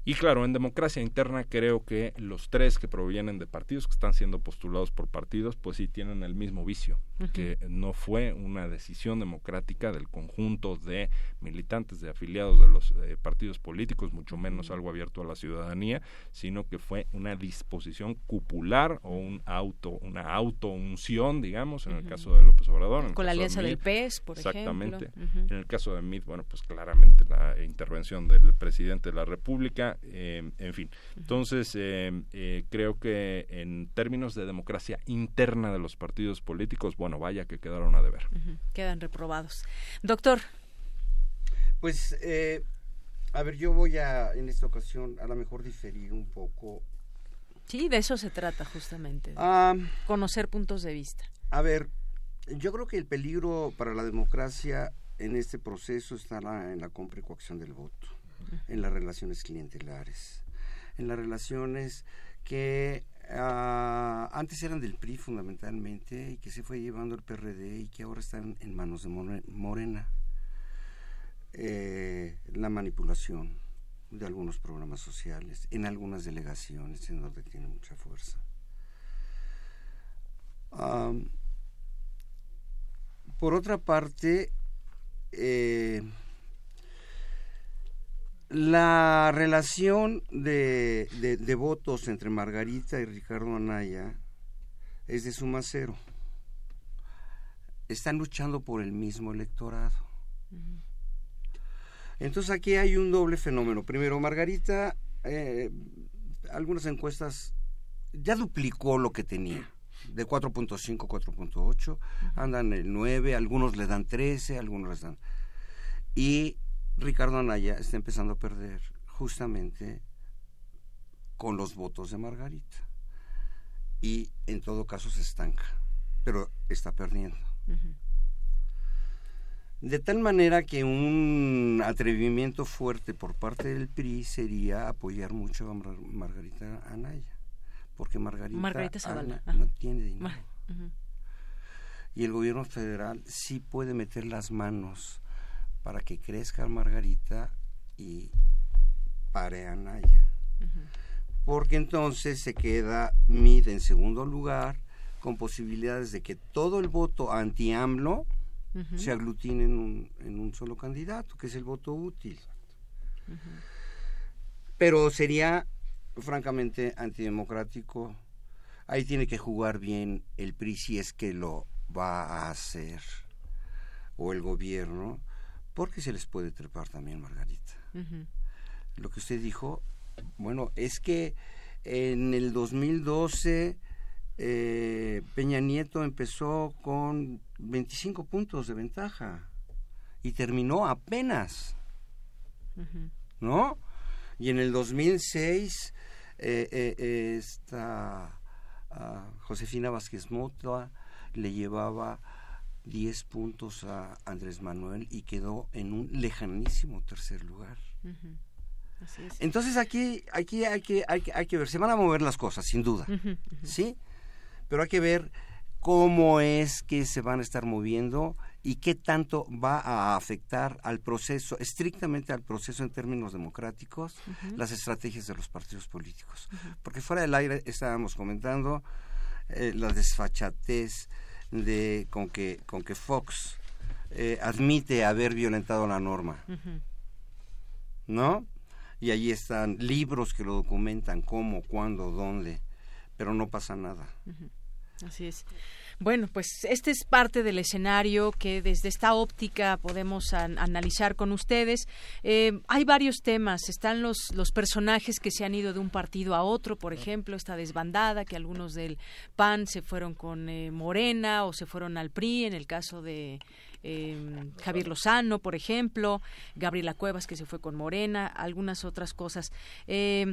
Y claro, en democracia interna creo que los tres que provienen de partidos, que están siendo postulados por partidos, pues sí tienen el mismo vicio, uh-huh. que no fue una decisión democrática del conjunto de militantes, de afiliados de los eh, partidos políticos, mucho menos uh-huh. algo abierto a la ciudadanía, sino que fue una disposición cupular o un auto, una autounción, digamos, en uh-huh. el caso de López Obrador. En Con la alianza de del P E S, por exactamente. ejemplo. Exactamente. Uh-huh. En el caso de Meade, bueno, pues claramente la intervención del presidente de la República, Eh, en fin, entonces eh, eh, creo que en términos de democracia interna de los partidos políticos, bueno, vaya que quedaron a deber. Uh-huh. Quedan reprobados. Doctor. Pues, eh, a ver, yo voy a, en esta ocasión, a lo mejor diferir un poco. Sí, de eso se trata justamente, ah, conocer puntos de vista. A ver, yo creo que el peligro para la democracia en este proceso estará en la compra y coacción del voto, en las relaciones clientelares, en las relaciones que uh, antes eran del P R I fundamentalmente y que se fue llevando el P R D y que ahora están en manos de Morena. Eh, la manipulación de algunos programas sociales, en algunas delegaciones en donde tiene mucha fuerza. Um, por otra parte, eh, la relación de, de, de votos entre Margarita y Ricardo Anaya es de suma cero. Están luchando por el mismo electorado. Uh-huh. Entonces aquí hay un doble fenómeno. Primero, Margarita, eh, algunas encuestas ya duplicó lo que tenía, de cuatro punto cinco, cuatro punto ocho, uh-huh. andan en el nueve, algunos le dan trece, algunos les dan... Y Ricardo Anaya está empezando a perder justamente con los votos de Margarita y en todo caso se estanca, pero está perdiendo. Uh-huh. De tal manera que un atrevimiento fuerte por parte del P R I sería apoyar mucho a Mar- Margarita Anaya, porque Margarita, Margarita Zavala Ana no tiene dinero. Mar- uh-huh. Y el gobierno federal sí puede meter las manos para que crezca Margarita y pare a Anaya. Uh-huh. Porque entonces se queda Meade en segundo lugar, con posibilidades de que todo el voto anti-AMLO uh-huh. se aglutine en un, en un solo candidato, que es el voto útil. Uh-huh. Pero sería francamente antidemocrático. Ahí tiene que jugar bien el P R I si es que lo va a hacer, o el gobierno, porque se les puede trepar también, Margarita. Uh-huh. Lo que usted dijo, bueno, es que en el dos mil doce eh, Peña Nieto empezó con veinticinco puntos de ventaja y terminó apenas, uh-huh. ¿no? Y en el dos mil seis eh, eh, esta uh, Josefina Vázquez Mota le llevaba diez puntos a Andrés Manuel y quedó en un lejanísimo tercer lugar. Uh-huh. Así es. Entonces aquí, aquí hay que, hay que, hay que ver, se van a mover las cosas, sin duda, uh-huh, uh-huh. ¿sí? Pero hay que ver cómo es que se van a estar moviendo y qué tanto va a afectar al proceso, estrictamente al proceso en términos democráticos, uh-huh. las estrategias de los partidos políticos. Uh-huh. Porque fuera del aire estábamos comentando eh, la desfachatez de con que con que Fox eh, admite haber violentado la norma, uh-huh. ¿no? Y allí están libros que lo documentan, cómo, cuándo, dónde, pero no pasa nada. Uh-huh. Así es. Bueno, pues este es parte del escenario que desde esta óptica podemos an- analizar con ustedes. Eh, hay varios temas. Están los, los personajes que se han ido de un partido a otro, por ejemplo, esta desbandada, que algunos del P A N se fueron con eh, Morena o se fueron al P R I, en el caso de eh, Javier Lozano, por ejemplo, Gabriela Cuevas, que se fue con Morena, algunas otras cosas. Eh,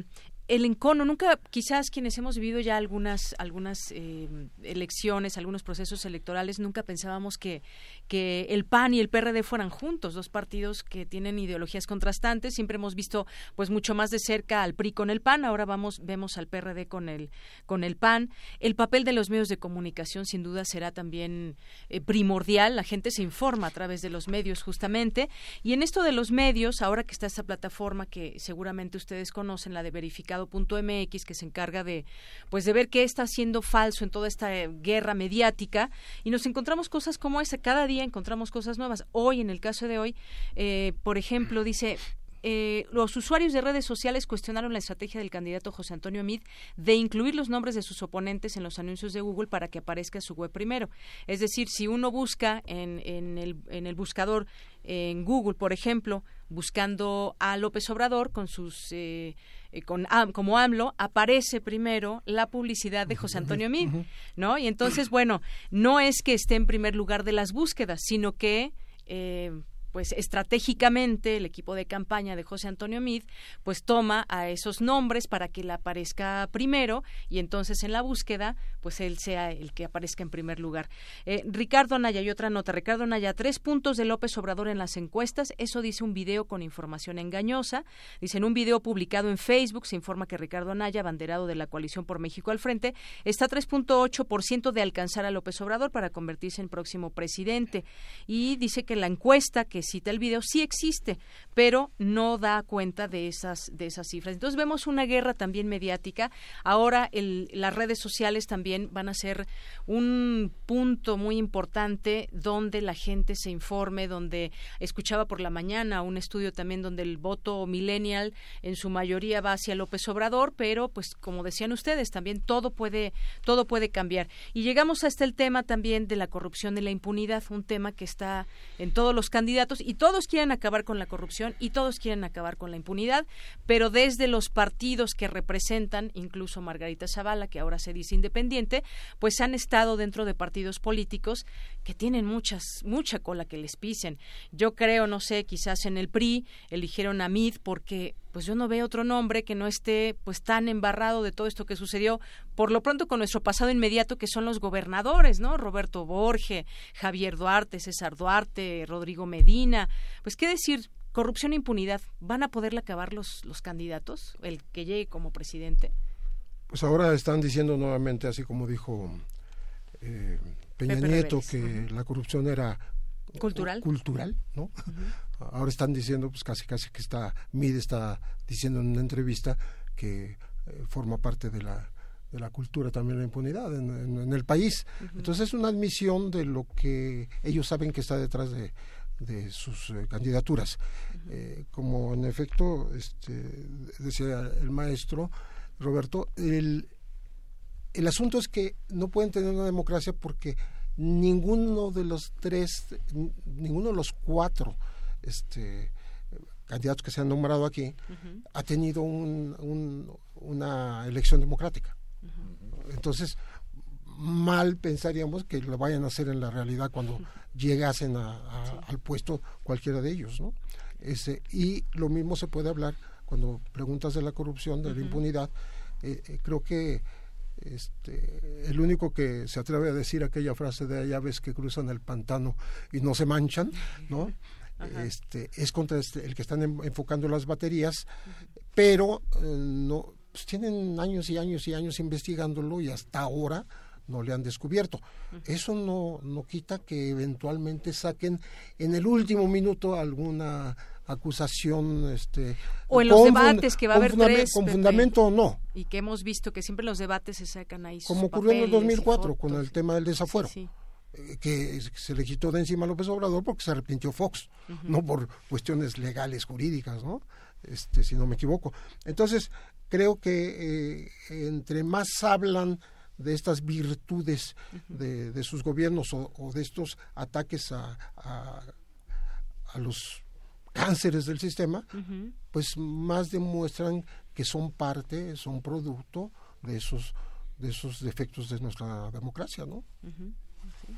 el encono, nunca, quizás quienes hemos vivido ya algunas algunas eh, elecciones, algunos procesos electorales, nunca pensábamos que, que el P A N y el P R D fueran juntos, dos partidos que tienen ideologías contrastantes. Siempre hemos visto pues mucho más de cerca al P R I con el P A N, ahora vamos vemos al P R D con el con el P A N. El papel de los medios de comunicación sin duda será también eh, primordial, la gente se informa a través de los medios justamente, y en esto de los medios, ahora que está esta plataforma que seguramente ustedes conocen, la de verificado punto m x, que se encarga de pues de ver qué está siendo falso en toda esta eh, guerra mediática, y nos encontramos cosas como esa, cada día encontramos cosas nuevas. Hoy, en el caso de hoy, eh, por ejemplo, dice... Eh, los usuarios de redes sociales cuestionaron la estrategia del candidato José Antonio Meade de incluir los nombres de sus oponentes en los anuncios de Google para que aparezca su web primero. Es decir, si uno busca en, en, el, en el buscador, en Google, por ejemplo, buscando a López Obrador con sus eh, eh, con Am, como AMLO, aparece primero la publicidad de José Antonio Meade, ¿no? Y entonces, bueno, no es que esté en primer lugar de las búsquedas, sino que eh, pues estratégicamente el equipo de campaña de José Antonio Meade pues toma a esos nombres para que le aparezca primero, y entonces en la búsqueda pues él sea el que aparezca en primer lugar. Eh, Ricardo Anaya, y otra nota, Ricardo Anaya, tres puntos de López Obrador en las encuestas, eso dice un video con información engañosa. Dice, en un video publicado en Facebook se informa que Ricardo Anaya, abanderado de la Coalición por México al Frente, está a tres punto ocho por ciento de alcanzar a López Obrador para convertirse en próximo presidente, y dice que la encuesta que cita el video sí existe, pero no da cuenta de esas de esas cifras. Entonces vemos una guerra también mediática. Ahora el, las redes sociales también van a ser un punto muy importante donde la gente se informe, donde escuchaba por la mañana un estudio también donde el voto millennial en su mayoría va hacia López Obrador, pero pues como decían ustedes, también todo puede todo puede cambiar. Y llegamos hasta el tema también de la corrupción y la impunidad, un tema que está en todos los candidatos, y todos quieren acabar con la corrupción y todos quieren acabar con la impunidad, pero desde los partidos que representan, incluso Margarita Zavala, que ahora se dice independiente, pues han estado dentro de partidos políticos que tienen muchas mucha cola que les pisen. Yo creo, no sé, quizás en el P R I eligieron a Meade porque pues yo no veo otro nombre que no esté pues tan embarrado de todo esto que sucedió, por lo pronto con nuestro pasado inmediato, que son los gobernadores, ¿no? Roberto Borge, Javier Duarte, César Duarte, Rodrigo Medina. Pues qué decir, corrupción e impunidad, ¿van a poderla acabar los, los candidatos, el que llegue como presidente? Pues ahora están diciendo nuevamente, así como dijo eh, Peña Pepe Nieto, Reveles, que uh-huh. la corrupción era cultural, cultural, ¿no? Uh-huh. Ahora están diciendo, pues casi casi que está, Meade está diciendo en una entrevista que eh, forma parte de la de la cultura también la impunidad en, en, en el país. Uh-huh. Entonces es una admisión de lo que ellos saben que está detrás de, de sus eh, candidaturas. Uh-huh. Eh, como en efecto este, decía el maestro Roberto, el, el asunto es que no pueden tener una democracia porque ninguno de los tres, ninguno de los cuatro este, candidatos que se han nombrado aquí uh-huh. ha tenido un, un, una elección democrática. Uh-huh. Entonces, mal pensaríamos que lo vayan a hacer en la realidad cuando uh-huh. llegasen a, a, sí. al puesto cualquiera de ellos, ¿no? Ese, y lo mismo se puede hablar cuando preguntas de la corrupción, de uh-huh. la impunidad. Eh, eh, creo que este, el único que se atreve a decir aquella frase de allá ves que cruzan el pantano y no se manchan, ¿no? Este, es contra este, el que están en, enfocando las baterías, uh-huh. pero eh, no pues tienen años y años y años investigándolo y hasta ahora no le han descubierto. Uh-huh. Eso no, no quita que eventualmente saquen en el último minuto alguna acusación este o en los debates fund- que va a haber tres con fundamento o no, y que hemos visto que siempre los debates se sacan ahí sus como ocurrió en el dos mil cuatro fotos, con el tema del desafuero, sí, sí. Eh, que se le quitó de encima a López Obrador porque se arrepintió Fox, uh-huh. no por cuestiones legales jurídicas, no este si no me equivoco. Entonces creo que eh, entre más hablan de estas virtudes uh-huh. de, de sus gobiernos o, o de estos ataques a, a, a los cánceres del sistema, uh-huh. pues más demuestran que son parte, son producto de esos de esos defectos de nuestra democracia, ¿no? Uh-huh.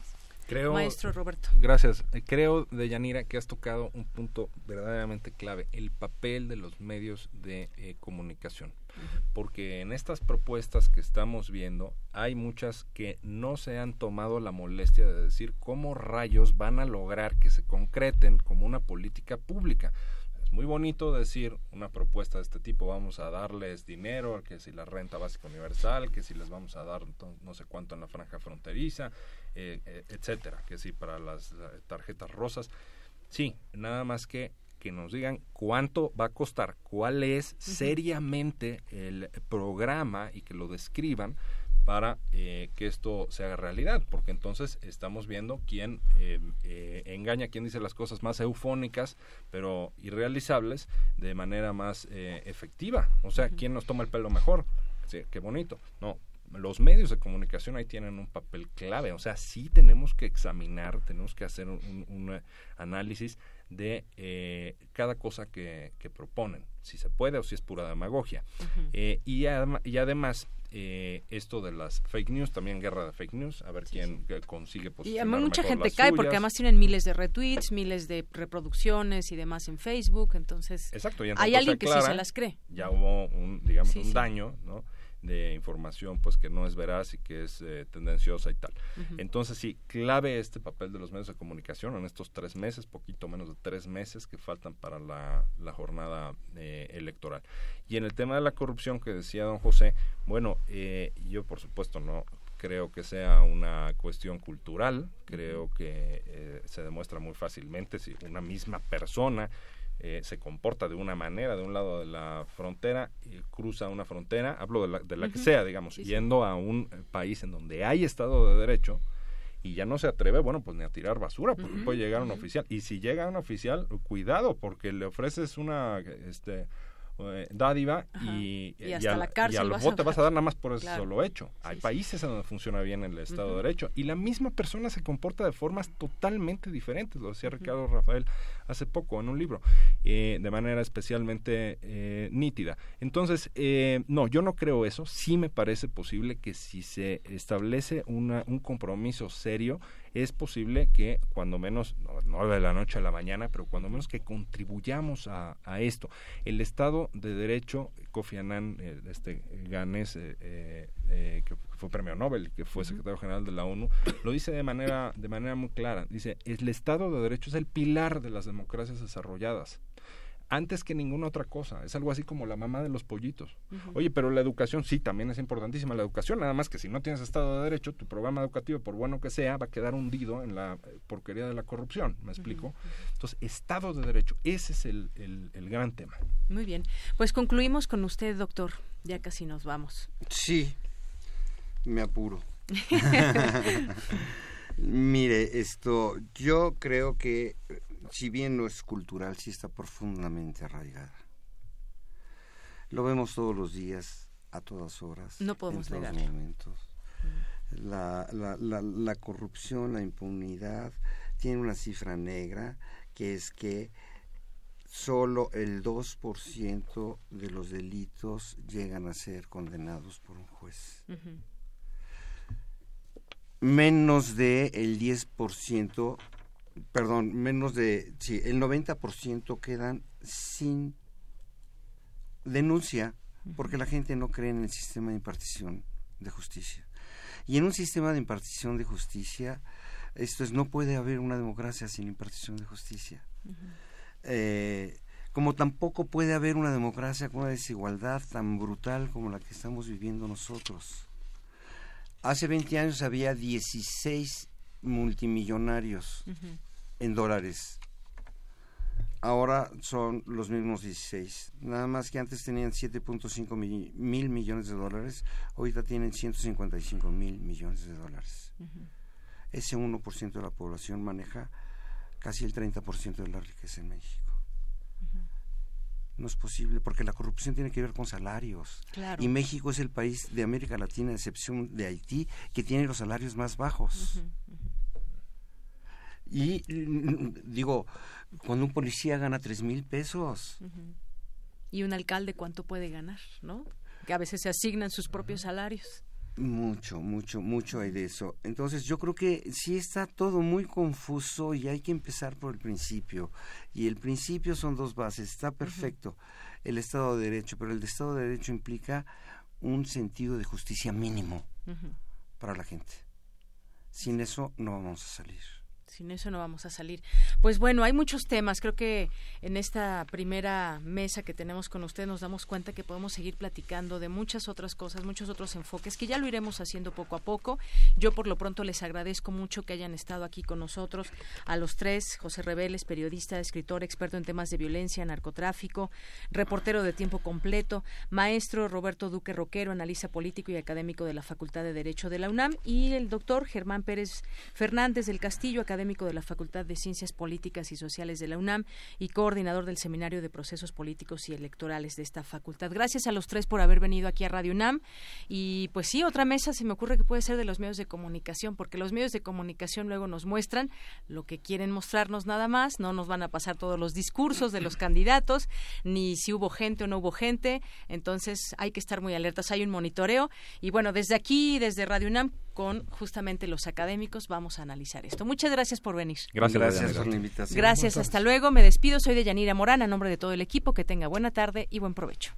Creo, maestro Roberto. Gracias. Creo, Deyanira, que has tocado un punto verdaderamente clave, el papel de los medios de eh, comunicación. Uh-huh. Porque en estas propuestas que estamos viendo, hay muchas que no se han tomado la molestia de decir cómo rayos van a lograr que se concreten como una política pública. Es muy bonito decir una propuesta de este tipo, vamos a darles dinero, que si la renta básica universal, que si les vamos a dar no sé cuánto en la franja fronteriza, eh, eh, etcétera, que si para las eh, tarjetas rosas. Sí, nada más que que nos digan cuánto va a costar, cuál es uh-huh. seriamente el programa y que lo describan para eh, que esto se haga realidad, porque entonces estamos viendo quién eh, eh, engaña, quién dice las cosas más eufónicas, pero irrealizables, de manera más eh, efectiva. O sea, uh-huh. quién nos toma el pelo mejor. Sí, qué bonito. No, los medios de comunicación ahí tienen un papel clave. O sea, sí tenemos que examinar, tenemos que hacer un, un, un análisis de eh, cada cosa que, que proponen, si se puede o si es pura demagogia. Uh-huh. Eh, y, adem- y además... Eh, esto de las fake news, también guerra de fake news, a ver sí, quién sí. consigue posicionar y mucha mejor gente las cae suyas. porque además tienen miles de retweets, miles de reproducciones y demás en Facebook, entonces exacto, y en hay alguien aclara, que sí se las cree. Ya hubo un, digamos, sí, un sí. daño, ¿no? de información pues que no es veraz y que es eh, tendenciosa y tal. Uh-huh. Entonces sí, clave este papel de los medios de comunicación en estos tres meses, poquito menos de tres meses que faltan para la, la jornada eh, electoral. Y en el tema de la corrupción que decía don José, bueno, eh, yo por supuesto no creo que sea una cuestión cultural, creo uh-huh. que eh, se demuestra muy fácilmente si una misma persona Eh, se comporta de una manera de un lado de la frontera y cruza una frontera, hablo de la, de la uh-huh. que sea, digamos, sí, yendo sí. a un eh, país en donde hay Estado de Derecho y ya no se atreve, bueno, pues ni a tirar basura porque uh-huh. puede llegar un uh-huh. oficial, y si llega un oficial, cuidado, porque le ofreces una este eh, dádiva y, y, hasta y al, la cárcel y al vas bote a... vas a dar nada más por eso claro. solo hecho. Sí, hay sí. países en donde funciona bien el Estado uh-huh. de Derecho y la misma persona se comporta de formas totalmente diferentes, lo decía uh-huh. Ricardo Rafael hace poco en un libro, eh, de manera especialmente eh, nítida. Entonces, eh, no, yo no creo eso. Sí me parece posible que si se establece una, un compromiso serio, es posible que cuando menos, no, no de la noche a la mañana, pero cuando menos que contribuyamos a, a esto. El Estado de Derecho, Kofi Annan, eh, este ganés, eh, eh, eh, que fue premio Nobel, que fue secretario general de la ONU, lo dice de manera de manera muy clara. Dice, el Estado de Derecho es el pilar de las democracias desarrolladas, antes que ninguna otra cosa. Es algo así como la mamá de los pollitos. Uh-huh. Oye, pero la educación sí, también es importantísima la educación, nada más que si no tienes Estado de Derecho, tu programa educativo, por bueno que sea, va a quedar hundido en la porquería de la corrupción, ¿me explico? Uh-huh. Entonces, Estado de Derecho, ese es el, el, el gran tema. Muy bien, pues concluimos con usted, doctor, ya casi nos vamos. Sí, me apuro. Mire, esto, yo creo que si bien no es cultural, sí está profundamente arraigada. Lo vemos todos los días, a todas horas, no podemos en todos negarlo. momentos. Mm. La, la, la, la corrupción, la impunidad, tiene una cifra negra, que es que solo el dos por ciento de los delitos llegan a ser condenados por un juez. Uh-huh. Menos de el diez por ciento, perdón, menos de, sí, el noventa por ciento quedan sin denuncia porque la gente no cree en el sistema de impartición de justicia. Y en un sistema de impartición de justicia, esto es, no puede haber una democracia sin impartición de justicia. Uh-huh. Eh, como tampoco puede haber una democracia con una desigualdad tan brutal como la que estamos viviendo nosotros. Hace veinte años había dieciséis multimillonarios uh-huh. en dólares. Ahora son los mismos dieciséis. Nada más que antes tenían siete punto cinco mil, mil millones de dólares, ahorita tienen ciento cincuenta y cinco mil millones de dólares. Uh-huh. Ese uno por ciento de la población maneja casi el treinta por ciento de la riqueza en México. No es posible, porque la corrupción tiene que ver con salarios. Claro. Y México es el país de América Latina, a excepción de Haití, que tiene los salarios más bajos. Uh-huh, uh-huh. Y digo, cuando un policía gana tres mil pesos. Uh-huh. Y un alcalde, ¿cuánto puede ganar? ¿No? Que a veces se asignan sus propios salarios. Mucho, mucho, mucho hay de eso. Entonces yo creo que sí está todo muy confuso y hay que empezar por el principio. Y el principio son dos bases, está perfecto, uh-huh. el Estado de Derecho, pero el Estado de Derecho implica un sentido de justicia mínimo uh-huh. para la gente. Sin eso no vamos a salir. Sin eso no vamos a salir. Pues bueno, hay muchos temas. Creo que en esta primera mesa que tenemos con usted nos damos cuenta que podemos seguir platicando de muchas otras cosas, muchos otros enfoques, que ya lo iremos haciendo poco a poco. Yo por lo pronto les agradezco mucho que hayan estado aquí con nosotros, a los tres: José Reveles, periodista, escritor, experto en temas de violencia, narcotráfico, reportero de tiempo completo; maestro Roberto Duque Roquero, analista político y académico de la Facultad de Derecho de la UNAM; y el doctor Germán Pérez Fernández del Castillo, académico de la Facultad de Ciencias Políticas y Sociales de la UNAM y coordinador del Seminario de Procesos Políticos y Electorales de esta facultad. Gracias a los tres por haber venido aquí a Radio UNAM. Y pues sí, otra mesa se me ocurre que puede ser de los medios de comunicación, porque los medios de comunicación luego nos muestran lo que quieren mostrarnos nada más, no nos van a pasar todos los discursos de los candidatos, ni si hubo gente o no hubo gente, entonces hay que estar muy alertas, hay un monitoreo. Y bueno, desde aquí, desde Radio UNAM, con justamente los académicos, vamos a analizar esto. Muchas gracias por venir. Gracias, gracias por la invitación. Gracias, hasta luego. Me despido, soy Deyanira Morán, a nombre de todo el equipo. Que tenga buena tarde y buen provecho.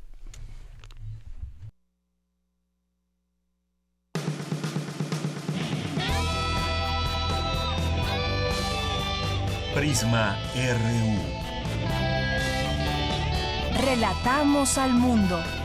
Prisma R U. Relatamos al mundo.